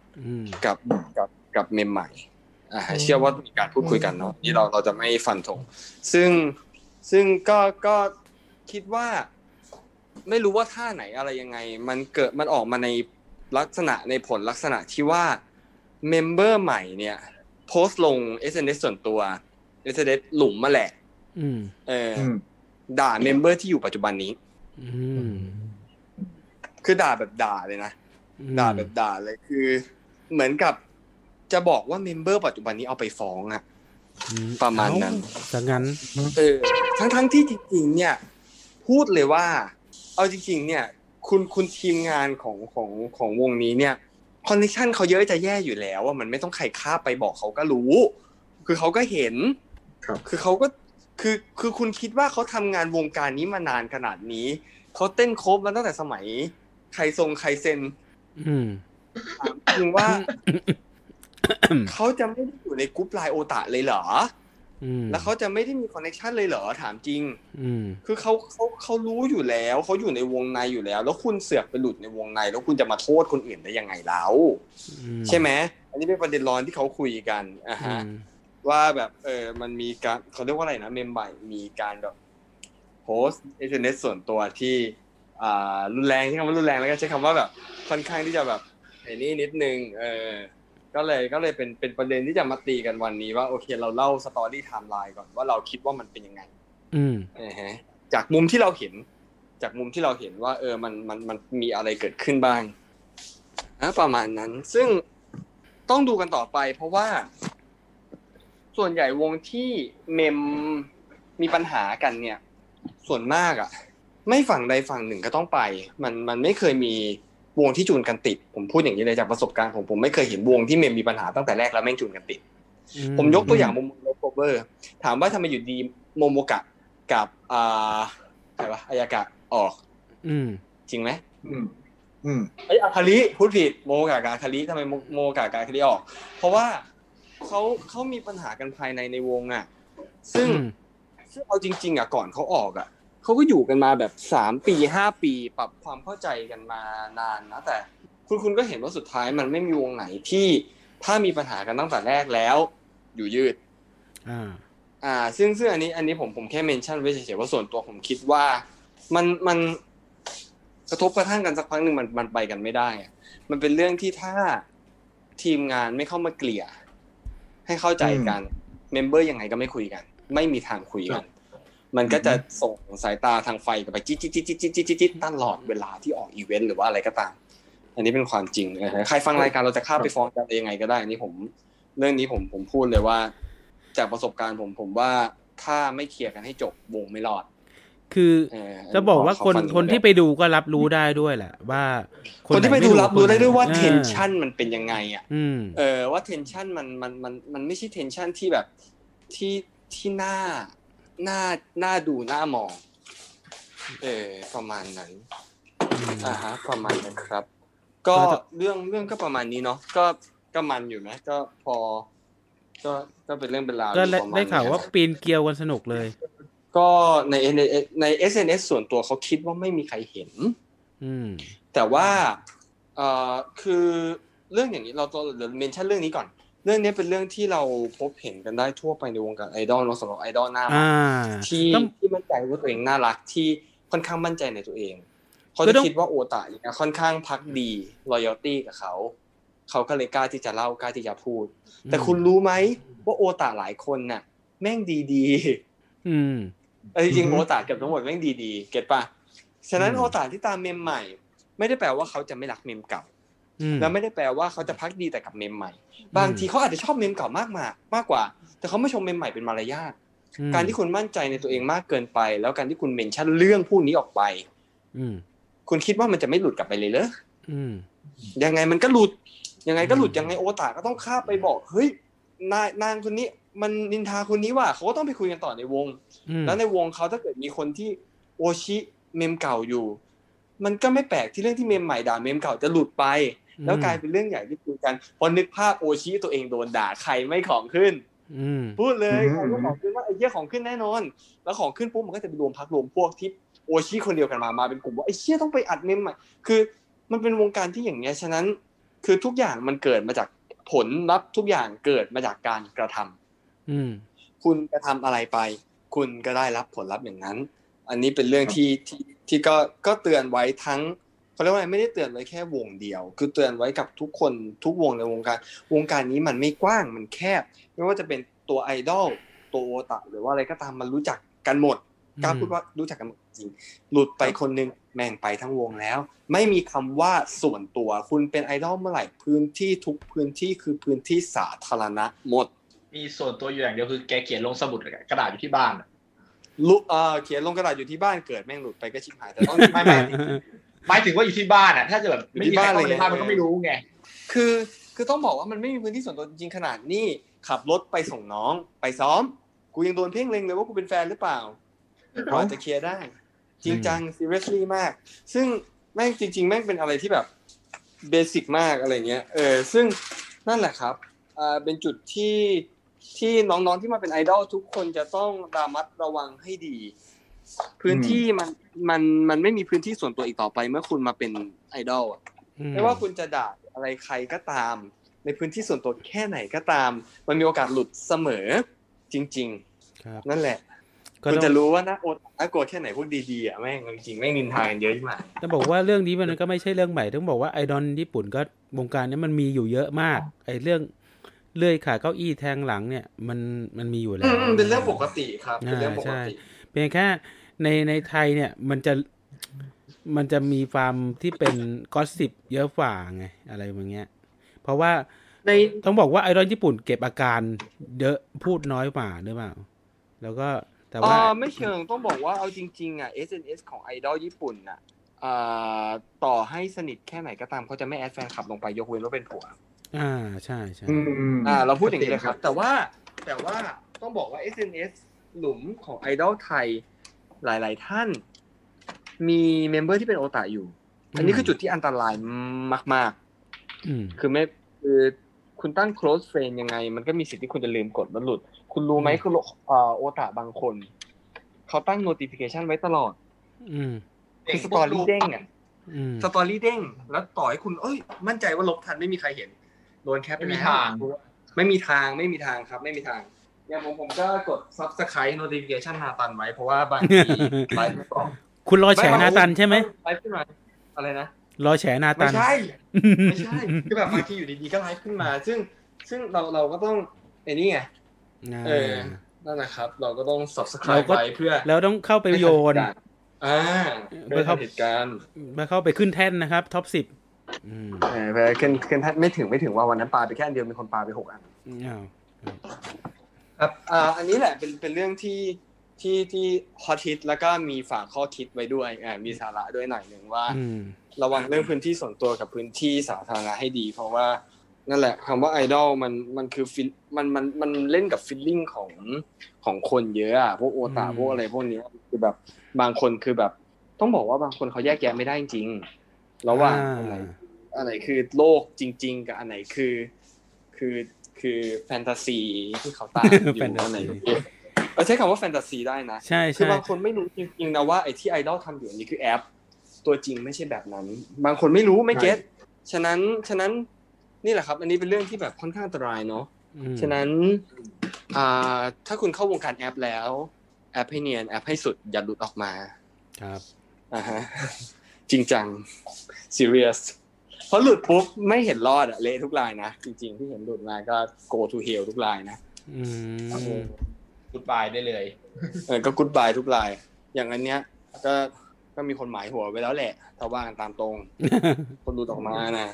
กับเมมใหม่เชื่อว่ามีการพูดคุยกันเนาะนี่เราจะไม่ฟันธงซึ่งก็คิดว่าไม่รู้ว่าท่าไหนอะไรยังไงมันออกมาในลักษณะในผลลักษณะที่ว่าเมมเบอร์ใหม่เนี่ยโพสต์ลง SNS ส่วนตัว SNS หลุมมาแหละด่าเมมเบอร์ที่อยู่ปัจจุบันนี้คือด่าแบบด่าเลยนะด่าแบบด่าเลยคือเหมือนกับจะบอกว่าเมมเบอร์ปัจจุบันนี้เอาไปฟ้องอะประมาณนั้นดังนั้นทั้งที่จริงๆเนี่ยพูดเลยว่าเอาจริงๆเนี่ยคุณทีมงานของวงนี้เนี่ยคอนเนคชั่นเขาเยอะจะแย่อยู่แล้วว่ามันไม่ต้องใครข้าไปบอกเขาก็รู้คือเขาก็เห็นคือเขาก็คือคุณคิดว่าเขาทำงานวงการนี้มานานขนาดนี้เขาเต้นโคฟมาตั้งแต่สมัยใครทรงใครเซ็นจริงว่าเขาจะไม่ได้อยู่ในกรุ๊ปไลน์โอตะเลยเหรอแล้วเขาจะไม่ได้มีคอนเนคชั่นเลยเหรอถามจริงคือเขารู้อยู่แล้วเขาอยู่ในวงในอยู่แล้วแล้วคุณเสือกไปหลุดในวงในแล้วคุณจะมาโทษคนอื่นได้ยังไงแล้วใช่ไหมอันนี้เป็นประเด็นร้อนที่เขาคุยกันว่าแบบมันมีการเขาเรียกว่าอะไรนะเมมใหม่มีการแบบโพสต์ SNS ส่วนตัวที่รุนแรงใช้คำว่ารุนแรงแล้วก็ใช้คำว่าแบบค่อนข้างที่จะแบบไอ้นี่นิดนึงก็เลยเป็นประเด็นที่จะมาตีกันวันนี้ว่าโอเคเราเล่าสตอรี่ไทม์ไลน์ก่อนว่าเราคิดว่ามันเป็นยังไงจากมุมที่เราเห็นว่ามันมีอะไรเกิดขึ้นบ้างประมาณนั้นซึ่งต้องดูกันต่อไปเพราะว่าส่วนใหญ่วงที่เมมมีปัญหากันเนี่ยส่วนมากอ่ะไม่ฝั่งใดฝั่งหนึ่งก็ต้องไปมันไม่เคยมีวงที่จูนกันติดผมพูดอย่างนี้เลยจากประสบการณ์ผมไม่เคยเห็นวงที่เมมมีปัญหาตั้งแต่แรกแล้วแม่งจูนกันติดผมยกตัวอย่างโมโมโนโคเวอร์ถามว่าทำไมอยู่ดีโมโมกะกับใครวะอายากะออกจริงไหมอาคาริพูดผิดโมโมกะกับอาคาริทำไมโมโมกะกับอาคาริออกเพราะว่าเขามีปัญหากันภายในวงอ่ะซึ่งเอาจริงๆอ่ะก่อนเขาออกอ่ะเขาก็อยู่กันมาแบบ3ปี5ปีปรับความเข้าใจกันมานานนะแต่คุณก็เห็นว่าสุดท้ายมันไม่มีวงไหนที่ถ้ามีปัญหากันตั้งแต่แรกแล้วอยู่ยืดซึ่งอันนี้ผมแค่เมนชั่นไว้เฉยๆว่าส่วนตัวผมคิดว่ามันกระทบกระทั่งกันสักพักนึงมันไปกันไม่ได้มันเป็นเรื่องที่ถ้าทีมงานไม่เข้ามาเกลี่ยให้เข้าใจกันเมมเบอร์ยังไงก็ไม่คุยกันไม่มีทางคุยกันมันก็จะส่งสายตาทางไฟกันไปจิ๊ดตลอดเวลาที่ออกอีเวนต์หรือว่าอะไรก็ตามอันนี้เป็นความจริงใครฟังรายการเราจะข้ามไปฟ้องกันยังไงก็ได้อันนี้เรื่องนี้ผมพูดเลยว่าจากประสบการณ์ผมว่าถ้าไม่เคลียร์กันให้จบวงไม่รอดคือจะบอกว่าคนที่ไปดูก็รับรู้ได้ด้วยแหละว่าคนที่ไปดูรับรู้ได้ด้วยว่าเทนชั่นมันเป็นยังไงอ่ะว่าเทนชั่นมันไม่ใช่เทนชั่นที่แบบที่น่าดูน่ามองประมาณนั้นประมาณนั้นครับก็เรื่องก็ประมาณนี้เนาะก็มันอยู่นะก็พอก็เป็นเรื่องเป็นราวก็ได้ข่าวว่าปีนเกลียวกันสนุกเลยก็ใน SNS ส่วนตัวเขาคิดว่าไม่มีใครเห็นแต่ว่าคือเรื่องอย่างนี้เราเมนชั่นเรื่องนี้ก่อนเรื่องนี้เป็นเรื่องที่เราพบเห็นกันได้ทั่วไปในวงการไอดอลเนาะสำหรับไอดอลหน้าที่มั่นใจว่าตัวเองน่ารักที่ค่อนข้างมั่นใจในตัวเองเขาจะคิดว่าโอตะเนี่ยค่อนข้างพักดี loyalty กับเขาก็เลยกล้าที่จะเล่ากล้าที่จะพูดแต่คุณรู้ไหมว่าโอตะหลายคนน่ะแม่งดีจริงๆโอตาเกือบทั้งหมดแม่งดีๆเก็ตป่ะฉะนั้นโอตาที่ตามเมมใหม่ไม่ได้แปลว่าเขาจะไม่รักเมมเก่าแล้วไม่ได้แปลว่าเขาจะพักดีแต่กับเมมใหม่บางทีเขาอาจจะชอบเมมเก่ามากกว่าแต่เขาไม่ชมเมมใหม่เป็นมารยาทการที่คุณมั่นใจในตัวเองมากเกินไปแล้วการที่คุณเมนชั่นเรื่องพวกนี้ออกไปคุณคิดว่ามันจะไม่หลุดกลับไปเลยเหรอยังไงมันก็หลุดยังไงโอตาก็ต้องข้าไปบอกเฮ้ยนางคนนี้มันนินทาคนนี้ว่ะเขาก็ต้องไปคุยกันต่อในวงแล้วในวงเขาถ้าเกิดมีคนที่โอชิเมมเก่าอยู่มันก็ไม่แปลกที่เรื่องที่เมมใหม่ด่าเมมเก่าจะหลุดไปแล้วกลายเป็นเรื่องใหญ่ที่คุยกันพอนึกภาพโอชิตัวเองโดนด่าใครไม่ของขึ้นพูดเลยใครก็ของขึ้นว่าไอ้เหี้ยของขึ้นแน่นอนแล้วของขึ้นปุ๊บมันก็จะไปรวมพรรครวมพวกที่โอชิคนเดียวกันมาเป็นกลุ่มว่าไอ้เหี้ยต้องไปอัดเมมใหม่คือมันเป็นวงการที่อย่างเงี้ยฉะนั้นคือทุกอย่างมันเกิดมาจากผลลัพธ์ทุกอย่างเกิดมาจากการกระทำคุณกระทำอะไรไปคุณก็ได้รับผลลัพธ์อย่างนั้นอันนี้เป็นเรื่องที่ก็เตือนไว้ทั้งเขาเรียกว่าอะไรไม่ได้เตือนไว้แค่วงเดียวคือเตือนไว้กับทุกคนทุกวงในวงการนี้มันไม่กว้างมันแคบไม่ว่าจะเป็นตัวไอดอลตัวโอตาหรือว่าอะไรก็ตามมันรู้จักกันหมดกล้าพูดว่ารู้จักกันหมดจริงหลุดไปคนนึงแม่งไปทั้งวงแล้วไม่มีคำว่าส่วนตัวคุณเป็นไอดอลเมื่อไหร่พื้นที่ทุกพื้นที่คือพื้นที่สาธารณะหมดมีส่วนตัวอยู่อย่างเดียวคือแกเขียนลงสมุดกระดาษอยู่ที่บ้านเขียนลงกระดาษอยู่ที่บ้านเกิดแม่งหลุดไปก็ชิบหายแต่ต้องไม่หมายถึงว่าอยู่ที่บ้านอ่ะถ้าจะแบบไม่มีใครเข้าในบ้านมันก็ไม่รู้ไงคือต้องบอกว่ามันไม่มีพื้นที่ส่วนตัวจริงๆขนาดนี้ขับรถไปส่งน้องไปซ้อมกูยังโดนเพ่งเล็งเลยว่ากูเป็นแฟนหรือเปล่าเราจะเคลียร์ได้จริงจัง seriously มากซึ่งแม่งจริงๆแม่งเป็นอะไรที่แบบเบสิกมากอะไรเงี้ยซึ่งนั่นแหละครับเป็นจุดที่น้องๆที่มาเป็นไอดอลทุกคนจะต้องระมัดระวังให้ดีพื้นที่มันไม่มีพื้นที่ส่วนตัวอีกต่อไปเมื่อคุณมาเป็นไอดอลไม่ว่าคุณจะด่าอะไรใครก็ตามในพื้นที่ส่วนตัวแค่ไหนก็ตามมันมีโอกาสหลุดเสมอจริงๆนั่นแหละคุณจะรู้ว่าน่ากลัวแค่ไหนพวกดีๆอ่ะแม่งจริงๆแม่งนินทากันเยอะมากจะบอกว่าเรื่องนี้มันก็ไม่ใช่เรื่องใหม่ต้องบอกว่าไอดอลญี่ปุ่นก็วงการนี้มันมีอยู่เยอะมากไอเรื่องเลื่อยขาเก้าอี้แทงหลังเนี่ยมันมีอยู่แล้วเป็นเรื่องปกติครับเป็นเรื่องปกติเพียงแค่ในไทยเนี่ยมันจะมีความที่เป็นกอสซิปเยอะกว่าไงอะไรอย่างเงี้ยเพราะว่าต้องบอกว่าไอดอลญี่ปุ่นเก็บอาการเยอะพูดน้อยกว่าหรือเปล่าแล้วก็แต่ว่าไม่เชิงต้องบอกว่าเอาจริงๆอ่ะ SNS ของไอดอลญี่ปุ่นน่ะต่อให้สนิทแค่ไหนก็ตามเขาจะไม่แอดแฟนคลับลงไปยกเว้นว่าเป็นผัวใช่เราพูดอย่างนี้เลยครับแต่ว่าต้องบอกว่า SNS หลุมของไอดอลไทยหลายๆท่านมีเมมเบอร์ที่เป็นโอตาอยู่อันนี้คือจุดที่อันตรายมากๆคือคุณตั้ง close friend ยังไงมันก็มีสิทธิ์ที่คุณจะลืมกดแล้วหลุดคุณรู้ไหมคือโอตาบางคนเขาตั้ง notification ไว้ตลอดคือสตอรี่เด้งสตอรี่เด้งแล้วต่อให้คุณมั่นใจว่าลบทันไม่มีใครเห็นโดนแคปไปแล้วไม่มีทางครับไม่มีทางอย่างผมก็กด subscribe notification นาตันไว้เพราะว่าบางทีไลฟ์ไม่ตอบคุณรอแฉนาตันใช่ไหมไลฟ์ขึ้นมาอะไรนะรอแฉนาตันไม่ใช่คือแบบบางทีอยู่ดีๆก็ไลฟ์ขึ้นมาซึ่งเราก็ต้องไอ้นี่ไงนั่นแหละครับเราก็ต้อง subscribe ไว้เพื่อแล้วต้องเข้าไปโยนเพื่อเหตุการณ์มาเข้าไปขึ้นแท่นนะครับท็อป10 ไปขึ้นแท่นไม่ถึงว่าวันนั้นปาไปแค่อันเดียวมีคนปาไป6อันครับอันนี้แหละเป็นเรื่องที่ฮอตฮิตแล้วก็มีฝากข้อคิดไว้ด้วยมีสาระด้วยหน่อยนึงว่าระวังเรื่องพื้นที่ส่วนตัวกับพื้นที่สาธารณะให้ดีเพราะว่านั่นแหละคำว่าไอดอลมันคือมันเล่นกับฟีลลิ่งของคนเยอะอ่ะพวกโอตาพวกอะไรพวกนี้คือแบบบางคนคือแบบต้องบอกว่าบางคนเขาแยกแยะไม่ได้จริงๆระหว่างอันไหนคือโลกจริงๆกับอันไหนคือแฟนตาซีที่เขาตั้งอยู่อันไหนใช้คำว่าแฟนตาซีได้นะใช่คือบางคนไม่รู้จริงๆนะว่าไอ้ที่ไอดอลทำอยู่นี่คือแอปตัวจริงไม่ใช่แบบนั้นบางคนไม่รู้ไม่เก็ตฉะนั้นนี่แหละครับอันนี้เป็นเรื่องที่แบบค่อนข้างอันตรายเนาะฉะนั้นถ้าคุณเข้าวงการแอปแล้วแอปให้เนียนแอปให้สุดอย่าหลุดออกมาครับจริงจัง serious เพราะหลุดปุ๊บไม่เห็นรอดอะเละทุกรายนะจริงๆที่เห็นหลุดมาก็ go to hell ทุกรายนะกู๊ดบายได้เลยก็กู๊ดบายทุกรายอย่างอันเนี้ยก็มีคนหมายหัวไว้แล้วแหละถ้าว่ากันตามตรง คนดูออกมานะ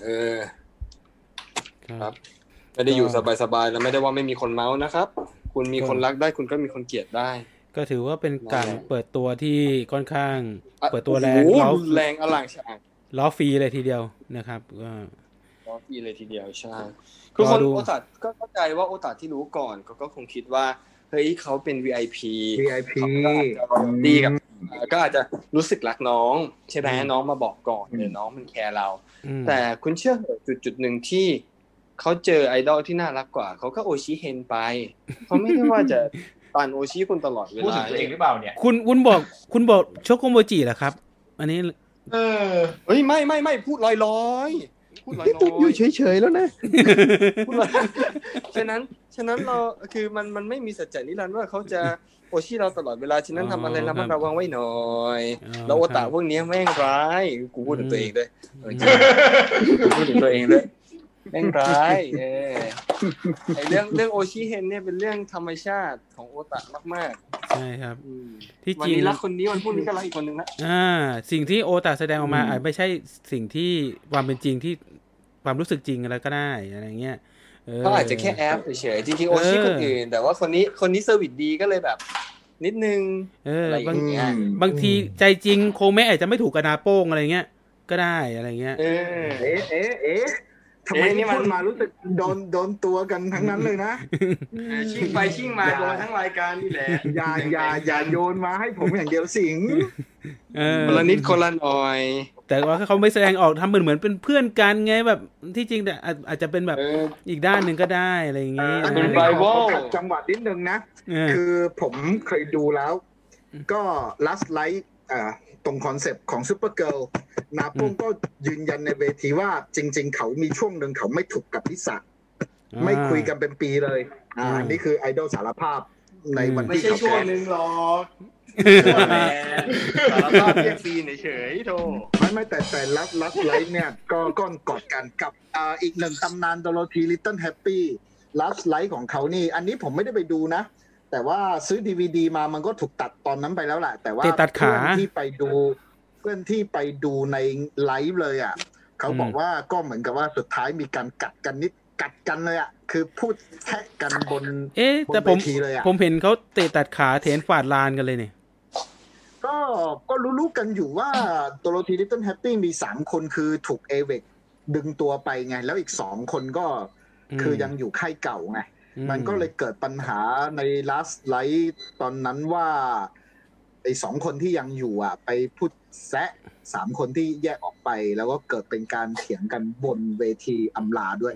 ครับไม่ได้อยู่สบายๆแล้วไม่ได้ว่าไม่มีคนเมาส์นะครับคุณมีคนรักได้คุณก็มีคนเกลียดได้ก็ถือว่าเป็นการเปิดตัวที่ค่อนข้างเปิดตัวแรงแรงอลังฉากล้อฟรีเลยทีเดียวนะครับล้อฟรีเลยทีเดียวใช่คือคนโอตาก็เข้าใจว่าโอตาที่รู้ก่อนก็คงคิดว่าเฮ้ยเขาเป็น VIP ดีกับก็อาจจะรู้สึกรักน้องใช่ไหมน้องมาบอกก่อนเดี๋ยวน้องมันแคร์เราแต่คุณเชื่อเหรอจุดหนึ่งที่เขาเจอไอดอลที่น่ารักกว่าเขาก็โอชิเฮนไปเขาไม่ได้ว่าจะปั่นโอชิคุณตลอดเวลาพูดถึงตัวเองหรือเปล่าเนี่ยคุณบอกโชโกโมจิเหรอครับอันนี้เฮ้ยไม่พูดลอยพูดลอยอยู่เฉยๆแล้วนะฉะนั้นเราคือมันไม่มีสัจจะนิรันดร์ว่าเขาจะโอชิเราตลอดเวลาฉะนั้นทำอะไรระมัดระวังไว้หน่อยแล้วโอตาพวกนี้แม่งร้ายกูพูดถึงตัวเองด้วยพูดถึงตัวเองด้วยแม่งร้ายไอเรื่องโอชิเฮนเนี่ยเป็นเรื่องธรรมชาติของโอตามากๆใช่ครับที่จริงวันนี้รักคนนี้วันพรุ่งนี้ก็รักอีกคนนึงนะสิ่งที่โอตาแสดงออกมาอาจไม่ใช่สิ่งที่ความเป็นจริงที่ความรู้สึกจริงอะไรก็ได้อะไรเงี้ยเขาอาจจะแค่แอปเฉยๆจริงๆโอชิคนอื่นแต่ว่าคนนี้เซอร์วิสดีก็เลยแบบนิดนึงบางทีใจจริงโคเมะอาจจะไม่ถูกกระนาโป้งอะไรเงี้ยก็ได้อะไรเงี้ยทำไมนี่มันมารู้สึกโดนตัวกันทั้งนั้นเลยนะชิ่งไปชิ่งมาโดนทั้งรายการนี่แหละอย่าโยนมาให้ผมอย่างเดียวสิงคนละนิดคนละหน่อยแต่ว่าเขาไม่แสดงออกทำเหมือนเป็นเพื่อนกันไงแบบที่จริงแต่อาจจะเป็นแบบอีกด้านหนึ่งก็ได้อะไรอย่างเงี้ยเป็นไบเบิลจังหวะนิดนึงนะคือผมเคยดูแล้วก็ Last Light ตรงคอนเซปต์ของซูเปอร์เกิร์ลนาโป้งก็ยืนยันในเวทีว่าจริงๆเขามีช่วงหนึ่งเขาไม่ถูกกับลิซ่าไม่คุยกันเป็นปีเลยนี่คือไอดอลสารภาพในวันที่เขาไม่ใช่ช่วงนึงหรอกสารภาพเรียกซีนเฉยๆโธ่ไม่แต่ลัสไลท์เนี่ยก็กอดกันกับอีกหนึ่งตำนานโดโรธีลิตเติ้ลแฮปปี้ลัสไลท์ของเขานี่อันนี้ผมไม่ได้ไปดูนะแต่ว่าซื้อ DVD มามันก็ถูกตัดตอนนั้นไปแล้วแหละแต่ว่าเพื่อนที่ไปดูในไลฟ์เลยอ่ะเขาบอกว่าก็เหมือนกับว่าสุดท้ายมีการกัดกันเลยอ่ะคือพูดแท็กกันบนแต่ผมเห็นเขาเตะตัดขาเทนฝาดลานกันเลยเนี่ยก็รู้กันอยู่ว่าโดโรธีลิตเติ้ลแฮปปี้มี3คนคือถูกเอเวกดึงตัวไปไงแล้วอีก2คนก็คือยังอยู่ค่ายเก่าไงมันก็เลยเกิดปัญหาใน Last Light ตอนนั้นว่าไอ้2คนที่ยังอยู่อ่ะไปพูดแซะ3คนที่แยกออกไปแล้วก็เกิดเป็นการเถียงกันบนเวทีอำลาด้วย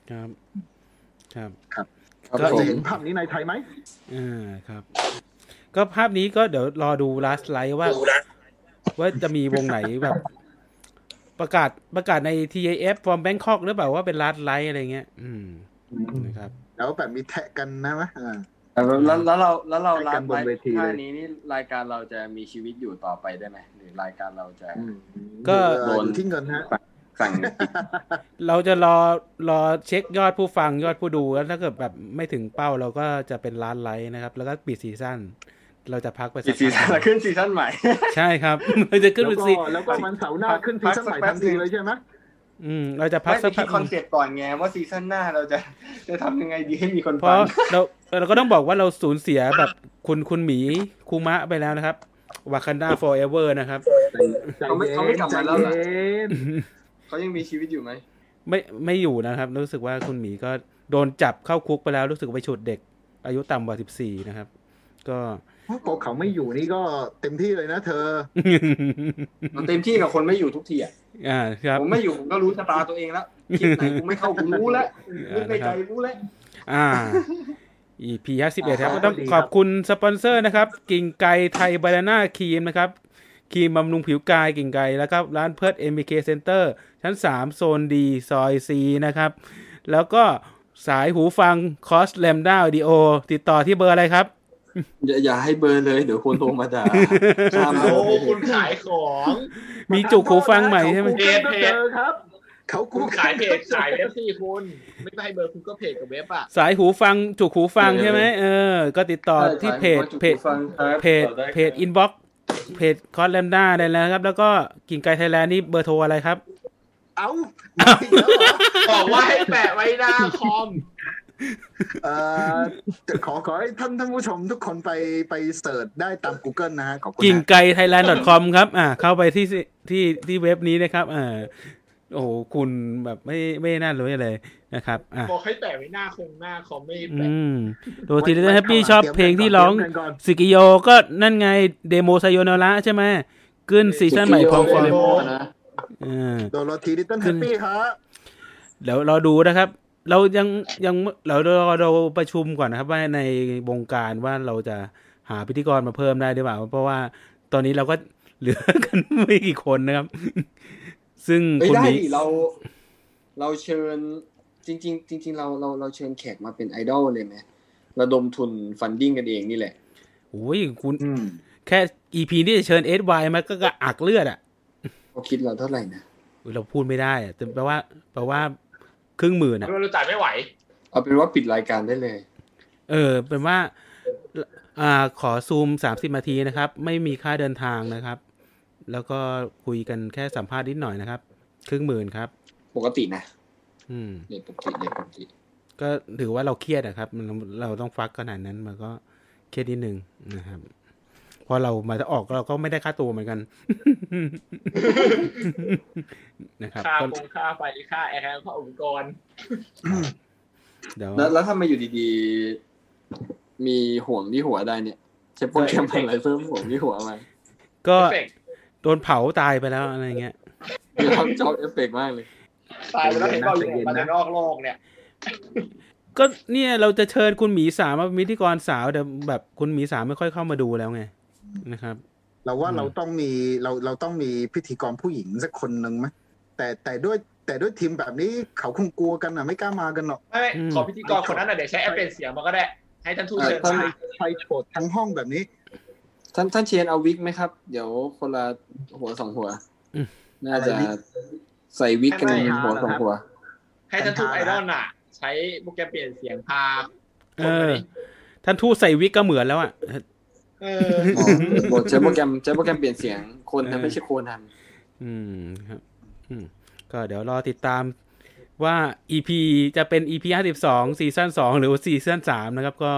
ครับเราจะเห็นภาพนี้ในไทยไหมครับก็ภาพนี้ก็เดี๋ยวรอดู Last Light ว่าจะมีวงไหนแบบประกาศใน TAF from Bangkok หรือเปล่าว่าเป็น Last Light อะไรเงี้ยนะครับแล้วแบบมีแทะกันนะมั้ยแล้วเรารับบนเวทีท่านี้นี่รายการเราจะมีชีวิตอยู่ต่อไปได้ไหมหรือรายการเราจะก็โดนที่เงินฮะสั่งเราจะรอเช็คยอดผู้ฟังยอดผู้ดูแล้วถ้าเกิดแบบไม่ถึงเป้าเราก็จะเป็นล้านไลค์นะครับแล้วก็ปิดซีซั่นเราจะพักไปซีซั่นแล้วขึ้นซีซั่นใหม่ใช่ครับเราจะขึ้นซีแล้วก็มันเสาร์หน้าขึ้นซีซั่นใหม่ทันทีเลยใช่ไหมเราจะพักสักพักคอนเซ็ปต์ก่อนไงว่าซีซั่นหน้าเราจะทำยังไงดีให้มีคนฟังเพราะเราก็ต้องบอกว่าเราสูญเสียแบบคุณหมีคุมะไปแล้วนะครับ Wakanda Forever นะครับเขาไม่กลับมาแล้วเหรอเขายังมีชีวิตอยู่ไหมไม่อยู่นะครับรู้สึกว่าคุณหมีก็โดนจับเข้าคุกไปแล้วรู้สึกไปฉุดเด็กอายุต่ำกว่า14นะครับก็เขาไม่อยู่นี่ก็เต็มที่เลยนะเธอเต็มที่กับคนไม่อยู่ทุกทีครับผมไม่อยู่ผมก็รู้ชะตาตัวเองแล้วคิดไหนกูไม่เข้ากูรู้แล้วไม่ใจรู้แล้ว EP 51ครับก็ต้องขอบคุณสปอนเซอร์นะครับกิ่งไก่ไทยบานาน่าครีมนะครับครีมบำรุงผิวกายกิ่งไก่แล้วก็ร้านเพิร์ท MBK Center ชั้น3โซนดีซอย C นะครับแล้วก็สายหูฟังคอสแลมด้าออดิโอติดต่อที่เบอร์อะไรครับอย่าให้เบอร์เลยเดี๋ยวคนโทรมาด่าโอ้คุณขายของมีจุกหูฟังใหม่ใช่ไหมครับเขากูคุณขายเพจขายเว็บสิคุณไม่ให้เบอร์คุณก็เพจกับเว็บอ่ะสายหูฟังจุกหูฟังใช่ไหมก็ติดต่อที่เพจอินบ็อกซ์เพจคอร์สแลมด้าได้แล้วครับแล้วก็กิ่งไกรไทยแลนด์นี่เบอร์โทรอะไรครับบอกว่าให้แปะไว้หน้าคอมขอให้ท่านผู้ชมทุกคนไปเสิร์ชได้ตาม Google นะฮะขอบคุณกิ่งไกร thailand.com ครับเข้าไปที่เว็บนี้นะครับโอ้โหคุณแบบไม่น่ารู้เลยนะครับบอกให้แปะไว้หน้าคอมไม่แปะโดยทีเดอร์แฮปปี้ชอบเพลงที่ร้องสึกิโยก็นั่นไงเดโมไซโยนาระใช่ไหมขึ้นซีซั่นใหม่พร้อมกันโดโรธีลิตเติ้ลแฮปปี้ครับเดี๋ยวเราดูนะครับเรายังเราประชุมก่อนนะครับว่าในวงการว่าเราจะหาพิธีกรมาเพิ่มได้หรือเปล่าเพราะว่าตอนนี้เราก็เหลือกันไม่กี่คนนะครับซึ่งคนนี้เราเชิญจริงเราเชิญแขกมาเป็นไอดอลเลยไหมระดมทุนฟันดิ้งกันเองนี่แหละโอ้ยคุณแค่ EP นี่จะเชิญ SY มาก็อักเลือดอ่ะเขาคิดเราเท่าไหร่นะเราพูดไม่ได้อ่ะแปลว่าครึ่งหมื่นอ่ะเราจ่ายไม่ไหวเอาเป็นว่าปิดรายการได้เลยเป็นว่าขอซูม30นาทีนะครับไม่มีค่าเดินทางนะครับแล้วก็คุยกันแค่สัมภาษณ์นิดหน่อยนะครับครึ่งหมื่นครับปกตินะเด็กปกติก็ถือว่าเราเครียดนะครับเราต้องฟักขนาดนั้นมันก็เครียดนิดนึงนะครับพอเรามาจะออกเราก็ไม่ได้ค่าตัวเหมือนกันนะครับค่าไฟค่าแอร์ค่าอุปกรณ์เดี๋ยวแล้วถ้ามาอยู่ดีๆมีห่วงที่หัวได้เนี่ยใช้โปรแกรมอะไรเพิ่มห่วงที่หัวมาก็โดนเผาตายไปแล้วอะไรเงี้ยชอบเอฟเฟกต์มากเลยตายไปแล้วเห็นก็อยู่มาจากนอกโลกเนี่ยก็เนี่ยเราจะเชิญคุณหมีสามมาเป็นพิธีกรสาวแต่แบบคุณหมีสามไม่ค่อยเข้ามาดูแล้วไงนะครับเราว่าเราต้องมีพิธีกรผู้หญิงสักคนนึงไหมแต่ด้วยทีมแบบนี้เขาคงกลัวกันอ่ะไม่กล้ามากันหรอกไม่ขอพิธีกรคนนั้นน่ะเดี๋ยวใช้แอปเป็นเสียงมาก็ได้ให้ท่านทูตเชิญมาไฟโฉดทั้งห้องแบบนี้ท่านเชียนเอาวิกไหมครับเดี๋ยวคนละหัว2หัวน่าจะใส่วิกกันหัว2หัวให้ท่านทูตไอดอลน่ะใช้โปรแกรมเปลี่ยนเสียงพาท่านทูตใส่วิกก็เหมือนแล้วอ่ะใช้โปรแกรมเปลี่ยนเสียงคนนะไม่ใช่โคนทันครับก็เดี๋ยวรอติดตามว่า EP จะเป็น EP 52ซีซั่น2หรือซีซั่น3นะครับก็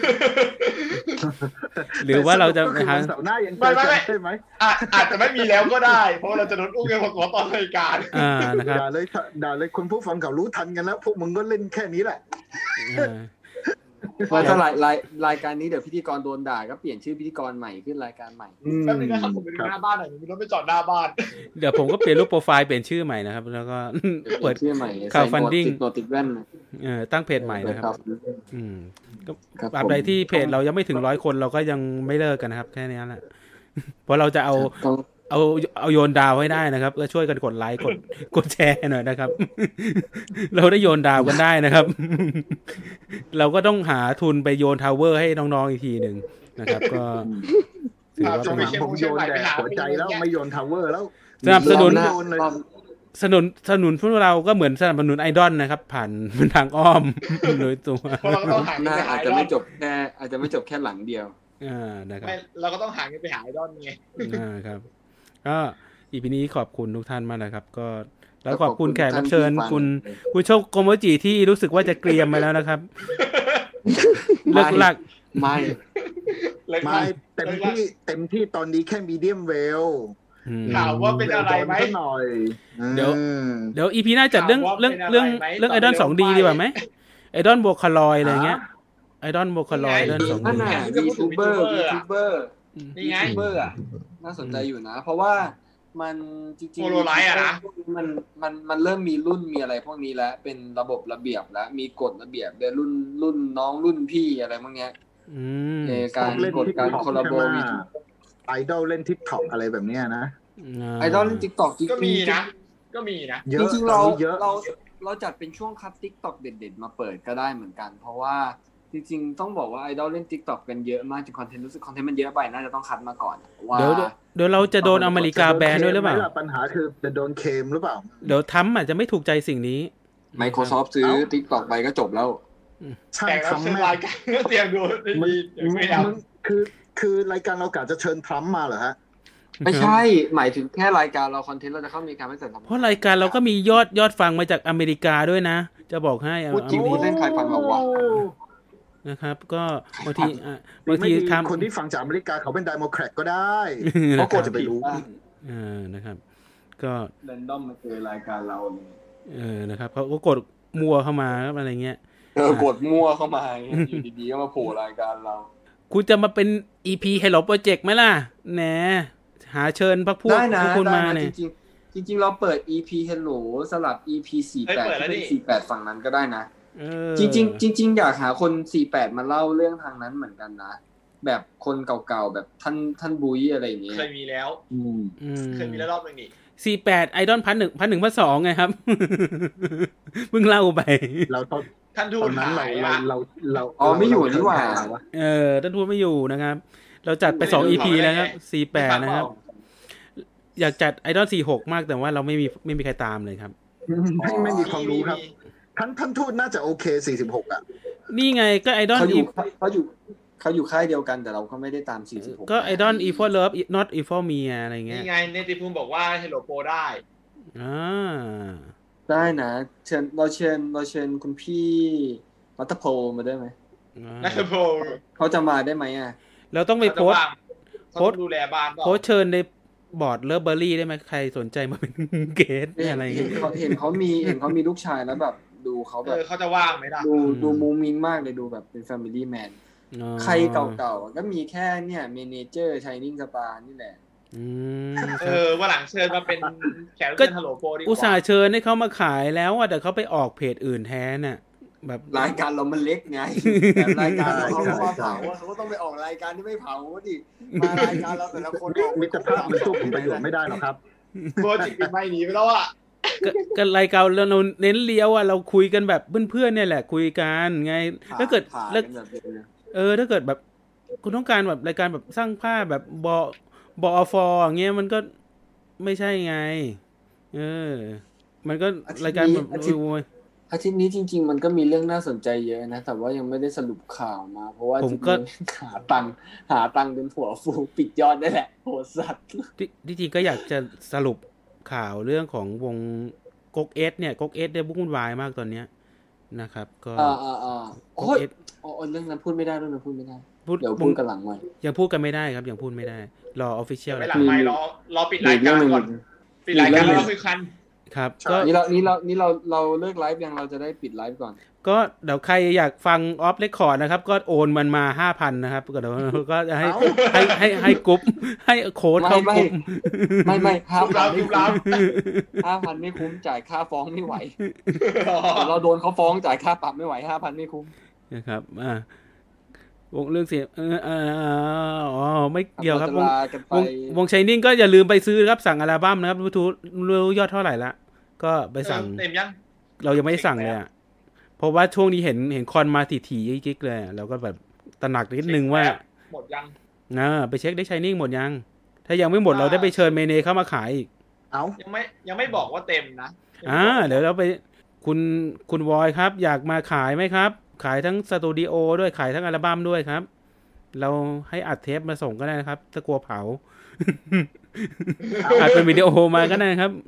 หรือว่าเราจะหาเสาร์หน้ายังเจอกันใช่ไหมอาจจะไม่มีแล้วก็ได้เพราะเราจะโดนอุ้มกันหัวตอนรายการนะครับด่าเลยคนผู้ฟังเขารู้ทันกันแล้วพวกมึงก็เล่นแค่นี้แหละเพราะถ้ารายการนี้เดี๋ยวพิธีกรโดนด่าก็เปลี่ยนชื่อพิธีกรใหม่ขึ้นรายการใหม่แป๊บนึงนะครับผมไปดูหน้าบ้านหน่อยมีรถไปจอดหน้าบ้านเดี๋ยวผมก็เปลี่ยนรูปโปรไฟล์เปลี่ยนชื่อใหม่นะครับแล้วก็เปิดชื่อใหม่ข่าวฟันดิ้งติดแว่นตั้งเพจใหม่นะครับก็แบบใดที่เพจเรายังไม่ถึง100คนเราก็ยังไม่เลิกกันนะครับแค่นี้แหละเพราะเราจะเอาโยนดาวให้ได้นะครับก็ช่วยกันกดไลค์กดแชร์หน่อยนะครับเราได้โยนดาวกันได้นะครับเราก็ต้องหาทุนไปโยนทาวเวอร์ให้น้องๆอีกทีนึงนะครับก็ถือว่าผมโยนแต่หัวใจแล้วไม่โยนทาวเวอร์แล้วสนับสนุนพวกเราก็เหมือนสนับสนุนไอดอลนะครับผ่านทางอ้อมโดยตัวอาจจะไม่จบแค่หลังเดียวนะครับเราก็ต้องหาเงินไปหาไอดอลไงครับก็อีพีนี้ขอบคุณทุกท่านมากนะครับก็แล้วขอบคุณแขกรับเชิญคุณโชคโกโมจิที่รู้สึกว่าจะเกรียมมาแล้วนะครับเลิกลักไม่เต็มที่ตอนนี้แค่มีเดียมเวลถามว่าเป็นอะไรไหมเดี๋ยวอีพีหน้าจัดเรื่องไอดอล 2D ดีกว่าไหมไอดอลโบคาลอยอะไรเงี้ยไอดอลโบคาลอยไอดอล 2D ยูทูบเบอร์นี่ไงอ่ะน่าสนใจอยู่นะเพราะว่ามันจริงๆโมโนไลท์อ่ะนะมันเริ่มมีรุ่นมีอะไรพวกนี้แล้วเป็นระบบระเบียบแล้วมีกฎระเบียบในรุ่นน้องรุ่นพี่อะไรพวกเนี้ยในการกฎการคอลลาโบมีไอดอลเล่น TikTok อะไรแบบเนี้ยนะไอดอลเล่น TikTok ก็มีนะจริงๆเราจัดเป็นช่วงคัด TikTok เด็ดๆมาเปิดก็ได้เหมือนกันเพราะว่าจริงๆต้องบอกว่าไอดอลเล่น TikTok กันเยอะมากจนคอนเทนต์รู้สึกคอนเทนต์มันเยอะไปน่าจะต้องคัดมาก่อนว่าเดี๋ยวเราจะโดนอเมริกาแบนด้วยหรือเปล่าปัญหาคือจะโดนเคมหรือเปล่าเดี๋ยวทรัมป์อาจจะไม่ถูกใจสิ่งนี้ Microsoft ซื้อ TikTok ไปก็จบแล้วช่างทำแม่รายการเตรียมดูไม่เอาคือรายการเรากะจะเชิญทรัมป์มาเหรอฮะไม่ใช่หมายถึงแค่รายการเราคอนเทนต์เราจะเข้ามีการไม่เสร็จเพราะรายการเราก็มียอดฟังมาจากอเมริกาด้วยนะจะบอกให้พูดจริงพูดเล่นใครฟังเราวะนะครับก็บางทีทำคนที่ฟังจากอเมริกาเขาเป็นไดโมแครตก็ได้เขาก็จะไปรู้นะครับก็แรนดอมมาเจอรายการเรานะครับเขาก็กดมั่วเข้ามาอะไรเงี้ยกดมั่วเข้ามาอยู่ดีๆก็มาโผล่รายการเราคุณจะมาเป็น EP Hello Project ไหมล่ะแหนหาเชิญพวกคุณมาเนี่ยจริงเราเปิด EP Hello สลับ EP 48ที่เป็น48ฝั่งนั้นก็ได้นะจริงอยากหาคน48มาเล่าเรื่องทางนั้นเหมือนกันนะแบบคนเก่าๆแบบท่านบุ้ยอะไรอย่างเงี้ยเคยมีแล้วเคยมีแล้วรอบนึงนี่48ไอดอล1,1 1,2ไงครับเพิ่งเล่าไปเราท่านทูตนั้นเราไม่อยู่นี่หว่าท่านทูตไม่อยู่นะครับเราจัดไป2 EP แล้วครับ48นะครับอยากจัดไอดอล46มากแต่ว่าเราไม่มีใครตามเลยครับไม่มีความรู้ครับท่านทูตน่าจะโอเค46อ่ะนี่ไงก็ไอดอลเขาอยู่ค่ายเดียวกันแต่เราก็ไม่ได้ตาม46 ก็ไอดอล Evil Love Not Evil Me อะไรเงี้ยนี่ไงเนติภูมิบอกว่า Hello Pro ได้ได้นะเราเชิญคุณพี่รัตโพมาได้ไหมรัตโพเขาจะมาได้ไหมอ่ะเราต้องไปโพสดูแลบ้านโพสเชิญในบอร์ดเลิฟเบอร์รี่ได้ไหมใครสนใจมาเป็นเกสอะไรเงี้ยเห็นเขามีลูกชายแล้วแบบดูเขาแบบเขาจะว่างไหมล่ะดูมูมิงมากเลยดูแบบเป็น Family Man ใครเก่าๆก็มีแค่เนี่ยเมเนเจอร์ Shining Star นี่แหละว่าหลังเชิญมาเป็นแขกรับเชิญฮัลโหลโปรดีกว่าอุตส่าห์เชิญให้เขามาขายแล้วอ่ะแต่เขาไปออกเพจอื่นแทนน่ะแบบรายการเรามันเล็กไงแต่รายการเขามาเผาเขาก็ต้องไปออกรายการที่ไม่เผาดิมารายการเราแต่ละคนมิตรภาพมันสู้ผลประโยชน์ไม่ได้หรอกครับโปรจิกไม่หนีไปแล้วอ่ะก็รายการเราเน้นเลี้ยวอ่ะเราคุยกันแบบเพื่อนๆเนี่ยแหละคุยกันไงถ้าเกิดถ้าเกิดแบบคุณต้องการแบบรายการแบบสร้างภาพแบบบอฟอย่างเงี้ยมันก็ไม่ใช่ไงมันก็รายการแบบอาทิตย์นี้จริงๆมันก็มีเรื่องน่าสนใจเยอะนะแต่ว่ายังไม่ได้สรุปข่าวมาเพราะว่าผมก็หาตังค์เป็นผัวฟูปิดยอดได้แหละโหสัตว์ที่จริงก็อยากจะสรุปข่าวเรื่องของวงก๊กเอสเนี่ยก๊กเอสได้วุ่นวายมากตอนเนี้ยนะครับก็โอ้ยเรื่องนั้นพูดไม่ได้เดี๋ยวพูดกันหลังใหม่ยังพูดกันไม่ได้ครับยังพูดไม่ได้รอ official หลังใหม่รอปิดรายการก่อนปิดรายการแล้วคุยกันครับก็นี่เราเลิกไลฟ์ยังเราจะได้ปิดไลฟ์ก่อนก็เดี๋ยวใครอยากฟังออฟเรคคอร์ดนะครับก็โอนมันมา 5,000 นะครับก็เดี๋ยวก็จะให้กรุ๊ปให้โค้ดเข้ากรุ๊ปไม่ 5,000 ไม่คุ้มจ่ายค่าฟ้องไม่ไหวเราโดนเขาฟ้องจ่ายค่าปรับไม่ไหว 5,000 ไม่คุ้มนะครับวงเรื่องเสียงไม่เกี่ยวครับวง Shining ก็อย่าลืมไปซื้อครับสั่งอัลบั้มนะครับรู้ยอดเท่าไหร่ละก็ไปสั่งเต็มยังเรายังไม่ได้สั่งเลยอ่ะเพราะว่าช่วงนี้เห็นคอนมาถี่ๆกิ๊กเลยเราก็แบบตระหนักนิดนึงว่าหมดยังไปเช็คได้ Shining หมดยังถ้ายังไม่หมดเราได้ไปเชิญเมเนเข้ามาขายอีกยังไม่บอกว่าเต็มนะเดี๋ยวเราไปคุณวอยครับอยากมาขายไหมครับขายทั้งสตูดิโอด้วยขายทั้งอัลบั้มด้วยครับเราให้อัดเทปมาส่งก็ได้นะครับถ้ากลัวเผาอัดเป็นวิดีโอมาก็ได้ครับ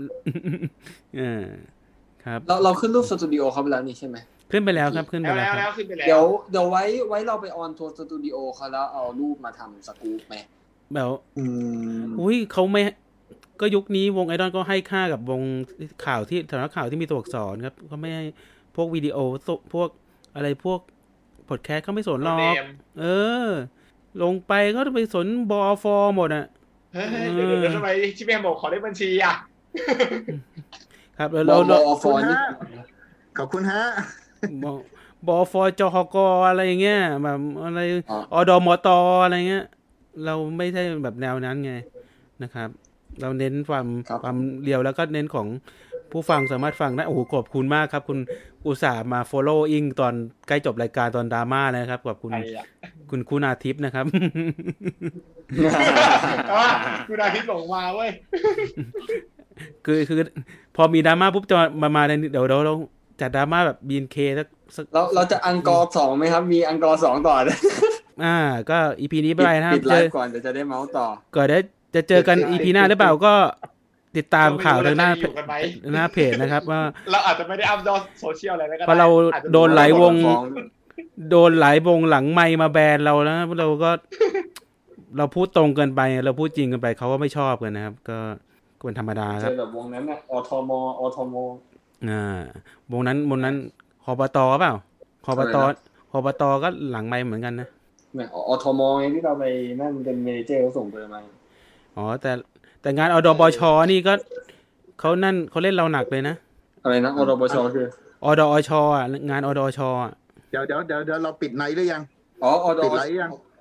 ครับเราขึ้นรูปสตูดิโอเขาไปแล้วนี่ใช่ไหมขึ้นไปแล้วครับขึ้นไปแล้วเดี๋ยวไว้เราไปออนทัวร์สตูดิโอเขาแล้วเอารูปมาทำสกู๊ปไหมแบบเขาไม่ก็ยุคนี้วงไอดอลก็ให้ค่ากับวงข่าวที่สำนักข่าวที่มีตัวอักษรครับเขาไม่ให้พวกวิดีโอพวกอะไรพวกพอดแคสต์เขาไม่สนหรอกลงไปเขาจะไปสนบอฟอหมดอ่ะเดี๋ยวทำไมชิเมบอกขอเลขบัญชีอ่ะครับเราบอฟอนี่ขอบคุณฮะบอฟอจหกอะไรอย่างเงี้ยแบบอะไรอดมตอะไรเงี้ยเราไม่ใช่แบบแนวนั้นไงนะครับเราเน้นความเรียวแล้วก็เน้นของผู้ฟังสามารถฟังได้โอ้โหขอบคุณมากครับคุณอุตส่าห์มา following ตอนใกล้จบรายการตอนดราม่านะครับขอบคุณคุณอาทิตย์นะครับคุณอาทิตย์ส่งมาเว้ยคือพอมีดราม่าปุ๊บจะมาเดี๋ยวเราจัดดราม่าแบบ BNK สักเราจะอังกอร์2ไหมครับมีอังกอร์2ต่อก็ EP นี้ไปนะครับปิดไลฟ์ก่อนเดี๋ยวจะได้เมาส์ต่อก่อนจะเจอกัน EP หน้าหรือเปล่าก็ติดตามข่าวทางหน้าเพจนะครับว่าเราอาจจะไม่ได้อัพยอดโซเชียลอะไรแล้วก็เพราะเราโดนหลายวงหลังไมค์มาแบนเราแล้วเราก็เราพูดตรงเกินไปเราพูดจริงเกินไปเขาก็ไม่ชอบกันนะครับก็เป็นธรรมดาครับแบบวงนั้นน่ะอทมวงนั้นคบตเปล่าคบตก็หลังไมค์เหมือนกันนะเนี่ยอทมที่เราไปนั่นเป็นเมเจอร์เขาส่งเบอร์มาอ๋อแต่งานอดบชนี่ก็เขาเล่นเราหนักเลยนะอะไรนะอดบชคืออดอชงานอดชเดี๋ยวเราปิดไนท์หรือยังอดปิดไลฟ์ยัง